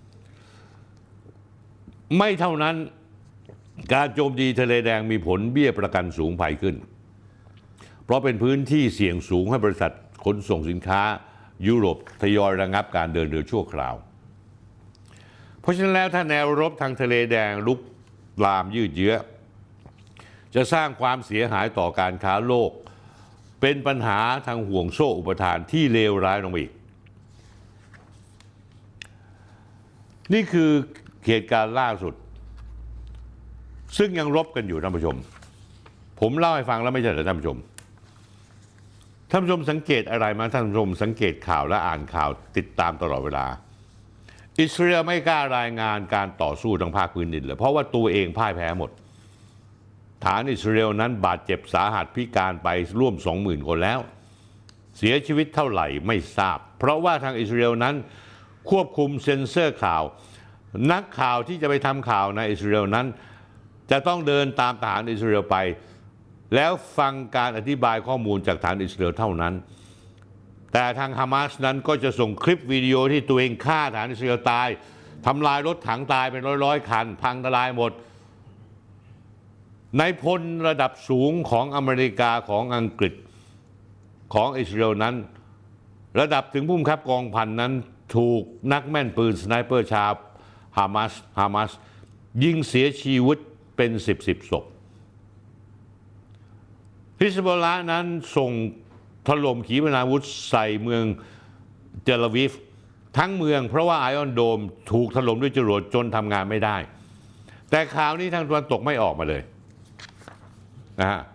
[SPEAKER 1] ไม่เท่านั้นการโจมตีทะเลแดงมีผลเบี้ยประกันสูงภัยขึ้นเพราะเป็นพื้นที่เสี่ยงสูงให้บริษัทขนส่งสินค้ายุโรปทยอยระงับการเดินเรือชั่วคราวเพราะฉะนั้นแล้วถ้าแนวรบทางทะเลแดงลุกลามยืดเยื้อจะสร้างความเสียหายต่อการค้าโลกเป็นปัญหาทางห่วงโซ่อุปทานที่เลวร้ายลงไปอีกนี่คือเหตุการณ์ล่าสุดซึ่งยังรบกันอยู่ท่านผู้ชมผมเล่าให้ฟังแล้วไม่ใช่เหรอท่านผู้ชมท่านผู้ชมสังเกตอะไรมาท่านผู้ชมสังเกตข่าวและอ่านข่าวติดตามตลอดเวลาอิสราเอลไม่กล้ารายงานการต่อสู้ทางภาคพื้นดินเลยเพราะว่าตัวเองพ่ายแพ้หมดฐานอิสราเอลนั้นบาดเจ็บสาหัสพิการไปร่วม สองหมื่น คนแล้วเสียชีวิตเท่าไหร่ไม่ทราบเพราะว่าทางอิสราเอลนั้นควบคุมเซ็นเซอร์ข่าวนักข่าวที่จะไปทำข่าวในอิสราเอลนั้นจะต้องเดินตามทหารอิสราเอลไปแล้วฟังการอธิบายข้อมูลจากฐานอิสราเอลเท่านั้นแต่ทางฮามาสนั้นก็จะส่งคลิปวิดีโอที่ตัวเองฆ่าฐานอิสราเอลตายทำลายรถถังตายเป็นร้อยๆคันพังทลายหมดนายพลระดับสูงของอเมริกาของอังกฤษของอิสราเอลนั้นระดับถึงผู้บังคับกองพันนั้นถูกนักแม่นปืนสไนเปอร์ชาวฮามาสฮามาสยิงเสียชีวิตเป็นสิบสิบศพฮิซบอลลาห์นั้นส่งถล่มขีปนาวุธใส่เมืองเทลอาวีฟทั้งเมืองเพราะว่าไอออนโดมถูกถล่มด้วยจรวดจนทำงานไม่ได้แต่ข่าวนี้ทางตะวันตกไม่ออกมาเลยนะฮะ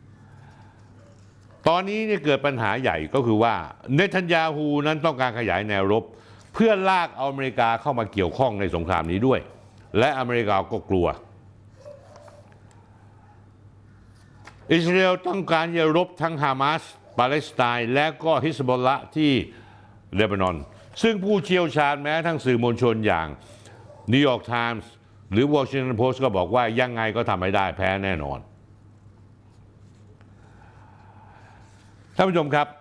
[SPEAKER 1] ตอนนี้เนี่ยเกิดปัญหาใหญ่ก็คือว่าเนทันยาฮูนั้นต้องการขยายแนวรบเพื่อลากเอาอเมริกาเข้ามาเกี่ยวข้องในสงครามนี้ด้วยและอเมริกาก็กลัวอิสราเอลต้องการจะรบทั้งฮามาสปาเลสไตน์และก็ฮิซบอลละที่เลบานอนซึ่งผู้เชี่ยวชาญแม้ทั้งสื่อมวลชนอย่างนิวยอร์กไทมส์หรือวอชิงตันโพสต์ก็บอกว่ายังไงก็ทำไม่ได้แพ้แน่นอนท่านผู้ชมครับ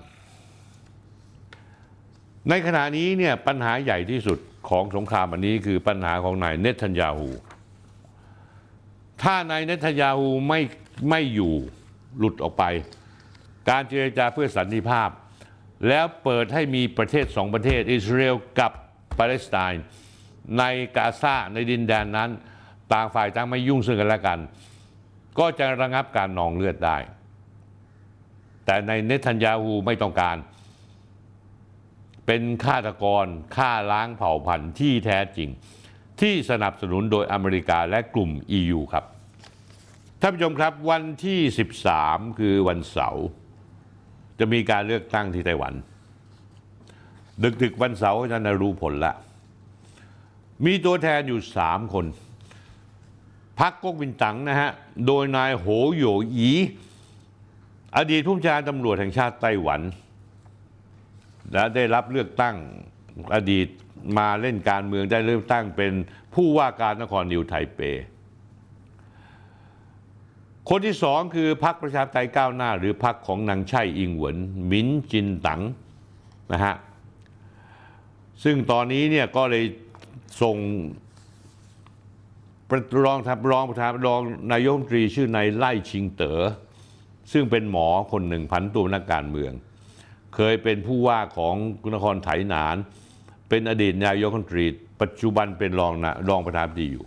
[SPEAKER 1] ในขณะนี้เนี่ยปัญหาใหญ่ที่สุดของสงครามอันนี้คือปัญหาของนายเนทันยาฮูถ้านายเนทันยาฮูไม่ไม่อยู่หลุดออกไปการเจรจาเพื่อสันติภาพแล้วเปิดให้มีประเทศสองประเทศอิสราเอลกับปาเลสไตน์ในกาซาในดินแดนนั้นต่างฝ่ายต่างไม่ยุ่งซึ่งกันและกันก็จะระงับการนองเลือดได้แต่ในเนทันยาฮูไม่ต้องการเป็นฆาตกรฆ่าล้างเผ่าพันธุ์ที่แท้จริงที่สนับสนุนโดยอเมริกาและกลุ่ม อี ยู ครับท่านผู้ชมครับวันที่สิบสามคือวันเสาร์จะมีการเลือกตั้งที่ไต้หวันดึกๆวันเสาร์จะรู้ผลละมีตัวแทนอยู่สามคนพรรคก๊กมินตั๋งนะฮะโดยนายโหโหยหยีอดีตผู้บัญชาการตำรวจแห่งชาติไต้หวันและได้รับเลือกตั้งอดีตมาเล่นการเมืองได้เลือกตั้งเป็นผู้ว่าการนครนิวไทเปคนที่สองคือพรรคประชาธิปไตยก้าวหน้าหรือพรรคของนางไช่อิงเหวินมินจินตั๋งนะฮะซึ่งตอนนี้เนี่ยก็เลยส่งรองทัพรองประธานรองนายกรัฐมนตรีชื่อนายไล่ชิงเต๋อซึ่งเป็นหมอคนหนึ่งผันตัวนักการเมืองเคยเป็นผู้ว่าของนครไถหนานเป็นอดีตนายกรัฐมนตรีปัจจุบันเป็นรองรองประธานาธิบดีอยู่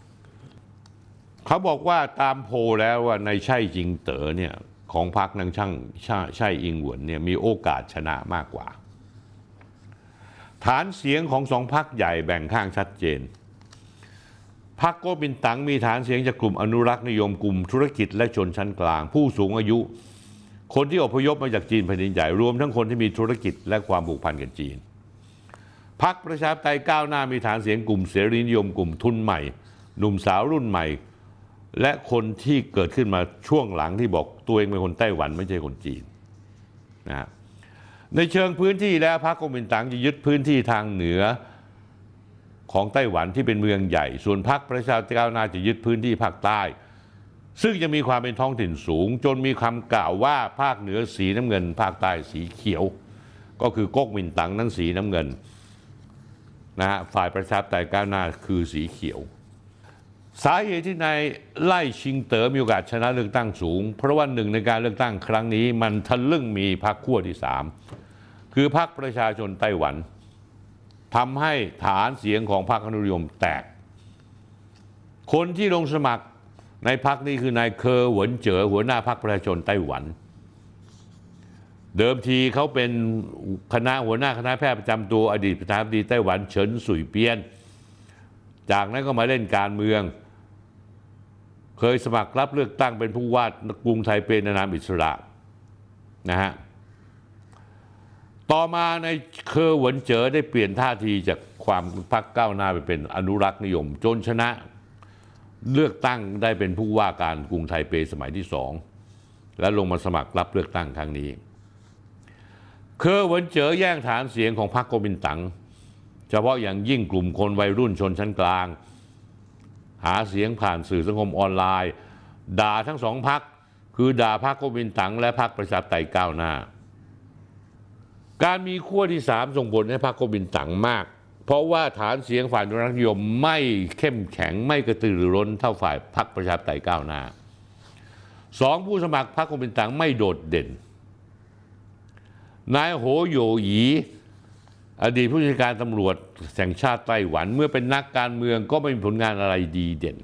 [SPEAKER 1] เขาบอกว่าตามโพลแล้วว่าในไช่จิงเต๋อเนี่ยของพรรคนางช่างไช่อิงเหวินเนี่ยมีโอกาสชนะมากกว่าฐานเสียงของสองพรรคใหญ่แบ่งข้างชัดเจนพรรคก๊กมินตั๋งมีฐานเสียงจากกลุ่มอนุรักษ์นิยมกลุ่มธุรกิจและชนชั้นกลางผู้สูงอายุคนที่อพยพมาจากจีนแผ่นดินใหญ่รวมทั้งคนที่มีธุรกิจและความผูกพันกับจีนพรรคประชาธิปไตยก้าวหน้ามีฐานเสียงกลุ่มเสรีนิยมกลุ่มทุนใหม่หนุ่มสาวรุ่นใหม่และคนที่เกิดขึ้นมาช่วงหลังที่บอกตัวเองเป็นคนไต้หวันไม่ใช่คนจีนนะในเชิงพื้นที่แล้วพรรคก๊กมินตั๋งจะยึดพื้นที่ทางเหนือของไต้หวันที่เป็นเมืองใหญ่ส่วนพรรคประชาธิปไตยก้าวหน้าจะยึดพื้นที่ภาคใต้ซึ่งจะมีความเป็นท้องถิ่นสูงจนมีคำกล่าวว่าภาคเหนือสีน้ำเงินภาคใต้สีเขียวก็คือก๊กมินตั๋งนั้นสีน้ำเงินนะฮะฝ่ายประชาธิปไตยก้าวหน้าคือสีเขียวสาเหตุที่นายไล่ชิงเต๋อมีโอกาสชนะเลือกตั้งสูงเพราะว่าหนึ่งในการเลือกตั้งครั้งนี้มันทะลึ่งมีพรรคขั้วที่สามคือพรรคประชาชนไต้หวันทำให้ฐานเสียงของพรรคอนุรักษ์นิยมแตกคนที่ลงสมัครในพรรคนี้คือนายเคอเหวินเจ๋อหัวหน้าพรรคประชาชนไต้หวันเดิมทีเขาเป็นคณะหัวหน้าคณะแพทย์ประจำตัวอดีตประธานาธิบดีไต้หวันเฉินสุยเปียนจากนั้นก็มาเล่นการเมืองเคยสมัครรับเลือกตั้งเป็นผู้ว่ากรุงไทเปในนามอิสระนะฮะต่อมาในเคอเหวินเจ๋อได้เปลี่ยนท่าทีจากความพรรคก้าวหน้าไปเป็นอนุรักษ์นิยมจนชนะเลือกตั้งได้เป็นผู้ว่าการกรุงไทเปสมัยที่สองและลงมาสมัครรับเลือกตั้งครั้งนี้เคอเหวินเจ๋อแย่งฐานเสียงของพรรคก๊กมินตั๋งเฉพาะอย่างยิ่งกลุ่มคนวัยรุ่นชนชั้นกลางหาเสียงผ่านสื่อสังคมออนไลน์ด่าทั้งสองพรรคคือด่าพรรคก๊กมินตั๋งและพรรคประชาธิปไตยก้าวหน้าการมีขั้วที่สามส่งผลให้พรรคก๊กมินตั๋งมากเพราะว่าฐานเสียงฝ่ายอนุรักษ์นิยมไม่เข้มแข็งไม่กระตือรือร้นเท่าฝ่ายพรรคประชาธิปไตยก้าวหน้าสองผู้สมัครพรรคก๊กมินตั๋งไม่โดดเด่นนายโหโหยหยีอดีตผู้จัดการตำรวจแห่งชาติไต้หวันเมื่อเป็นนักการเมืองก็ไม่มีผลงานอะไรดีเด่น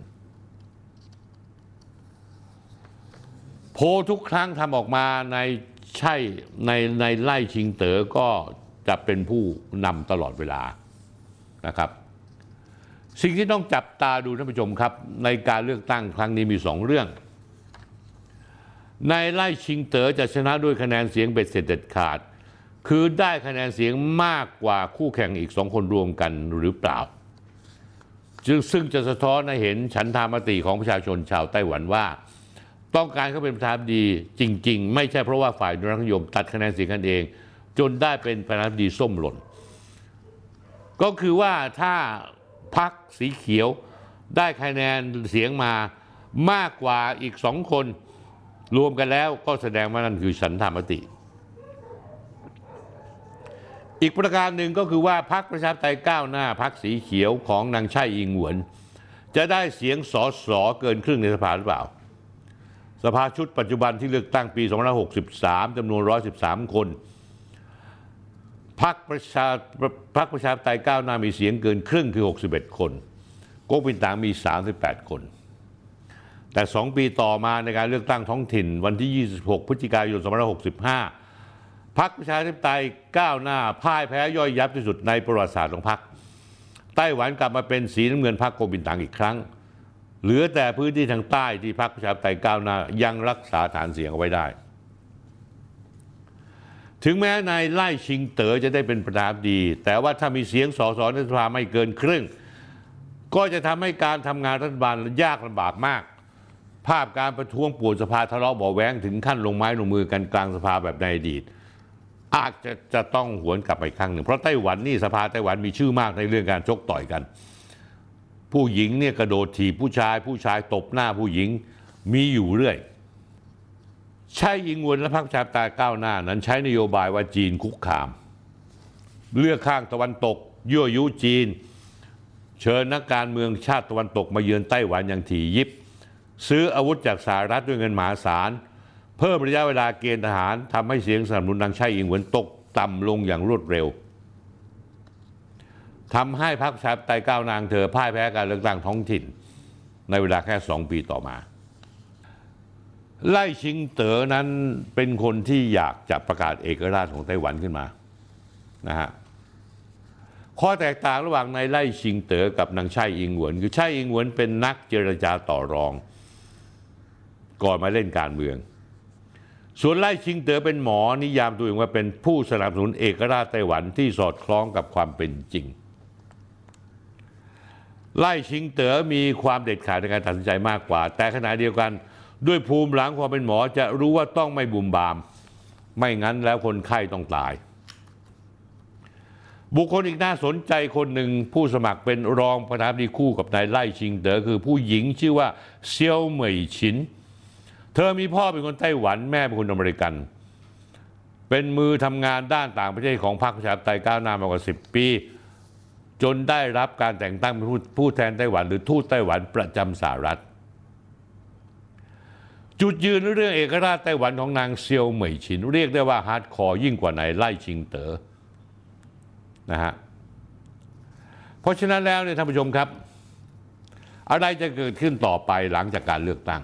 [SPEAKER 1] โพลทุกครั้งทำออกมาในใช่ในในไล่ชิงเต๋อก็จะเป็นผู้นำตลอดเวลานะครับสิ่งที่ต้องจับตาดูท่านผู้ชมครับในการเลือกตั้งครั้งนี้มีสองเรื่องในไล่ชิงเต๋อจะชนะด้วยคะแนนเสียงเบ็ดเสร็จเด็ดขาดคือได้คะแนนเสียงมากกว่าคู่แข่งอีกสองคนรวมกันหรือเปล่าจึงซึ่งจะสะท้อนให้เห็นฉันทามติของประชาชนชาวไต้หวันว่าต้องการเขาเป็นประธานาธิบดีจริงๆไม่ใช่เพราะว่าฝ่ายอนุรักษ์นิยมตัดคะแนนเสียงกันเองจนได้เป็นประธานาธิบดีส้มหล่นก็คือว่าถ้าพรรคสีเขียวได้คะแนนเสียงมามากกว่าอีกสองคนรวมกันแล้วก็แสดงว่านั่นคือฉันทามติอีกประการหนึ่งก็คือว่าพรรคประชาธิปไตยก้าวหน้าพรรคสีเขียวของนางไช่อิงเหวินจะได้เสียงสสเกินครึ่งในสภาหรือเปล่าสภาชุดปัจจุบันที่เลือกตั้งปีสองพันห้าร้อยหกสิบสามจำนวนหนึ่งร้อยสิบสามคนพรรคประชาพรรคประชาธิปไตยก้าวหน้ามีเสียงเกินครึ่งคือหกสิบเอ็ดคนก๊กมินตั๋งมีสามสิบแปดคนแต่สองปีต่อมาในการเลือกตั้งท้องถิ่นวันที่ยี่สิบหกพฤศจิกายนสองพันห้าร้อยหกสิบห้าพรรคประชาธิปไตยก้าวหน้าพ่ายแพ้ย่อยยับที่สุดในประวัติศาสตร์ของพรรคไต้หวันกลับมาเป็นสีน้ำเงินพรรคก๊กมินตั๋งอีกครั้งเหลือแต่พื้นที่ทางใต้ที่พรรคประชาธิปไตยก้าวหน้ายังรักษาฐานเสียงเอาไว้ได้ถึงแม้นายไล่ชิงเต๋อจะได้เป็นประธานาธิบดีแต่ว่าถ้ามีเสียงสสในสภาไม่เกินครึ่งก็จะทำให้การทำงานรัฐบาลยากลำบากมากภาพการประท้วงป่วนสภาทะเลาะเบาะแว้งถึงขั้นลงไม้ลงมือกันกลางสภาแบบในอดีตอาจจะจะต้องหวนกลับไปครั้งหนึ่งเพราะไต้หวันนี่สภาไต้หวันมีชื่อมากในเรื่องการชกต่อยกันผู้หญิงเนี่ยกระโดดถีบผู้ชายผู้ชายตบหน้าผู้หญิงมีอยู่เรื่อยไช่อิงเวินและพรรคประชาธิปไตยก้าวหน้านั้นใช้นโยบายว่าจีนคุกคามเลือกข้างตะวันตกยั่วยุจีนเชิญนักการเมืองชาติตะวันตกมาเยือนไต้หวันอย่างถี่ยิบซื้ออาวุธจากสหรัฐด้วยเงินมหาศาลเพิ่มระยะเวลาเกณฑ์ทหารทำให้เสียงสนับสนุนนางไช่อิงเหวินตกต่ำลงอย่างรวดเร็วทำให้พรรคประชาธิปไตยก้าวหน้าเธอพ่ายแพ้การเลือกตั้งท้องถิ่นในเวลาแค่สองปีต่อมาไล่ชิงเต๋อนั้นเป็นคนที่อยากจะประกาศเอกราชของไต้หวันขึ้นมานะฮะข้อแตกต่างระหว่างนายไล่ชิงเต๋อกับนางไช่อิงเหวินคือไช่อิงเหวินเป็นนักเจรจาต่อรองก่อนมาเล่นการเมืองส่วนไล่ชิงเต๋อเป็นหมอนิยามตัวเองว่าเป็นผู้สนับสนุนเอกราชไต้หวันที่สอดคล้องกับความเป็นจริงไล่ชิงเต๋อมีความเด็ดขาดในการตัดสินใจมากกว่าแต่ขณะเดียวกันด้วยภูมิหลังความเป็นหมอจะรู้ว่าต้องไม่บุ่มบามไม่งั้นแล้วคนไข้ต้องตายบุคคลอีกน่าสนใจคนหนึ่งผู้สมัครเป็นรองประธานาธิบดีคู่กับนายไล่ชิงเต๋อคือผู้หญิงชื่อว่าเซียวเหมยฉินเธอมีพ่อเป็นคนไต้หวันแม่เป็นคนอเมริกันเป็นมือทำงานด้านต่างประเทศของพรรคประชาธิปไตยก้าวหน้ามากว่าสิบปีจนได้รับการแต่งตั้งเป็นผู้แทนไต้หวันหรือทูตไต้หวันประจำสหรัฐจุดยืนเรื่องเอกราชไต้หวันของนางเซียวเหมยฉินเรียกได้ว่าฮาร์ดคอร์ยิ่งกว่านายไล่ชิงเต๋อนะฮะเพราะฉะนั้นแล้วเนี่ยท่านผู้ชมครับอะไรจะเกิดขึ้นต่อไปหลังจากการเลือกตั้ง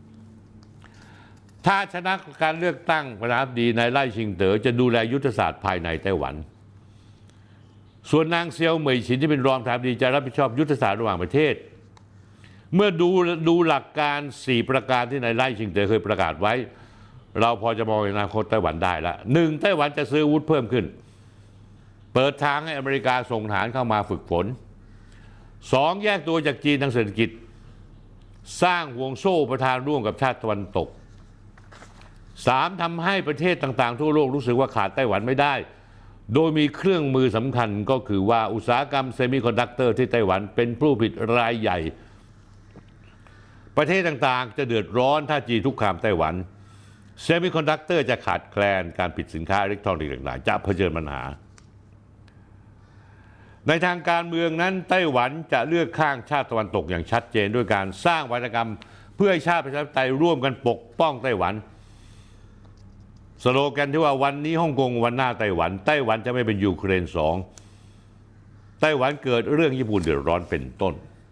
[SPEAKER 1] ถ้าชนะการเลือกตั้งประธานาธิบดีนายไล่ชิงเต๋อจะดูแลยุทธศาสตร์ภายในไต้หวันส่วนนางเซียวเหมยฉินที่เป็นรองประธานาธิบดีจะรับผิดชอบยุทธศาสตร์ระหว่างประเทศเมื่อดูดูหลักการสี่ประการที่นายไล่ชิงเต๋อเคยประกาศไว้เราพอจะมองอนาคตไต้หวันได้ละหนึ่งไต้หวันจะซื้ออาวุธเพิ่มขึ้นเปิดทางให้อเมริกาส่งทหารเข้ามาฝึกฝนสองแยกตัวจากจีนทางเศรษฐกิจสร้างห่วงโซ่ประทานร่วมกับชาติตะวันตกสามทำให้ประเทศต่างๆทั่วโลกรู้สึกว่าขาดไต้หวันไม่ได้โดยมีเครื่องมือสำคัญก็คือว่าอุตสาหกรรมเซมิคอนดักเตอร์ที่ไต้หวันเป็นผู้ผลิตรายใหญ่ประเทศต่างๆจะเดือดร้อนถ้าจีนคุกคามไต้หวันเซมิคอนดักเตอร์จะขาดแคลนการผลิตสินค้าอิเล็กทรอนิกส์ต่างๆจะเผชิญปัญหาในทางการเมืองนั้นไต้หวันจะเลือกข้างชาติตะวันตกอย่างชัดเจนด้วยการสร้างวาทกรรมเพื่อให้ชาติประชาธิปไตยร่วมกันปกป้องไต้หวันสโลแกนที่ว่าวันนี้ฮ่องกงวันหน้าไต้หวันไต้หวันจะไม่เป็นยูเครนสองไต้หวันเกิดเรื่องญี่ปุ่นเดือดร้อนเป็นต้น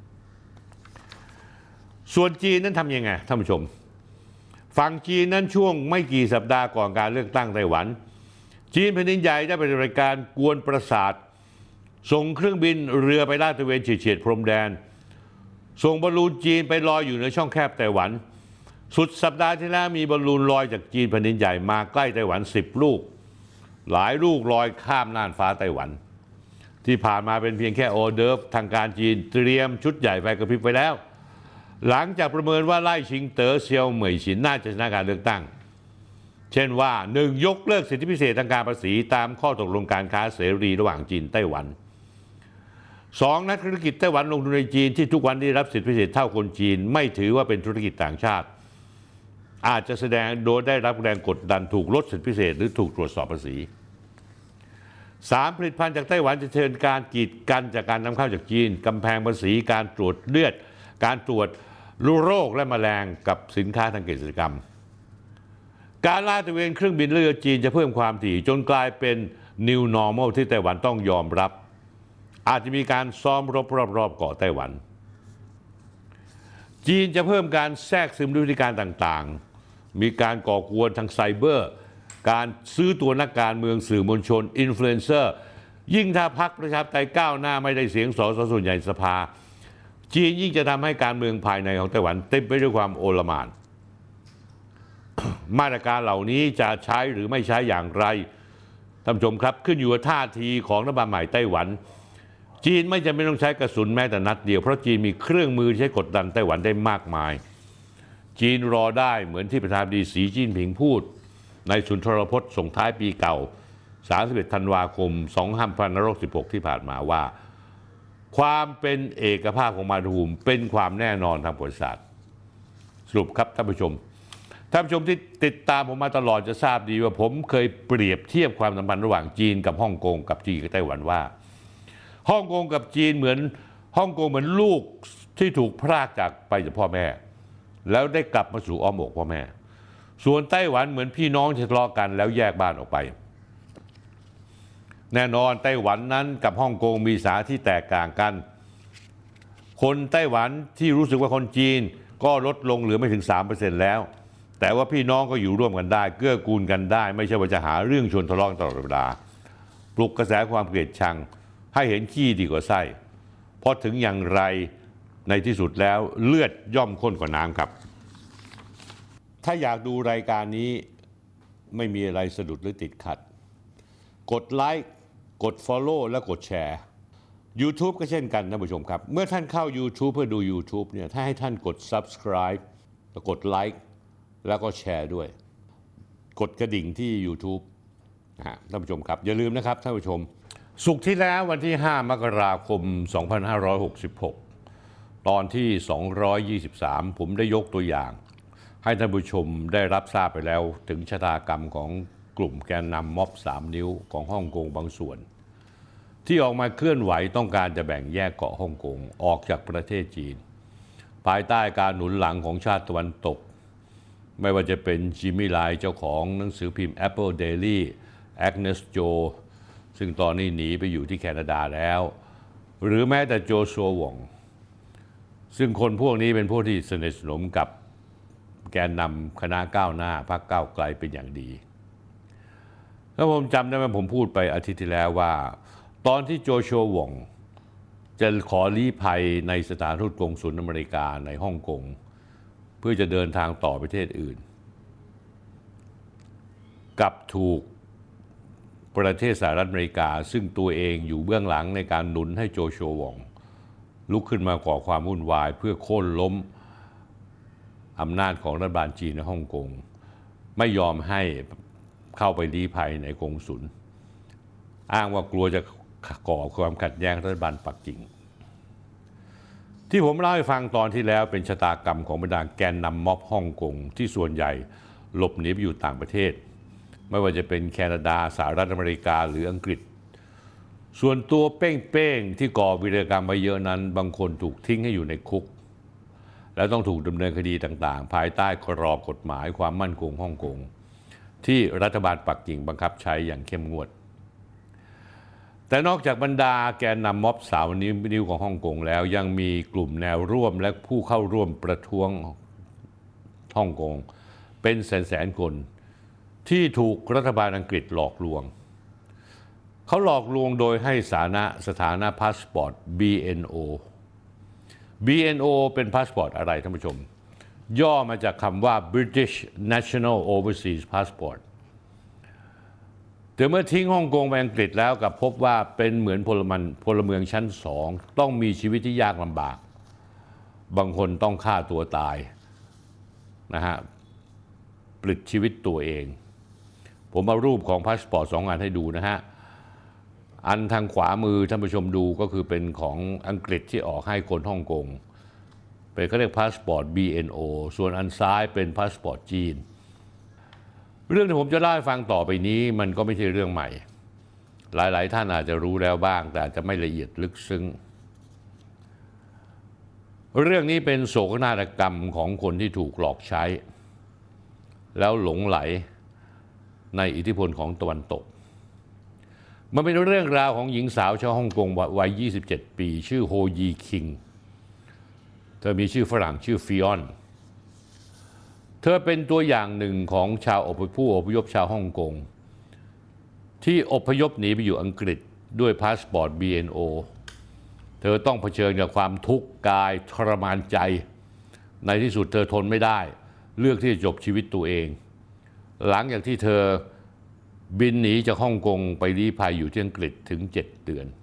[SPEAKER 1] ส่วนจีนนั้นทำยังไงท่านผู้ชมฝั่งจีนนั้นช่วงไม่กี่สัปดาห์ก่อนการเลือกตั้งไต้หวันจีนแผ่นดินใหญ่ได้ปฏิบัติการกวนประสาทส่งเครื่องบินเรือไปลาดตระเวนเฉียดพรมแดนส่งบอลลูนจีนไปลอยอยู่ในช่องแคบไต้หวันสุดสัปดาห์ที่แล้วมีบอลลูนลอยจากจีนแผ่นดินใหญ่มาใกล้ไต้หวันสิบลูกหลายลูกลอยข้ามน่านฟ้าไต้หวันที่ผ่านมาเป็นเพียงแค่ออเดิร์ฟทางการจีนเตรียมชุดใหญ่ไฟกระพริบไปแล้วหลังจากประเมินว่าไล่ชิงเต๋อเซียวเหมยฉินน่าจะชนะการเลือกตั้งเช่นว่าหนึ่งยกเลิกสิทธิพิเศษทางการภาษีตามข้อตกลงการค้าเสรีระหว่างจีนไต้หวันสองนักธุรกิจไต้หวันลงทุนในจีนที่ทุกวันได้รับสิทธิพิเศษเท่าคนจีนไม่ถือว่าเป็นธุรกิจต่างชาติอาจจะแสดงโดยได้รับแรงกดดันถูกลดสิทธิพิเศษหรือถูกตรวจสอบภาษีสามผลิตภัณฑ์จากไต้หวันจะเชิญการกีดกันจากการนำเข้าจากจีนกำแพงภาษีการตรวจเลือดการตรวจโรคและแมลงกับสินค้าทางเกษตรกรรมการลาดตระเวนเครื่องบินเรือจีนจะเพิ่มความถี่จนกลายเป็น New Normal ที่ไต้หวันต้องยอมรับอาจจะมีการซ้อมรบรอบๆเกาะไต้หวันจีนจะเพิ่มการแทรกซึมด้วยวิธีการต่างๆมีการก่อกวนทางไซเบอร์การซื้อตัวนักการเมืองสื่อมวลชนอินฟลูเอนเซอร์ยิ่งถ้าพรรคประชาธิปไตยก้าวหน้าไม่ได้เสียงสสส่วนใหญ่สภาจีนยิ่งจะทำให้การเมืองภายในของไต้หวันเต็มไปด้วยความโอลหม่าน มาตรการเหล่านี้จะใช้หรือไม่ใช้อย่างไรท่านผู้ชมครับขึ้นอยู่กับท่าทีของรัฐบาลใหม่ไต้หวันจีนไม่จำเป็นต้องใช้กระสุนแม้แต่นัดเดียวเพราะจีนมีเครื่องมือใช้กดดันไต้หวันได้มากมายจีนรอได้เหมือนที่ประธานาธิบดีสีจิ้นผิงพูดในสุนทรพจน์ส่งท้ายปีเก่าสามสิบเอ็ดธันวาคมสองพันห้าร้อยสิบหกที่ผ่านมาว่าความเป็นเอกภาพของมาตุภูมิเป็นความแน่นอนทางประวัติศาสตร์สรุปครับท่านผู้ชมท่านผู้ชมที่ติดตามผมมาตลอดจะทราบดีว่าผมเคยเปรียบเทียบความสัมพันธ์ระหว่างจีนกับฮ่องกงกับจีนกับไต้หวันว่าฮ่องกงกับจีนเหมือนฮ่องกงเหมือนลูกที่ถูกพรากจากไปจากพ่อแม่แล้วได้กลับมาสู่อ้อมอกพ่อแม่ส่วนไต้หวันเหมือนพี่น้องที่ทะเลาะกันแล้วแยกบ้านออกไปแน่นอนไต้หวันนั้นกับฮ่องกงมีสาที่แตกต่างกันคนไต้หวันที่รู้สึกว่าคนจีนก็ลดลงเหลือไม่ถึง สามเปอร์เซ็นต์ แล้วแต่ว่าพี่น้องก็อยู่ร่วมกันได้เกื้อกูลกันได้ไม่ใช่ว่าจะหาเรื่องชวนทะเลาะตลอดเวลาปลุกกระแสความเกลียดชังให้เห็นขี้ดีกว่าไส้เพราะถึงอย่างไรในที่สุดแล้วเลือดย่อมข้นกว่าน้ำครับถ้าอยากดูรายการนี้ไม่มีอะไรสะดุดหรือติดขัดกดไลค์กด Follow และกดแชร์ YouTube ก็เช่นกันท่านผู้ชมครับเมื่อท่านเข้า YouTube เพื่อดู YouTube เนี่ยถ้าให้ท่านกด Subscribe แล้วกดไลค์แล้วก็แชร์ด้วยกดกระดิ่งที่ YouTube นะฮะท่านผู้ชมครับอย่าลืมนะครับท่านผู้ชมศุกร์ที่แล้ววันที่ห้ามกราคมสองพันห้าร้อยหกสิบหกตอนที่สองร้อยยี่สิบสามผมได้ยกตัวอย่างให้ท่านผู้ชมได้รับทราบไปแล้วถึงชะตากรรมของกลุ่มแกนนำม็อบสามนิ้วของฮ่องกงบางส่วนที่ออกมาเคลื่อนไหวต้องการจะแบ่งแยกเกาะฮ่องกงออกจากประเทศจีนภายใต้การหนุนหลังของชาติตะวันตกไม่ว่าจะเป็นจิมมี่ไลน์เจ้าของหนังสือพิมพ์ Apple Daily แอกเนสโจซึ่งตอนนี้หนีไปอยู่ที่แคนาดาแล้วหรือแม้แต่โจชัวหว่องซึ่งคนพวกนี้เป็นพวกที่สนิทสนมกับแกนนำคณะก้าวหน้าพรรคก้าวไกลเป็นอย่างดีแล้วผมจำได้ว่าผมพูดไปอาทิตย์ที่แล้วว่าตอนที่โจชัวหว่องจะขอลี้ภัยในสถานทูตกงสุลอเมริกาในฮ่องกงเพื่อจะเดินทางต่อประเทศอื่นกับถูกประเทศสหรัฐอเมริกาซึ่งตัวเองอยู่เบื้องหลังในการหนุนให้โจชัวหว่องลุกขึ้นมาก่อความวุ่นวายเพื่อโค่นล้มอำนาจของรัฐบาลจีนในฮ่องกงไม่ยอมให้เข้าไปลี้ภัยในกงสุลอ้างว่ากลัวจะก่อความขัดแย้งรัฐบาลปักกิ่งที่ผมเล่าให้ฟังตอนที่แล้วเป็นชะตากรรมของบรรดาแกนนำม็อบฮ่องกงที่ส่วนใหญ่หลบหนีไปอยู่ต่างประเทศไม่ว่าจะเป็นแคนาดาสหรัฐอเมริกาหรืออังกฤษส่วนตัวเป้งๆที่ก่อวีรกรรมไปเยอะนั้นบางคนถูกทิ้งให้อยู่ในคุกแล้วต้องถูกดำเนินคดีต่างๆภายใต้กรอบกฎหมายความมั่นคงฮ่องกงที่รัฐบาลปักกิ่งบังคับใช้อย่างเข้มงวดแต่นอกจากบรรดาแกนนำม็อบสามนิ้วของฮ่องกงแล้วยังมีกลุ่มแนวร่วมและผู้เข้าร่วมประท้วงฮ่องกงเป็นแสนๆคนที่ถูกรัฐบาลอังกฤษหลอกลวงเขาหลอกลวงโดยให้สถานะสถานะพาสปอร์ต บี เอ็น โอ บี เอ็น โอ เป็นพาสปอร์ตอะไรท่านผู้ชมย่อมาจากคำว่า British National Overseas Passport แต่เมื่อทิ้งฮ่องกงไปอังกฤษแล้วกับพบว่าเป็นเหมือนพลเมืองพลเมืองชั้นสองต้องมีชีวิตที่ยากลำบากบางคนต้องฆ่าตัวตายนะฮะปลิดชีวิตตัวเองผมเอารูปของพาสปอร์ตสองอันให้ดูนะฮะอันทางขวามือท่านผู้ชมดูก็คือเป็นของอังกฤษที่ออกให้คนฮ่องกงเป็นเขาเรียกพาสปอร์ต บี เอ็น โอ ส่วนอันซ้ายเป็นพาสปอร์ตจีนเรื่องที่ผมจะเล่าให้ฟังต่อไปนี้มันก็ไม่ใช่เรื่องใหม่หลายๆท่านอาจจะรู้แล้วบ้างแต่อาจจะไม่ละเอียดลึกซึ้งเรื่องนี้เป็นโศกนาฏกรรมของคนที่ถูกหลอกใช้แล้วหลงไหลในอิทธิพลของตะวันตกมันเป็นเรื่องราวของหญิงสาวชาวฮ่องกงวัยยี่สิบเจ็ดปีชื่อโฮยีคิงเธอมีชื่อฝรั่งชื่อฟิออนเธอเป็นตัวอย่างหนึ่งของชาวอพยพผู้อพยพชาวฮ่องกงที่อพยพหนีไปอยู่อังกฤษด้วยพาสปอร์ต บี เอ็น โอ เธอต้องเผชิญกับความทุกข์กายทรมานใจในที่สุดเธอทนไม่ได้เลือกที่จะจบชีวิตตัวเองหลังจากที่เธอบินหนีจากฮ่องกงไปลี้ภัยอยู่ที่อังกฤษถึงเจ็ดเดือน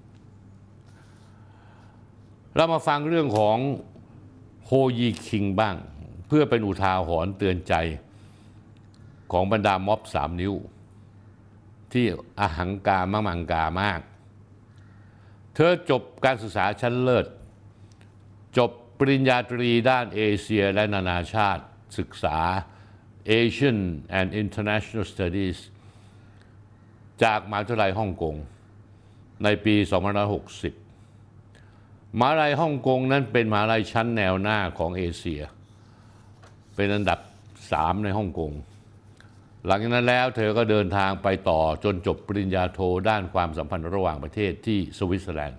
[SPEAKER 1] เรามาฟังเรื่องของโฮยีคิงบ้างเพื่อเป็นอุทาหรณ์เตือนใจของบรรดาม็อบสามนิ้วที่อหังการมั่งมังกามากเธอจบการศึกษาชั้นเลิศจบปริญญาตรีด้านเอเชียและนานาชาติศึกษา Asian and International Studies จากมหาวิทยาลัยฮ่องกงในปี สองพันห้าร้อยหกสิบ มหาวิทยาลัยฮ่องกงนั้นเป็นมหาวิทยาลัยชั้นแนวหน้าของเอเชียเป็นอันดับสามในฮ่องกงหลังจากนั้นแล้วเธอก็เดินทางไปต่อจนจบปริญญาโทด้านความสัมพันธ์ระหว่างประเทศที่สวิตเซอร์แลนด์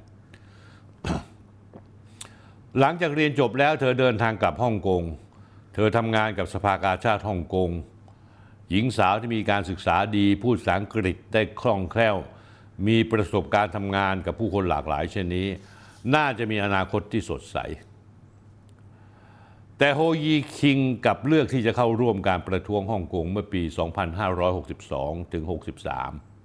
[SPEAKER 1] หลังจากเรียนจบแล้วเธอเดินทางกลับฮ่องกงเธอทำงานกับสภากาชาดฮ่องกงหญิงสาวที่มีการศึกษาดีพูดภาษาอังกฤษได้คล่องแคล่วมีประสบการณ์ทำงานกับผู้คนหลากหลายเช่นนี้น่าจะมีอนาคตที่สดใสแต่โฮยีคิงกับเลือกที่จะเข้าร่วมการประท้วงฮ่องกงเมื่อปี สองพันห้าร้อยหกสิบสอง ถึง หกสิบสาม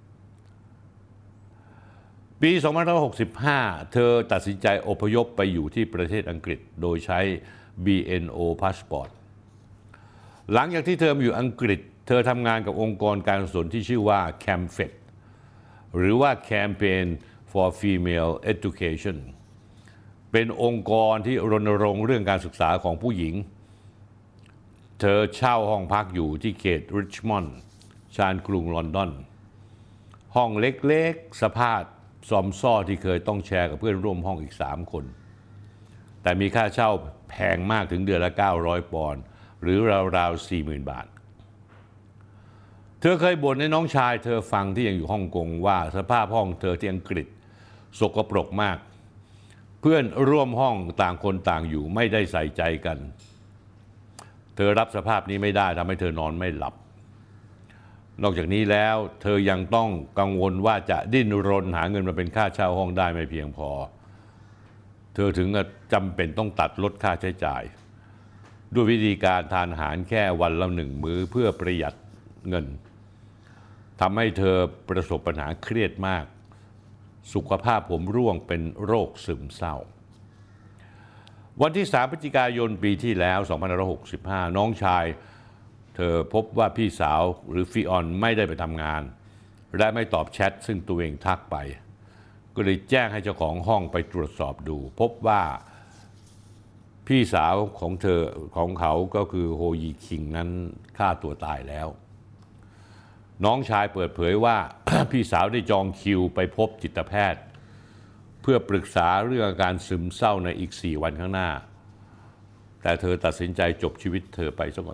[SPEAKER 1] ปี สองพันห้าร้อยหกสิบห้า เธอตัดสินใจอพยพไปอยู่ที่ประเทศอังกฤษโดยใช้ บี เอ็น โอ Passport หลังจากที่เธอมาอยู่อังกฤษเธอทำงานกับองค์กรการกุศลที่ชื่อว่า ซี เอ เอ็ม เอฟ อี หรือว่า Campaign for Female Education เป็นองค์กรที่รณรงค์เรื่องการศึกษาของผู้หญิงเธอเช่าห้องพักอยู่ที่เขตริชมอนด์ชานกรุงลอนดอนห้องเล็กๆสภาพซอมซ่อที่เคยต้องแชร์กับเพื่อนร่วมห้องอีกสามคนแต่มีค่าเช่าแพงมากถึงเดือนละเก้าร้อยปอนด์หรือราวๆ สี่หมื่น บาทเธอเคยบ่นให้น้องชายเธอฟังที่ยังอยู่ฮ่องกงว่าสภาพห้องเธอที่อังกฤษสกปรกมากเพื่อนร่วมห้องต่างคนต่างอยู่ไม่ได้ใส่ใจกันเธอรับสภาพนี้ไม่ได้ทำให้เธอนอนไม่หลับนอกจากนี้แล้วเธอยังต้องกังวลว่าจะดิ้นรนหาเงินมาเป็นค่าเช่าห้องได้ไม่เพียงพอเธอถึงจำเป็นต้องตัดลดค่าใช้จ่ายด้วยวิธีการทานอาหารแค่วันละหนึ่งมื้อเพื่อประหยัดเงินทำให้เธอประสบปัญหาเครียดมากสุขภาพผมร่วงเป็นโรคซึมเศร้าวันที่สามพฤศจิกายนปีที่แล้วสองพันห้าร้อยหกสิบห้าน้องชายเธอพบว่าพี่สาวหรือฟิออนไม่ได้ไปทำงานและไม่ตอบแชทซึ่งตัวเองทักไปก็เลยแจ้งให้เจ้าของห้องไปตรวจสอบดูพบว่าพี่สาวของเธอของเขาก็คือโฮยีคิงนั้นฆ่าตัวตายแล้วน้องชายเปิดเผยว่า พี่สาวได้จองคิวไปพบจิตแพทย์เพื่อปรึกษาเรื่องอาการซึมเศร้าในอีกสี่วันข้างหน้าแต่เธอตัดสินใจจบชีวิตเธอไปซะก่อน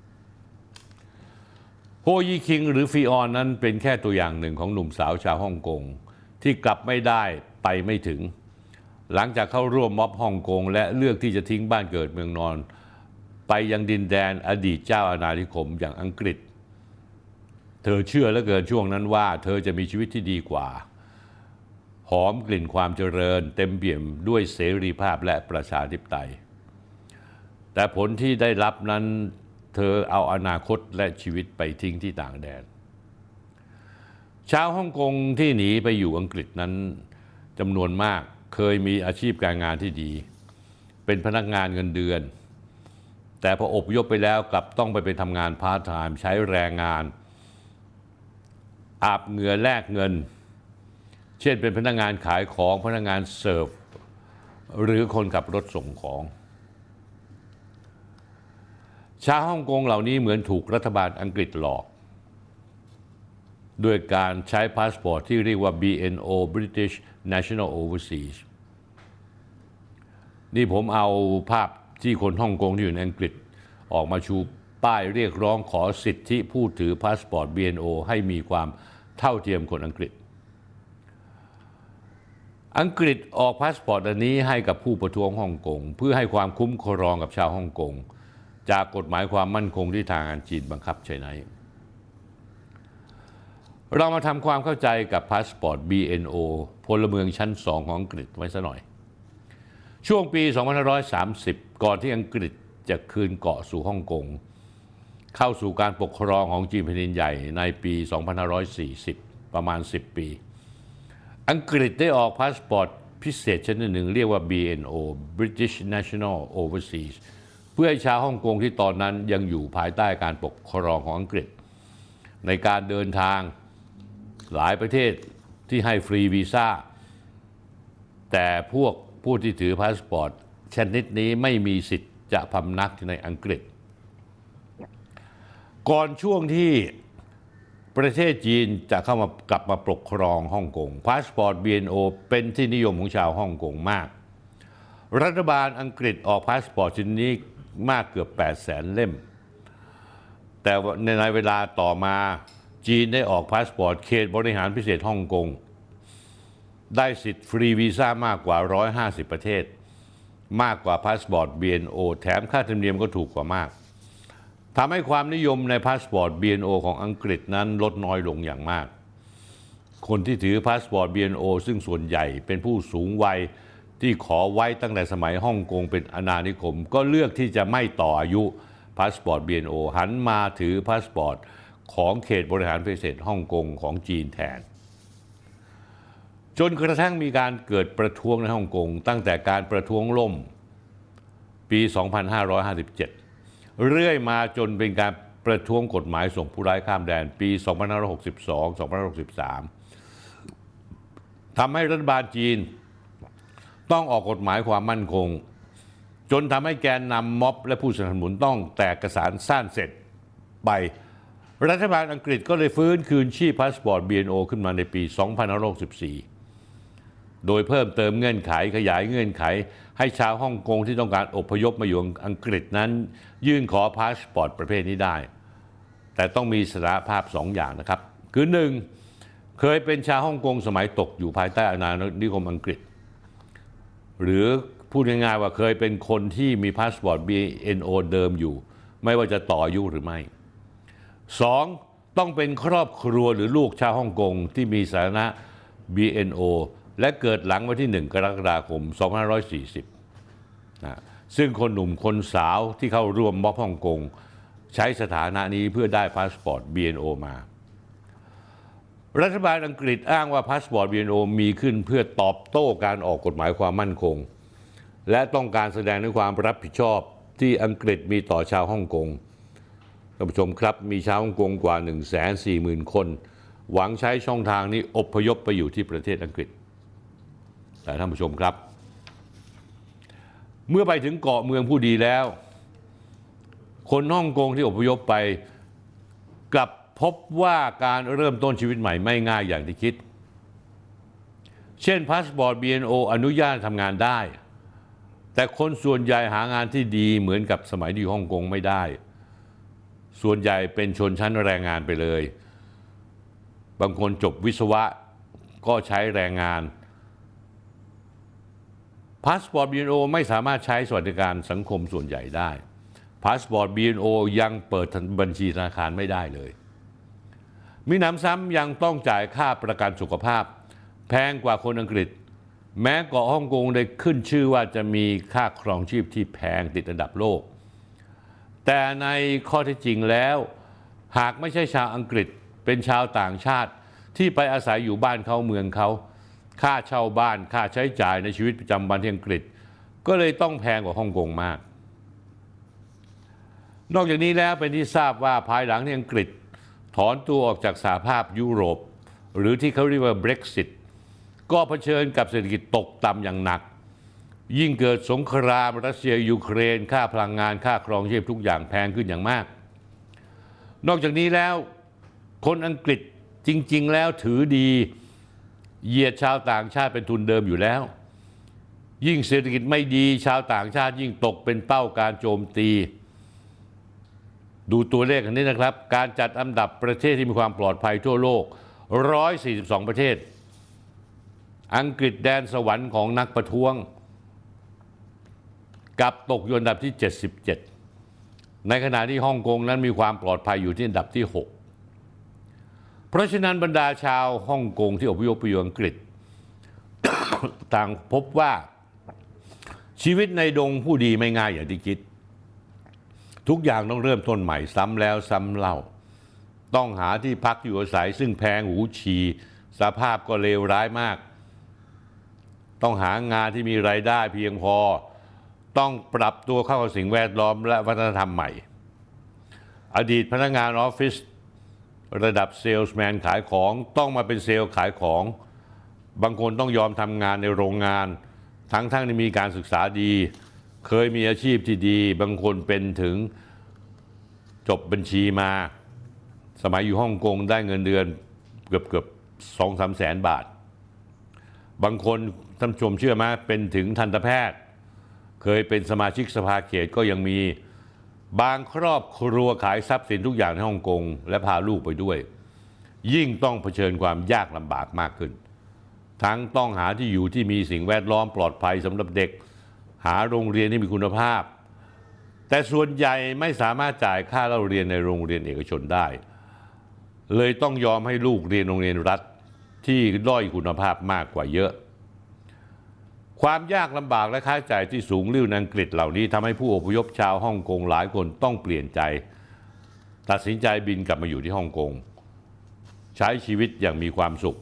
[SPEAKER 1] โฮยีคิงหรือฟีออนนั้นเป็นแค่ตัวอย่างหนึ่งของหนุ่มสาวชาวฮ่องกงที่กลับไม่ได้ไปไม่ถึงหลังจากเข้าร่วมม็อบฮ่องกงและเลือกที่จะทิ้งบ้านเกิดเมืองนอนไปยังดินแดนอดีตเจ้าอาณานิคมอย่างอังกฤษเธอเชื่อเหลือเกินช่วงนั้นว่าเธอจะมีชีวิตที่ดีกว่าหอมกลิ่นความเจริญเต็มเปี่ยมด้วยเสรีภาพและประชาธิปไตยแต่ผลที่ได้รับนั้นเธอเอาอนาคตและชีวิตไปทิ้งที่ต่างแดนชาวฮ่องกงที่หนีไปอยู่อังกฤษนั้นจำนวนมากเคยมีอาชีพการงานที่ดีเป็นพนักงานเงินเดือนแต่พออพยพไปแล้วกลับต้องไปเป็นทำงานพาร์ทไทม์ใช้แรงงานอาบเหงื่อแลกเงินเช่นเป็นพนักงานขายของพนักงานเสิร์ฟหรือคนขับรถส่งของชาวฮ่องกงเหล่านี้เหมือนถูกรัฐบาลอังกฤษหลอกด้วยการใช้พาสปอร์ตที่เรียกว่า บี เอ็น โอ British National Overseas นี่ผมเอาภาพที่คนฮ่องกงที่อยู่ในอังกฤษออกมาชูป้ายเรียกร้องขอสิทธิผู้ถือพาสปอร์ต บี เอ็น โอ ให้มีความเท่าเทียมคนอังกฤษอังกฤษออกพาสปอร์ตอันนี้ให้กับผู้ประท้วงฮ่องกงเพื่อให้ความคุ้มครองกับชาวฮ่องกงจากกฎหมายความมั่นคงที่ทางการจีนบังคับใช้ในเรามาทำความเข้าใจกับพาสปอร์ต บี เอ็น โอ ผพลเมืองชั้นสองของอังกฤษไว้ซะหน่อยช่วงปี สองพันห้าร้อยสามสิบ ก่อนที่อังกฤษจะคืนเกาะสู่ฮ่องกงเข้าสู่การปกครองของจีนแผ่นดินใหญ่ในปี สองพันห้าร้อยสี่สิบ ประมาณ สิบ ปีอังกฤษได้ออกพาสปอร์ตพิเศษชนิดหนึ่งเรียกว่า บี เอ็น โอ British National Overseas เพื่อให้ชาวฮ่องกงที่ตอนนั้นยังอยู่ภายใต้การปกครองของอังกฤษในการเดินทางหลายประเทศที่ให้ฟรีวีซ่าแต่พวกผู้ที่ถือพาสปอร์ตชนิดนี้ไม่มีสิทธิ์จะพำนักในอังกฤษก่อนช่วงที่ประเทศจีนจะเข้ามากลับมาปกครองฮ่องกงพาสปอร์ต บี เอ็น โอ เป็นที่นิยมของชาวฮ่องกงมากรัฐบาลอังกฤษออกพาสปอร์ตชนิดนี้มากเกือบ แปดแสน เล่มแต่ในเวลาต่อมาจีนได้ออกพาสปอร์ตเขตบริหารพิเศษฮ่องกงได้สิทธิ์ฟรีวีซ่ามากกว่าหนึ่งร้อยห้าสิบประเทศมากกว่าพาสปอร์ต บี เอ็น โอ แถมค่าธรรมเนียมก็ถูกกว่ามากทำให้ความนิยมในพาสปอร์ต บี เอ็น โอ ของอังกฤษนั้นลดน้อยลงอย่างมากคนที่ถือพาสปอร์ต บี เอ็น โอ ซึ่งส่วนใหญ่เป็นผู้สูงวัยที่ขอไว้ตั้งแต่สมัยฮ่องกงเป็นอาณานิคมก็เลือกที่จะไม่ต่ออายุพาสปอร์ต บี เอ็น โอ หันมาถือพาสปอร์ตของเขตบริหารพิเศษฮ่องกงของจีนแทนจนกระทั่งมีการเกิดประท้วงในฮ่องกงตั้งแต่การประท้วงล่มปี สองพันห้าร้อยห้าสิบเจ็ด เรื่อยมาจนเป็นการประท้วงกฎหมายส่งผู้ร้ายข้ามแดนปี สองพันห้าร้อยหกสิบสอง สองพันห้าร้อยหกสิบสาม ทำให้รัฐบาลจีนต้องออกกฎหมายความมั่นคงจนทำให้แกนนำม็อบและผู้สนับสนุนต้องแตกกระสานซ่านเสร็จไปรัฐบาลอังกฤษก็เลยฟื้นคืนชีพพาสปอร์ต บี เอ็น โอ ขึ้นมาในปี สองพันห้าร้อยหกสิบสี่ โดยเพิ่มเติมเงื่อนไขขยายเงื่อนไขให้ชาวฮ่องกงที่ต้องการอพยพมาอยู่อังกฤษนั้นยื่นขอพาสปอร์ตประเภทนี้ได้แต่ต้องมีสถานภาพสองอย่างนะครับคือหนึ่งเคยเป็นชาวฮ่องกงสมัยตกอยู่ภายใต้อาณานิคมอังกฤษหรือพูดง่ายๆว่าเคยเป็นคนที่มีพาสปอร์ต บี เอ็น โอ เดิมอยู่ไม่ว่าจะต่ออายุหรือไม่สองต้องเป็นครอบครัวหรือลูกชาวฮ่องกงที่มีสถานะ บี เอ็น โอ และเกิดหลังวันที่หนึ่งกรกฎาคม สองพันห้าร้อยสี่สิบ นะซึ่งคนหนุ่มคนสาวที่เข้าร่วมม็อบฮ่องกงใช้สถานะนี้เพื่อได้พาสปอร์ต บี เอ็น โอ มารัฐบาลอังกฤษอ้างว่าพาสปอร์ต บี เอ็น โอ มีขึ้นเพื่อตอบโต้การออกกฎหมายความมั่นคงและต้องการแสดงถึงความรับผิดชอบที่อังกฤษมีต่อชาวฮ่องกงท่านผู้ชมครับมีชาวฮ่องกงกว่า หนึ่งแสนสี่หมื่น คนหวังใช้ช่องทางนี้อพยพไปอยู่ที่ประเทศอังกฤษแต่ท่านผู้ชมครับเมื่อไปถึงเกาะเมืองผู้ดีแล้วคนฮ่องกงที่อพยพไปกลับพบว่าการเริ่มต้นชีวิตใหม่ไม่ง่ายอย่างที่คิดเช่นพาสปอร์ต บี เอ็น โอ อนุญาตทำงานได้แต่คนส่วนใหญ่หางานที่ดีเหมือนกับสมัยที่ฮ่องกงไม่ได้ส่วนใหญ่เป็นชนชั้นแรงงานไปเลยบางคนจบวิศวะก็ใช้แรงงานพาสปอร์ต บี เอ็น โอ ไม่สามารถใช้สวัสดิการสังคมส่วนใหญ่ได้พาสปอร์ต บี เอ็น โอ ยังเปิดบัญชีธนาคารไม่ได้เลยมีหนำซ้ำยังต้องจ่ายค่าประกันสุขภาพแพงกว่าคนอังกฤษแม้เกาะฮ่องกงได้ขึ้นชื่อว่าจะมีค่าครองชีพที่แพงติดอันดับโลกแต่ในข้อเท็จจริงแล้วหากไม่ใช่ชาวอังกฤษเป็นชาวต่างชาติที่ไปอาศัยอยู่บ้านเขาเมืองเขาค่าเช่าบ้านค่าใช้จ่ายในชีวิตประจำวันที่อังกฤษก็เลยต้องแพงกว่าฮ่องกงมากนอกจากนี้แล้วเป็นที่ทราบว่าภายหลังที่อังกฤษถอนตัวออกจากสหภาพยุโรปหรือที่เขาเรียกว่า Brexit ก็เผชิญกับเศรษฐกิจตกต่ำอย่างหนักยิ่งเกิดสงครามรัสเซียยูเครนค่าพลังงานค่าครองชีพทุกอย่างแพงขึ้นอย่างมากนอกจากนี้แล้วคนอังกฤษจริงๆแล้วถือดีเหยียดชาวต่างชาติเป็นทุนเดิมอยู่แล้วยิ่งเศรษฐกิจไม่ดีชาวต่างชาติยิ่งตกเป็นเป้าการโจมตีดูตัวเลขอันนี้นะครับการจัดอันดับประเทศที่มีความปลอดภัยทั่วโลกหนึ่งร้อยสี่สิบสองประเทศอังกฤษแดนสวรรค์ของนักประท้วงกับตกอยู่อันดับที่เจ็ดสิบเจ็ดในขณะที่ฮ่องกงนั้นมีความปลอดภัยอยู่ที่อันดับที่หกเพราะฉะนั้นบรรดาชาวฮ่องกงที่อพยพไปอยู่อังกฤษต่างพบว่าชีวิตในดงผู้ดีไม่ง่ายอย่างที่คิดทุกอย่างต้องเริ่มต้นใหม่ซ้ำแล้วซ้ำเล่าต้องหาที่พักอยู่อาศัยซึ่งแพงหูฉี่สภาพก็เลวร้ายมากต้องหางานที่มีรายได้เพียงพอต้องปรับตัวเข้ากับสิ่งแวดล้อมและวัฒนธรรมใหม่อดีตพนักงานออฟฟิศระดับเซลส์แมนขายของต้องมาเป็นเซลล์ขายของบางคนต้องยอมทำงานในโรงงานทั้งๆ ที่มีการศึกษาดีเคยมีอาชีพที่ดีบางคนเป็นถึงจบบัญชีมาสมัยอยู่ฮ่องกงได้เงินเดือนเกือบเกือบสองสามแสนบาทบางคนท่านชมเชื่อไหมเป็นถึงทันตแพทย์เคยเป็นสมาชิกสภาเขตก็ยังมีบางครอบครัวขายทรัพย์สินทุกอย่างในฮ่องกงและพาลูกไปด้วยยิ่งต้องเผชิญความยากลำบากมากขึ้นทั้งต้องหาที่อยู่ที่มีสิ่งแวดล้อมปลอดภัยสำหรับเด็กหาโรงเรียนที่มีคุณภาพแต่ส่วนใหญ่ไม่สามารถจ่ายค่าเล่าเรียนในโรงเรียนเอกชนได้เลยต้องยอมให้ลูกเรียนโรงเรียนรัฐที่ด้อยคุณภาพมากกว่าเยอะความยากลำบากและค่าใช้จ่ายที่สูงลิ่วในอังกฤษเหล่านี้ทำให้ผู้อพยพชาวฮ่องกงหลายคนต้องเปลี่ยนใจตัดสินใจบินกลับมาอยู่ที่ฮ่องกงใช้ชีวิตอย่างมีความสุข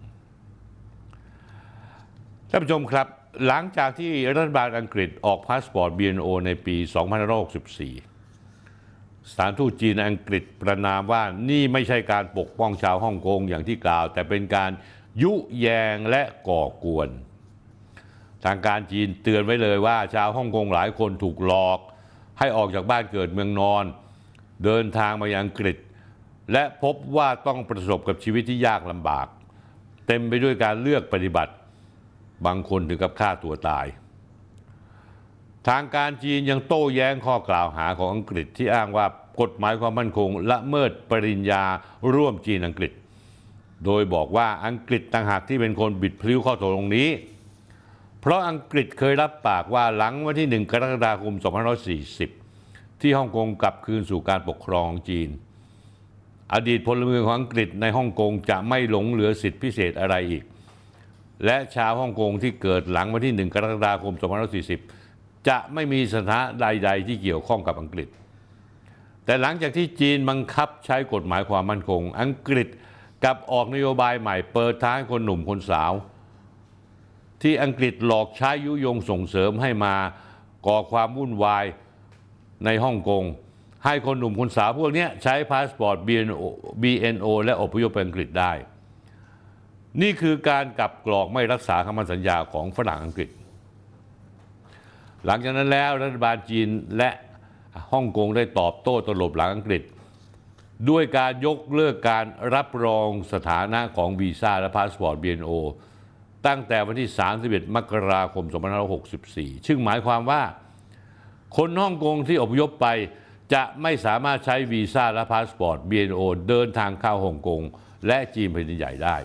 [SPEAKER 1] ท่านผู้ชมครับหลังจากที่รัฐบาลอังกฤษออกพาสปอร์ต บี เอ็น โอ ในปีสองพันห้าร้อยหกสิบสี่สถานทูตจีนในอังกฤษประณามว่านี่ไม่ใช่การปกป้องชาวฮ่องกงอย่างที่กล่าวแต่เป็นการยุแยงและก่อกวนทางการจีนเตือนไว้เลยว่าชาวฮ่องกงหลายคนถูกหลอกให้ออกจากบ้านเกิดเมืองนอนเดินทางมายังอังกฤษและพบว่าต้องประสบกับชีวิตที่ยากลำบากเต็มไปด้วยการเลือกปฏิบัติบางคนถึงกับฆ่าตัวตายทางการจีนยังโต้แย้งข้อกล่าวหาของอังกฤษที่อ้างว่ากฎหมายความมั่นคงละเมิดปริญญาร่วมจีนอังกฤษโดยบอกว่าอังกฤษต่างหากที่เป็นคนบิดพลิ้วข้อตกลงนี้เพราะอังกฤษเคยรับปากว่าหลังวันที่หนึ่งกรกฎาคมสองพันห้าร้อยสี่สิบที่ฮ่องกงกลับคืนสู่การปกครองของจีนอดีตพลเมืองของอังกฤษในฮ่องกงจะไม่หลงเหลือสิทธิพิเศษอะไรอีกและชาวฮ่องกงที่เกิดหลังวันที่หนึ่งกรกฎาคมสองพันห้าร้อยสี่สิบจะไม่มีสถานะใดๆที่เกี่ยวข้องกับอังกฤษแต่หลังจากที่จีนบังคับใช้กฎหมายความมั่นคงอังกฤษกลับออกนโยบายใหม่เปิดทางคนหนุ่มคนสาวที่อังกฤษหลอกใช้ยุยงส่งเสริมให้มาก่อความวุ่นวายในฮ่องกงให้คนหนุ่มคนสาวพวกนี้ใช้พาสปอร์ต บี เอ็น โอ และอพยพไปอังกฤษได้นี่คือการกลับกรอกไม่รักษาคำมั่นสัญญาของฝรั่งอังกฤษหลังจากนั้นแล้วรัฐบาลจีนและฮ่องกงได้ตอบโต้ตลบหลังอังกฤษด้วยการยกเลิกการรับรองสถานะของวีซ่าและพาสปอร์ต บี เอ็น โอ ตั้งแต่วันที่สามสิบเอ็ดมกราคมสองพันห้าร้อยหกสิบสี่ซึ่งหมายความว่าคนฮ่องกงที่อพยพไปจะไม่สามารถใช้วีซ่าและพาสปอร์ต บี เอ็น โอ เดินทางเข้าฮ่องกงและจีนแผ่นดินใหญ่ได้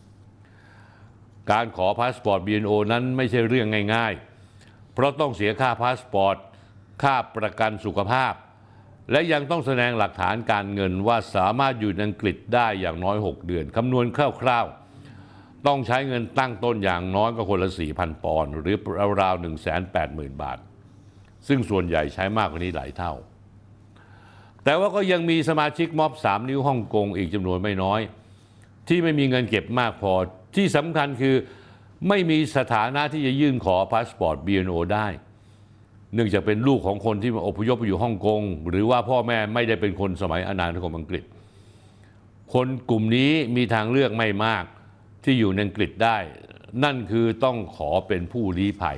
[SPEAKER 1] การขอพาสปอร์ต บี เอ็น โอ นั้นไม่ใช่เรื่องง่ายๆเพราะต้องเสียค่าพาสปอร์ตค่าประกันสุขภาพและยังต้องแสดงหลักฐานการเงินว่าสามารถอยู่ในอังกฤษได้อย่างน้อยหกเดือนคำนวณคร่าวๆต้องใช้เงินตั้งต้นอย่างน้อยก็คนละ สี่พัน ปอนด์หรือราวๆ หนึ่งแสนแปดหมื่น บาทซึ่งส่วนใหญ่ใช้มากกว่านี้หลายเท่าแต่ว่าก็ยังมีสมาชิกม็อบสามนิ้วฮ่องกงอีกจำนวนไม่น้อยที่ไม่มีเงินเก็บมากพอที่สำคัญคือไม่มีสถานะที่จะยื่นขอพาสปอร์ต บี เอ็น โอ ได้เนื่องจากเป็นลูกของคนที่มาอพยพไปอยู่ฮ่องกงหรือว่าพ่อแม่ไม่ได้เป็นคนสมัยอาณานิคมอังกฤษคนกลุ่มนี้มีทางเลือกไม่มากที่อยู่ในอังกฤษได้นั่นคือต้องขอเป็นผู้ลี้ภัย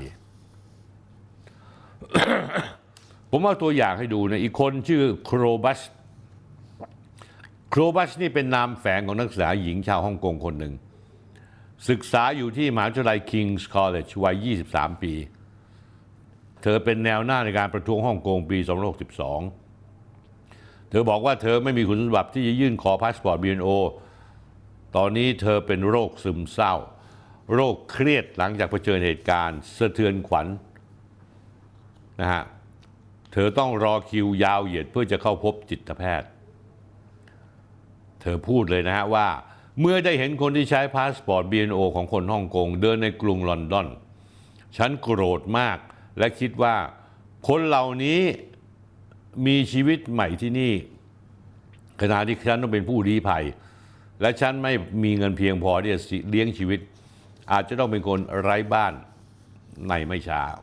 [SPEAKER 1] ผมเอาตัวอย่างให้ดูนะอีกคนชื่อโครบัสโครบัสนี่เป็นนามแฝงของนักศึกษาหญิงชาวฮ่องกงคนหนึ่งศึกษาอยู่ที่มหาวิทยาลัย King's College วัยยี่สิบสามปีเธอเป็นแนวหน้าในการประท้วงฮ่องกงปีสองพันห้าร้อยหกสิบสองเธอบอกว่าเธอไม่มีคุณสมบัติที่จะยื่นขอพาสปอร์ต บี เอ็น โอ ตอนนี้เธอเป็นโรคซึมเศร้าโรคเครียดหลังจากเผชิญเหตุการณ์สะเทือนขวัญนะฮะเธอต้องรอคิวยาวเหยียดเพื่อจะเข้าพบจิตแพทย์เธอพูดเลยนะฮะว่าเมื่อได้เห็นคนที่ใช้พาสปอร์ต บี เอ็น โอ ของคนฮ่องกงเดินในกรุงลอนดอนฉันโกรธมากและคิดว่าคนเหล่านี้มีชีวิตใหม่ที่นี่ขณะที่ฉันต้องเป็นผู้ลี้ภัยและฉันไม่มีเงินเพียงพอที่จะเลี้ยงชีวิตอาจจะต้องเป็นคนไร้บ้านในไม่ช้า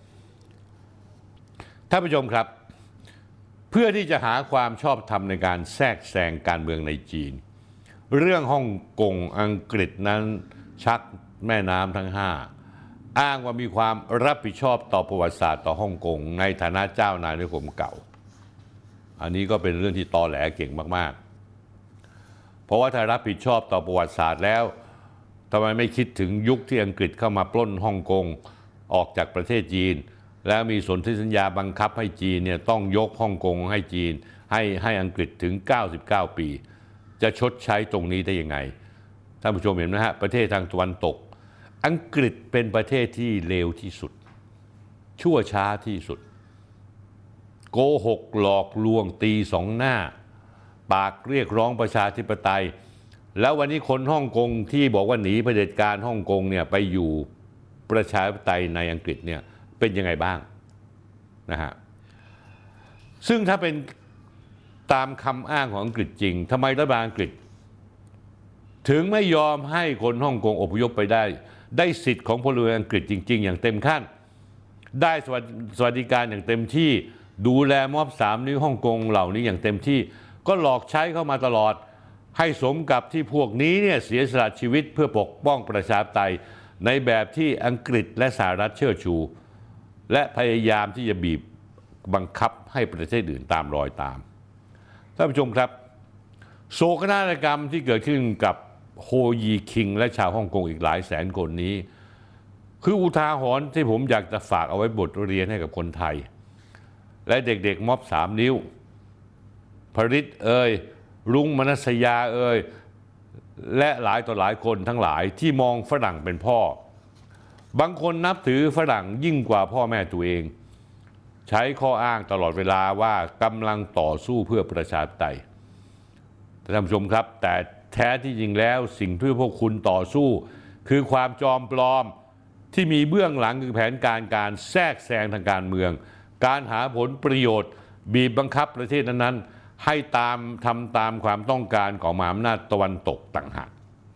[SPEAKER 1] ท่านผู้ชมครับเพื่อที่จะหาความชอบธรรมในการแทรกแซงการเมืองในจีนเรื่องฮ่องกงอังกฤษนั้นชักแม่น้ำทั้งห้าอ้างว่ามีความรับผิดชอบต่อประวัติศาสตร์ต่อฮ่องกงในฐานะเจ้านายนิคมเก่าอันนี้ก็เป็นเรื่องที่ตอแหลเก่งมากๆเพราะว่าถ้ารับผิดชอบต่อประวัติศาสตร์แล้วทำไมไม่คิดถึงยุคที่อังกฤษเข้ามาปล้นฮ่องกงออกจากประเทศจีนแล้วมีสนธิสัญญาบังคับให้จีนเนี่ยต้องยกฮ่องกงให้จีนให้ให้อังกฤษถึงเก้าสิบเก้าปีจะชดใช้ตรงนี้ได้ยังไงท่านผู้ชมเห็นไหมฮะประเทศทางตะวันตกอังกฤษเป็นประเทศที่เลวที่สุดชั่วช้าที่สุดโกหกหลอกลวงตีสองหน้าปากเรียกร้องประชาธิปไตยแล้ววันนี้คนฮ่องกงที่บอกว่าหนีเผด็จการฮ่องกงเนี่ยไปอยู่ประชาธิปไตยในอังกฤษเนี่ยเป็นยังไงบ้างนะฮะซึ่งถ้าเป็นตามคำอ้างของอังกฤษจริงทำไมรัฐบาลอังกฤษถึงไม่ยอมให้คนฮ่องกงอพยพไปได้ได้สิทธิ์ของพลเรือนอังกฤษจริงๆอย่างเต็มขั้นได้สวัสดิการอย่างเต็มที่ดูแลม็อบสามนิ้วฮ่องกงเหล่านี้อย่างเต็มที่ก็หลอกใช้เข้ามาตลอดให้สมกับที่พวกนี้เนี่ยเสียสละชีวิตเพื่อปกป้องประชาธิปไตยในแบบที่อังกฤษและสหรัฐเชิดชูและพยายามที่จะบีบบังคับให้ประเทศอื่นตามรอยตามท่านผู้ชมครับโศกนาฏกรรมที่เกิดขึ้นกับโฮยีคิงและชาวฮ่องกงอีกหลายแสนคนนี้คืออุทาหรณ์ที่ผมอยากจะฝากเอาไว้บทเรียนให้กับคนไทยและเด็กๆม็อบสามนิ้วผริตเอ่ยลุงมนัสยาเอ่ยและหลายต่อหลายคนทั้งหลายที่มองฝรั่งเป็นพ่อบางคนนับถือฝรั่งยิ่งกว่าพ่อแม่ตัวเองใช้ข้ออ้างตลอดเวลาว่ากำลังต่อสู้เพื่อประชาธิปไตยท่านผู้ชมครับแต่แท้ที่จริงแล้วสิ่งที่พวกคุณต่อสู้คือความจอมปลอมที่มีเบื้องหลังคือแผนการการแทรกแซงทางการเมืองการหาผลประโยชน์บีบบังคับประเทศนั้นๆให้ตามทำตามความต้องการของมหาอำนาจตะวันตกต่างหาก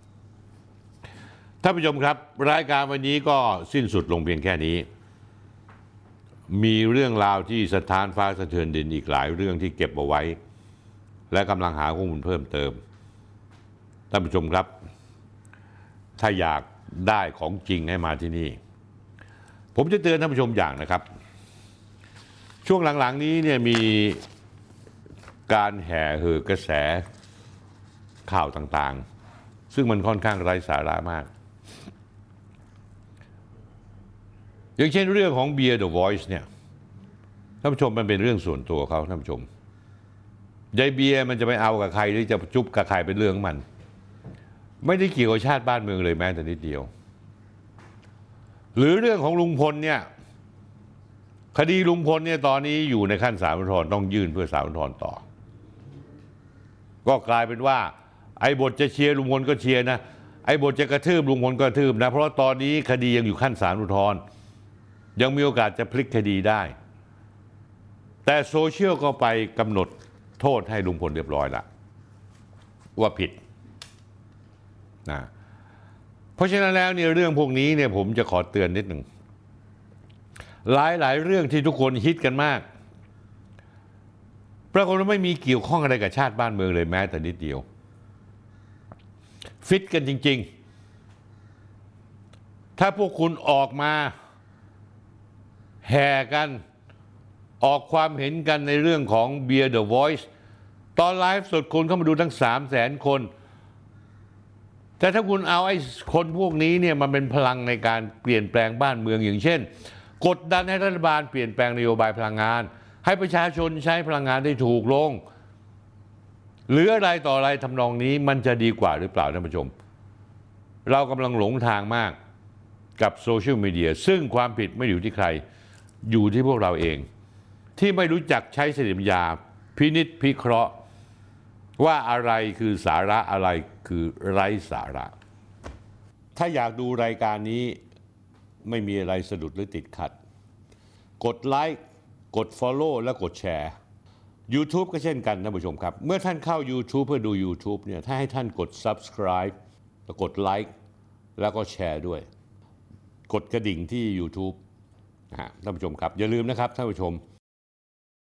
[SPEAKER 1] ท่านผู้ชมครับรายการวันนี้ก็สิ้นสุดลงเพียงแค่นี้มีเรื่องราวที่สะท้านฟ้าสะเทือนดินอีกหลายเรื่องที่เก็บเอาไว้และกำลังหาข้อมูลเพิ่มเติมท่านผู้ชมครับถ้าอยากได้ของจริงให้มาที่นี่ผมจะเตือนท่านผู้ชมอย่างนะครับช่วงหลังๆนี้เนี่ยมีการแห่เห่อกระแสข่าวต่างๆซึ่งมันค่อนข้างไร้สาระมากอย่างเช่นเรื่องของ Beer The Voice เนี่ยท่านผู้ชมมันเป็นเรื่องส่วนตัวเขาท่านผู้ชมยายเบียร์มันจะไปเอากับใครหรือจะจุ๊บกับใครเป็นเรื่องมันไม่ได้เกี่ยวกับชาติบ้านเมืองเลยแม้แต่นิดเดียวหรือเรื่องของลุงพลเนี่ยคดีลุงพลเนี่ยตอนนี้อยู่ในขั้นศาลอุทธรณ์ต้องยื่นเพื่อศาลอุทธรณ์ต่อก็กลายเป็นว่าไอ้บทจะเชียร์ลุงพลก็เชียร์นะไอ้บทจะกระทืบลุงพลก็กระทืบนะเพราะตอนนี้คดียังอยู่ขั้นศาลอุทธรณ์ยังมีโอกาสจะพลิกคดีได้แต่โซเชียลก็ไปกำหนดโทษให้ลุงพลเรียบร้อยละว่าผิดนะเพราะฉะนั้นแล้วเนี่ยเรื่องพวกนี้เนี่ยผมจะขอเตือนนิดหนึ่งหลายหลายเรื่องที่ทุกคนฮิตกันมากปรากฏว่าไม่มีเกี่ยวข้องอะไรกับชาติบ้านเมืองเลยแม้แต่นิดเดียวฟิตกันจริงๆถ้าพวกคุณออกมาแห่กันออกความเห็นกันในเรื่องของ Beer The Voice ตอนไลฟ์สดคนเข้ามาดูทั้งสามแสนคนแต่ถ้าคุณเอาไอ้คนพวกนี้เนี่ยมันเป็นพลังในการเปลี่ยนแปลงบ้านเมืองอย่างเช่นกดดันให้รัฐบาลเปลี่ยนแปลงนโยบายพลังงานให้ประชาชนใช้พลังงานได้ถูกลงหรืออะไรต่ออะไรทำนองนี้มันจะดีกว่าหรือเปล่าท่านผู้ชมเรากำลังหลงทางมากกับโซเชียลมีเดียซึ่งความผิดไม่อยู่ที่ใครอยู่ที่พวกเราเองที่ไม่รู้จักใช้สติปัญญาพินิจพิเคราะห์ว่าอะไรคือสาระอะไรคือไร้สาระถ้าอยากดูรายการนี้ไม่มีอะไรสะดุดหรือติดขัดกดไลค์กด Follow และกดแชร์ YouTube ก็เช่นกันท่านผู้ชมครับเมื่อท่านเข้า YouTube เพื่อดู YouTube เนี่ยถ้าให้ท่านกด Subscribe แล้วกดไลค์แล้วก็แชร์ด้วยกดกระดิ่งที่ YouTube นะฮะท่านผู้ชมครับอย่าลืมนะครับท่านผู้ชม